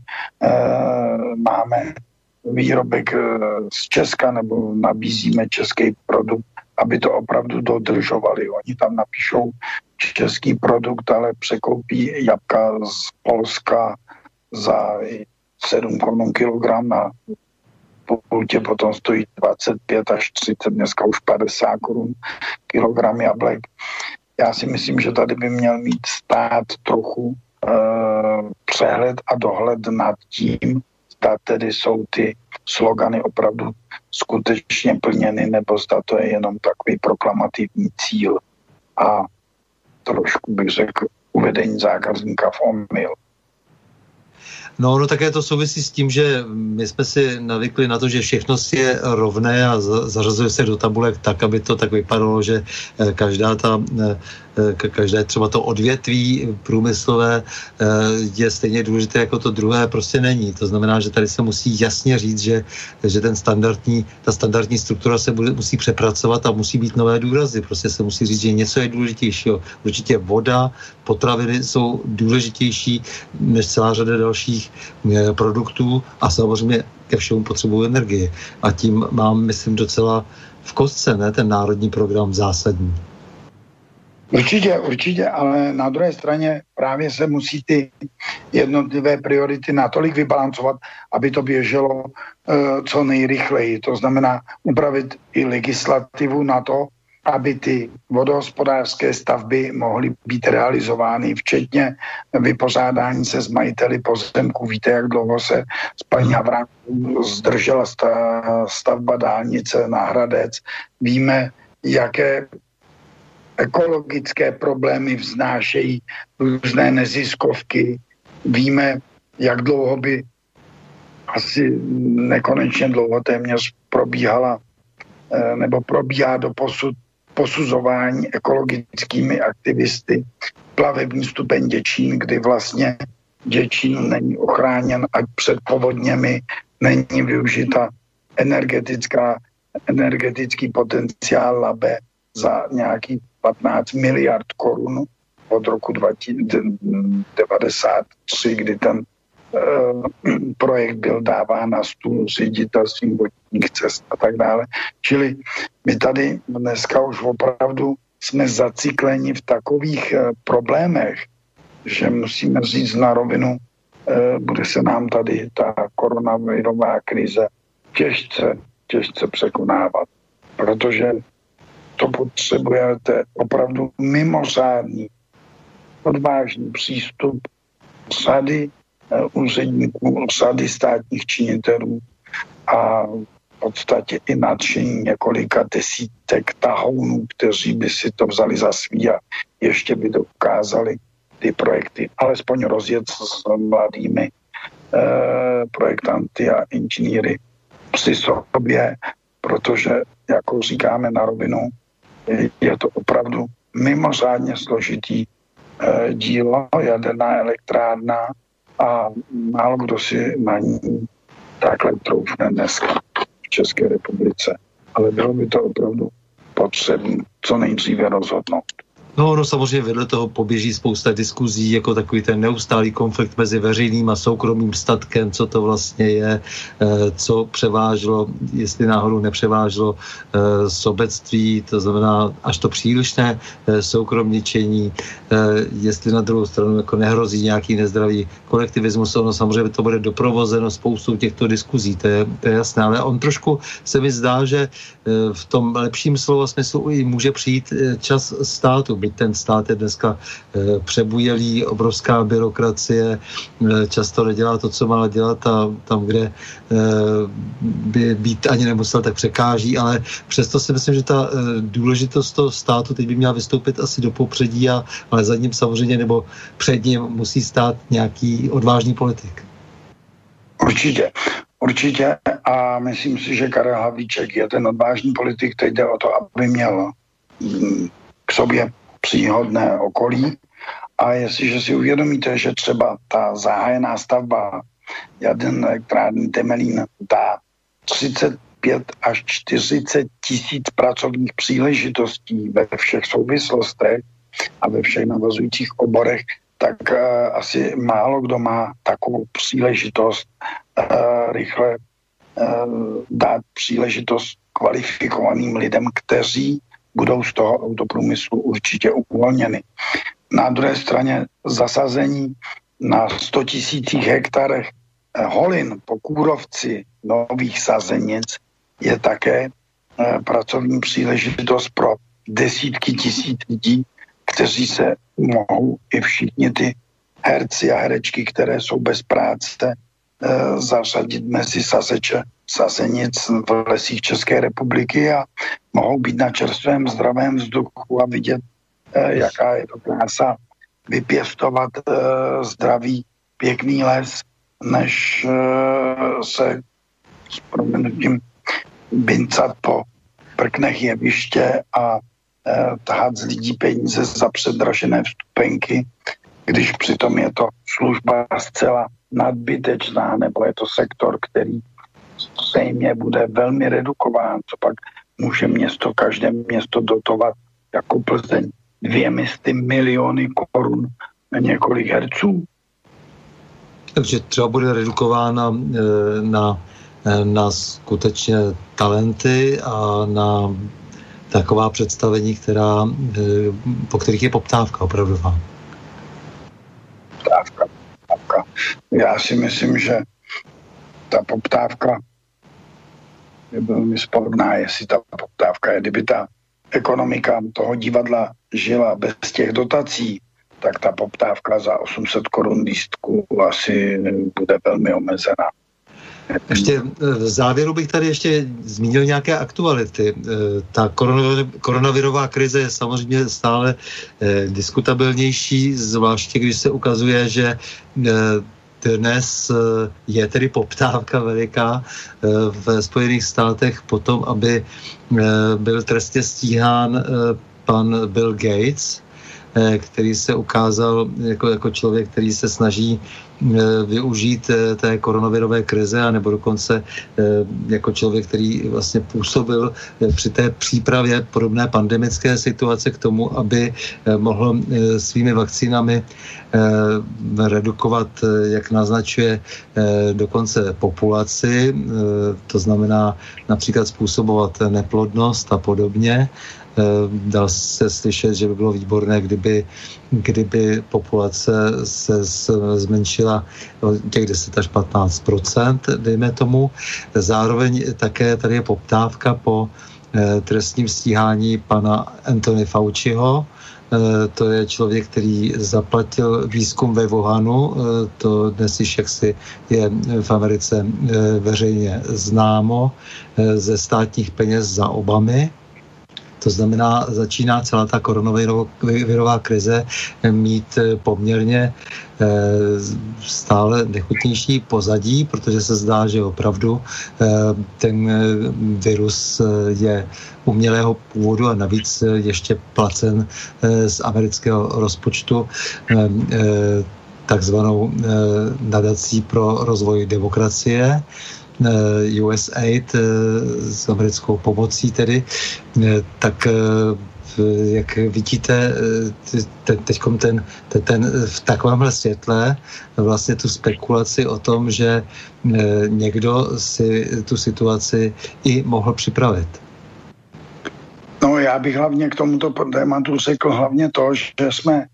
máme výrobek z Česka nebo nabízíme český produkt, aby to opravdu dodržovali. Oni tam napíšou český produkt, ale překoupí jabka z Polska za sedm korun kilogram na pultě, potom stojí dvacet pět až třicet, dneska už padesát korun kilogram jablek. Já si myslím, že tady by měl mít stát trochu e, přehled a dohled nad tím, zda tedy jsou ty slogany opravdu skutečně plněny, nebo zda to je jenom takový proklamativní cíl a trošku bych řekl uvedení zákazníka v omyl. No, no také to souvisí s tím, že my jsme si navykli na to, že všechno je rovné a zařazuje se do tabulek tak, aby to tak vypadalo, že každá ta, každé třeba to odvětví průmyslové je stejně důležité jako to druhé, prostě není. To znamená, že tady se musí jasně říct, že, že ten standardní, ta standardní struktura se bude, musí přepracovat a musí být nové důrazy. Prostě se musí říct, že něco je důležitějšího. Určitě voda, potraviny jsou důležitější než celá řada dalších produktů a samozřejmě ke všemu potřebují energii. A tím mám, myslím, docela v kostce, ne, ten národní program zásadní. Určitě, určitě, ale na druhé straně právě se musí ty jednotlivé priority natolik vybalancovat, aby to běželo uh, co nejrychleji. To znamená upravit i legislativu na to, aby ty vodohospodářské stavby mohly být realizovány, včetně vypořádání se s majiteli pozemků. Víte, jak dlouho se z paní Havránku zdržela stavba dálnice na Hradec. Víme, jaké ekologické problémy vznášejí různé neziskovky. Víme, jak dlouho by asi nekonečně dlouho téměř probíhala nebo probíhá do posud posuzování ekologickými aktivisty plavební stupeň Děčín, kdy vlastně Děčín není ochráněn ať před povodněmi, není využita energetická, energetický potenciál Labe za nějaký patnáct miliard korun od roku devadesát tři, kdy ten projekt byl dáván na stůl ředitelstvím vodních cest a tak dále. Čili my tady dneska už opravdu jsme zacikleni v takových problémech, že musíme říct na rovinu, bude se nám tady ta koronavirová krize těžce, těžce překonávat, protože to potřebujete opravdu mimořádný, odvážný přístup řady úředníků, řady státních činitelů a v podstatě i nadšení několika desítek tahounů, kteří by si to vzali za svý a ještě by dokázali ty projekty alespoň rozjet s mladými eh, projektanty a inženýry při sobě, protože, jako říkáme na rovinu, je to opravdu mimořádně složitý eh, dílo, jaderná elektrárna, a málo kdo si na ní takhle troufne dneska v České republice. Ale bylo by to opravdu potřebné co nejdříve rozhodnout. No, no samozřejmě vedle toho poběží spousta diskuzí, jako takový ten neustálý konflikt mezi veřejným a soukromým statkem, co to vlastně je, co převáželo, jestli náhodou nepřeváželo sobectví, to znamená až to přílišné soukromničení, jestli na druhou stranu jako nehrozí nějaký nezdravý kolektivismus. Ono samozřejmě to bude doprovozeno spoustou těchto diskuzí, to je, to je jasné, ale on trošku se mi zdá, že v tom lepším slova smyslu i může přijít čas státu. Byť ten stát je dneska e, přebujelý, obrovská byrokracie, e, často nedělá to, co má dělat a tam, kde e, by být ani nemusel, tak překáží, ale přesto si myslím, že ta e, důležitost toho státu teď by měla vystoupit asi do popředí, a, ale za ním samozřejmě nebo před ním musí stát nějaký odvážný politik. Určitě. Určitě a myslím si, že Karel Havlíček je ten odvážný politik, teď jde o to, aby měl k sobě příhodné okolí A jestliže si uvědomíte, že třeba ta zahájená stavba jaderné elektrárny Temelín dá třicet pět až čtyřicet tisíc pracovních příležitostí ve všech souvislostech a ve všech navazujících oborech, tak uh, asi málo kdo má takovou příležitost uh, rychle uh, dát příležitost kvalifikovaným lidem, kteří budou z toho autoprůmyslu určitě uvolněny. Na druhé straně zasazení na sto tisících hektarech holin po kůrovci nových sazenic je také eh, pracovní příležitost pro desítky tisíc lidí, kteří se mohou i všichni ty herci a herečky, které jsou bez práce, eh, zařadit mezi sazeče sazenic v lesích České republiky a mohou být na čerstvém zdravém vzduchu a vidět, eh, jaká je to krása vypěstovat eh, zdravý, pěkný les, než uh, se s proměnutím bincat po prknech jeviště a uh, tahat z lidí peníze za předražené vstupenky, když přitom je to služba zcela nadbytečná, nebo je to sektor, který stejně bude velmi redukován, co pak může město, každé město dotovat jako Plzeň dvěmi sty miliony korun na několik herců. Takže třeba bude redukována na, na skutečně talenty a na taková představení, která, po kterých je poptávka opravdová. Poptávka, poptávka. Já si myslím, že ta poptávka je velmi sporná, jestli ta poptávka je, kdyby ta ekonomika toho divadla žila bez těch dotací, tak ta poptávka za osm set korun lístku asi bude velmi omezená. Ještě v závěru bych tady ještě zmínil nějaké aktuality. Ta koronavirová krize je samozřejmě stále diskutabilnější, zvláště když se ukazuje, že dnes je tedy poptávka veliká v Spojených státech potom, aby byl trestně stíhán pan Bill Gates, který se ukázal jako, jako člověk, který se snaží využít té koronavirové krize, anebo dokonce jako člověk, který vlastně působil při té přípravě podobné pandemické situace k tomu, aby mohl svými vakcínami redukovat, jak naznačuje, dokonce populaci, to znamená například způsobovat neplodnost a podobně. Dal se slyšet, že by bylo výborné, kdyby, kdyby populace se zmenšila o těch deset až patnáct procent, dejme tomu. Zároveň také tady je poptávka po trestním stíhání pana Anthony Fauciho. To je člověk, který zaplatil výzkum ve Wuhanu. To dnes již jaksi je v Americe veřejně známo ze státních peněz za Obamy. To znamená, začíná celá ta koronavirová krize mít poměrně stále nechutnější pozadí, protože se zdá, že opravdu ten virus je umělého původu a navíc ještě placen z amerického rozpočtu takzvanou nadací pro rozvoj demokracie, U S A I D s americkou pomocí tedy, tak jak vidíte ten, teďkom ten, ten, ten v takovémhle světle vlastně tu spekulaci o tom, že někdo si tu situaci i mohl připravit. No já bych hlavně k tomuto tématu řekl hlavně to, že jsme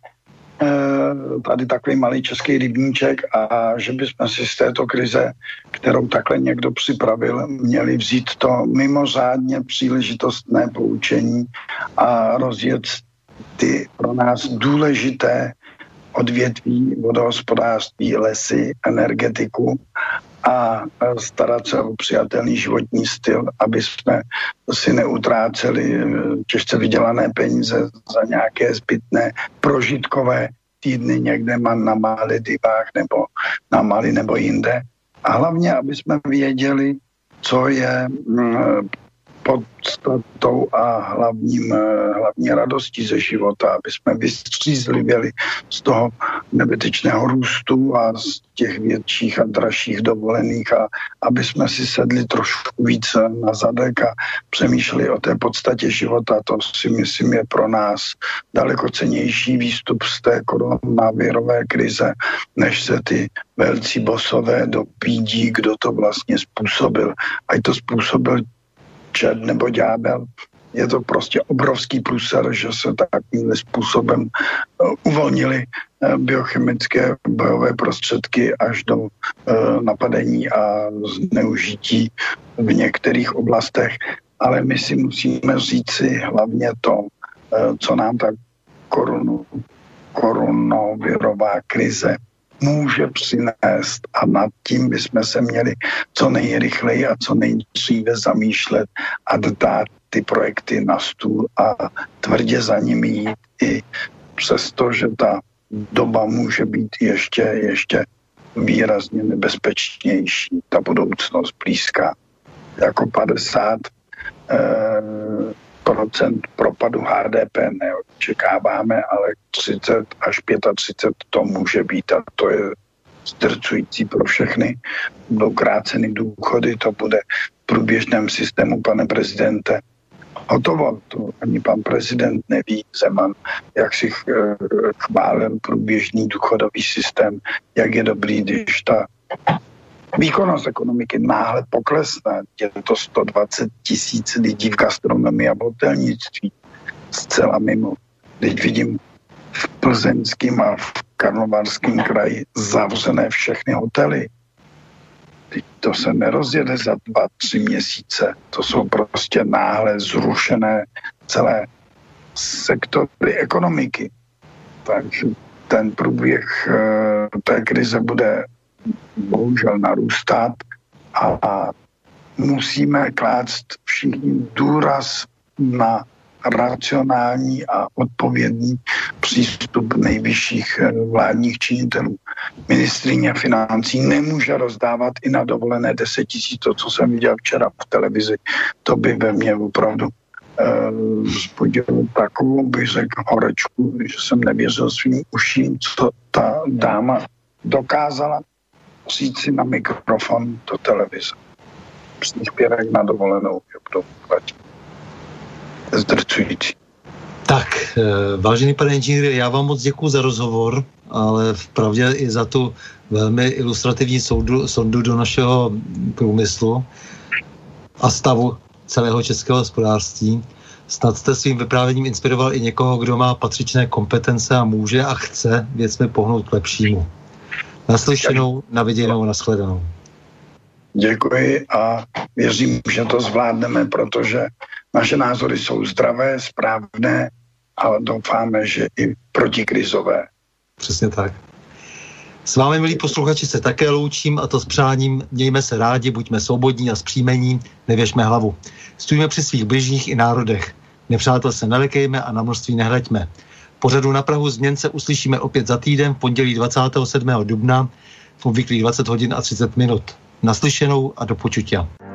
tady takový malý český rybníček a že bychom si z této krize, kterou takhle někdo připravil, měli vzít to mimořádně příležitostné poučení a rozjet ty pro nás důležité odvětví, vodohospodářství, lesy, energetiku a starat se o přijatelný životní styl, aby jsme si neutráceli těžce vydělané peníze za nějaké zbytné prožitkové týdny někde na Maledivách nebo na Mali nebo jinde. A hlavně, aby jsme věděli, co je podstatou a hlavním, hlavní radostí ze života, aby jsme vystřízlivěli z toho nebytečného růstu a z těch větších a dražších dovolených a aby jsme si sedli trošku víc na zadek a přemýšleli o té podstatě života. To si myslím je pro nás daleko cennější výstup z té koronavirové krize, než se ty velcí bosové dopídí, kdo to vlastně způsobil. A to způsobil čert nebo ďábel. Je to prostě obrovský průser, že se takovým způsobem uh, uvolnili uh, biochemické bojové prostředky až do uh, napadení a zneužití v některých oblastech. Ale my si musíme říci hlavně to, uh, co nám ta korunu, koronavirová krize může přinést a nad tím bychom se měli co nejrychleji a co nejdříve zamýšlet a dát ty projekty na stůl a tvrdě za nimi jít i přesto, že ta doba může být ještě, ještě výrazně nebezpečnější. Ta budoucnost blízká. Jako padesát eh, procent propadu H D P neočekáváme, ale třicet až třicet pět to může být a to je zdrcující pro všechny. Budou kráceny důchody, to bude v průběžném systému, pane prezidente. Hotovo, to ani pan prezident neví, Zeman, jak si chválil průběžný důchodový systém, jak je dobrý, když ta výkonnost ekonomiky náhle poklesne. Je to sto dvacet tisíc lidí v gastronomii a v hotelnictví zcela mimo. Teď vidím v Plzeňském a v Karlovarském kraji zavřené všechny hotely. Teď to se nerozjede za dva, tři měsíce. To jsou prostě náhle zrušené celé sektory ekonomiky. Takže ten průběh té krize bude bohužel narůstat a musíme klást všichni důraz na racionální a odpovědný přístup nejvyšších vládních činitelů. Ministryně financí nemůže rozdávat i na dovolené deset tisíc, to, co jsem viděl včera v televizi. To by ve mně opravdu uh, vzbudilo takovou, bych řekl, horečku, že jsem nevěřil svým uším, co ta dáma dokázala říct si na mikrofon do televize. Příspěvek na dovolenou je budou platit. Zdrcující. Tak, vážený pane inženýr, já vám moc děkuju za rozhovor, ale vpravdě i za tu velmi ilustrativní soudu, sondu do našeho průmyslu a stavu celého českého hospodářství. Snad jste svým vyprávěním inspiroval i někoho, kdo má patřičné kompetence a může a chce věcmi pohnout k lepšímu. Naslyšenou, naviděnou, nashledanou. Děkuji a věřím, že to zvládneme, protože naše názory jsou zdravé, správné, ale doufáme, že i protikrizové. Přesně tak. S vámi, milí posluchači, se také loučím a to s přáním: mějme se rádi, buďme svobodní a zpříjmení, nevěšme hlavu. Stůjme při svých bližních i národech. Nepřátel se nelekejme a na množství nehleďme. Pořadu Na prahu změn se uslyšíme opět za týden v pondělí dvacátého sedmého dubna v obvyklých dvacet hodin a třicet minut. Naslyšenou a do počutia.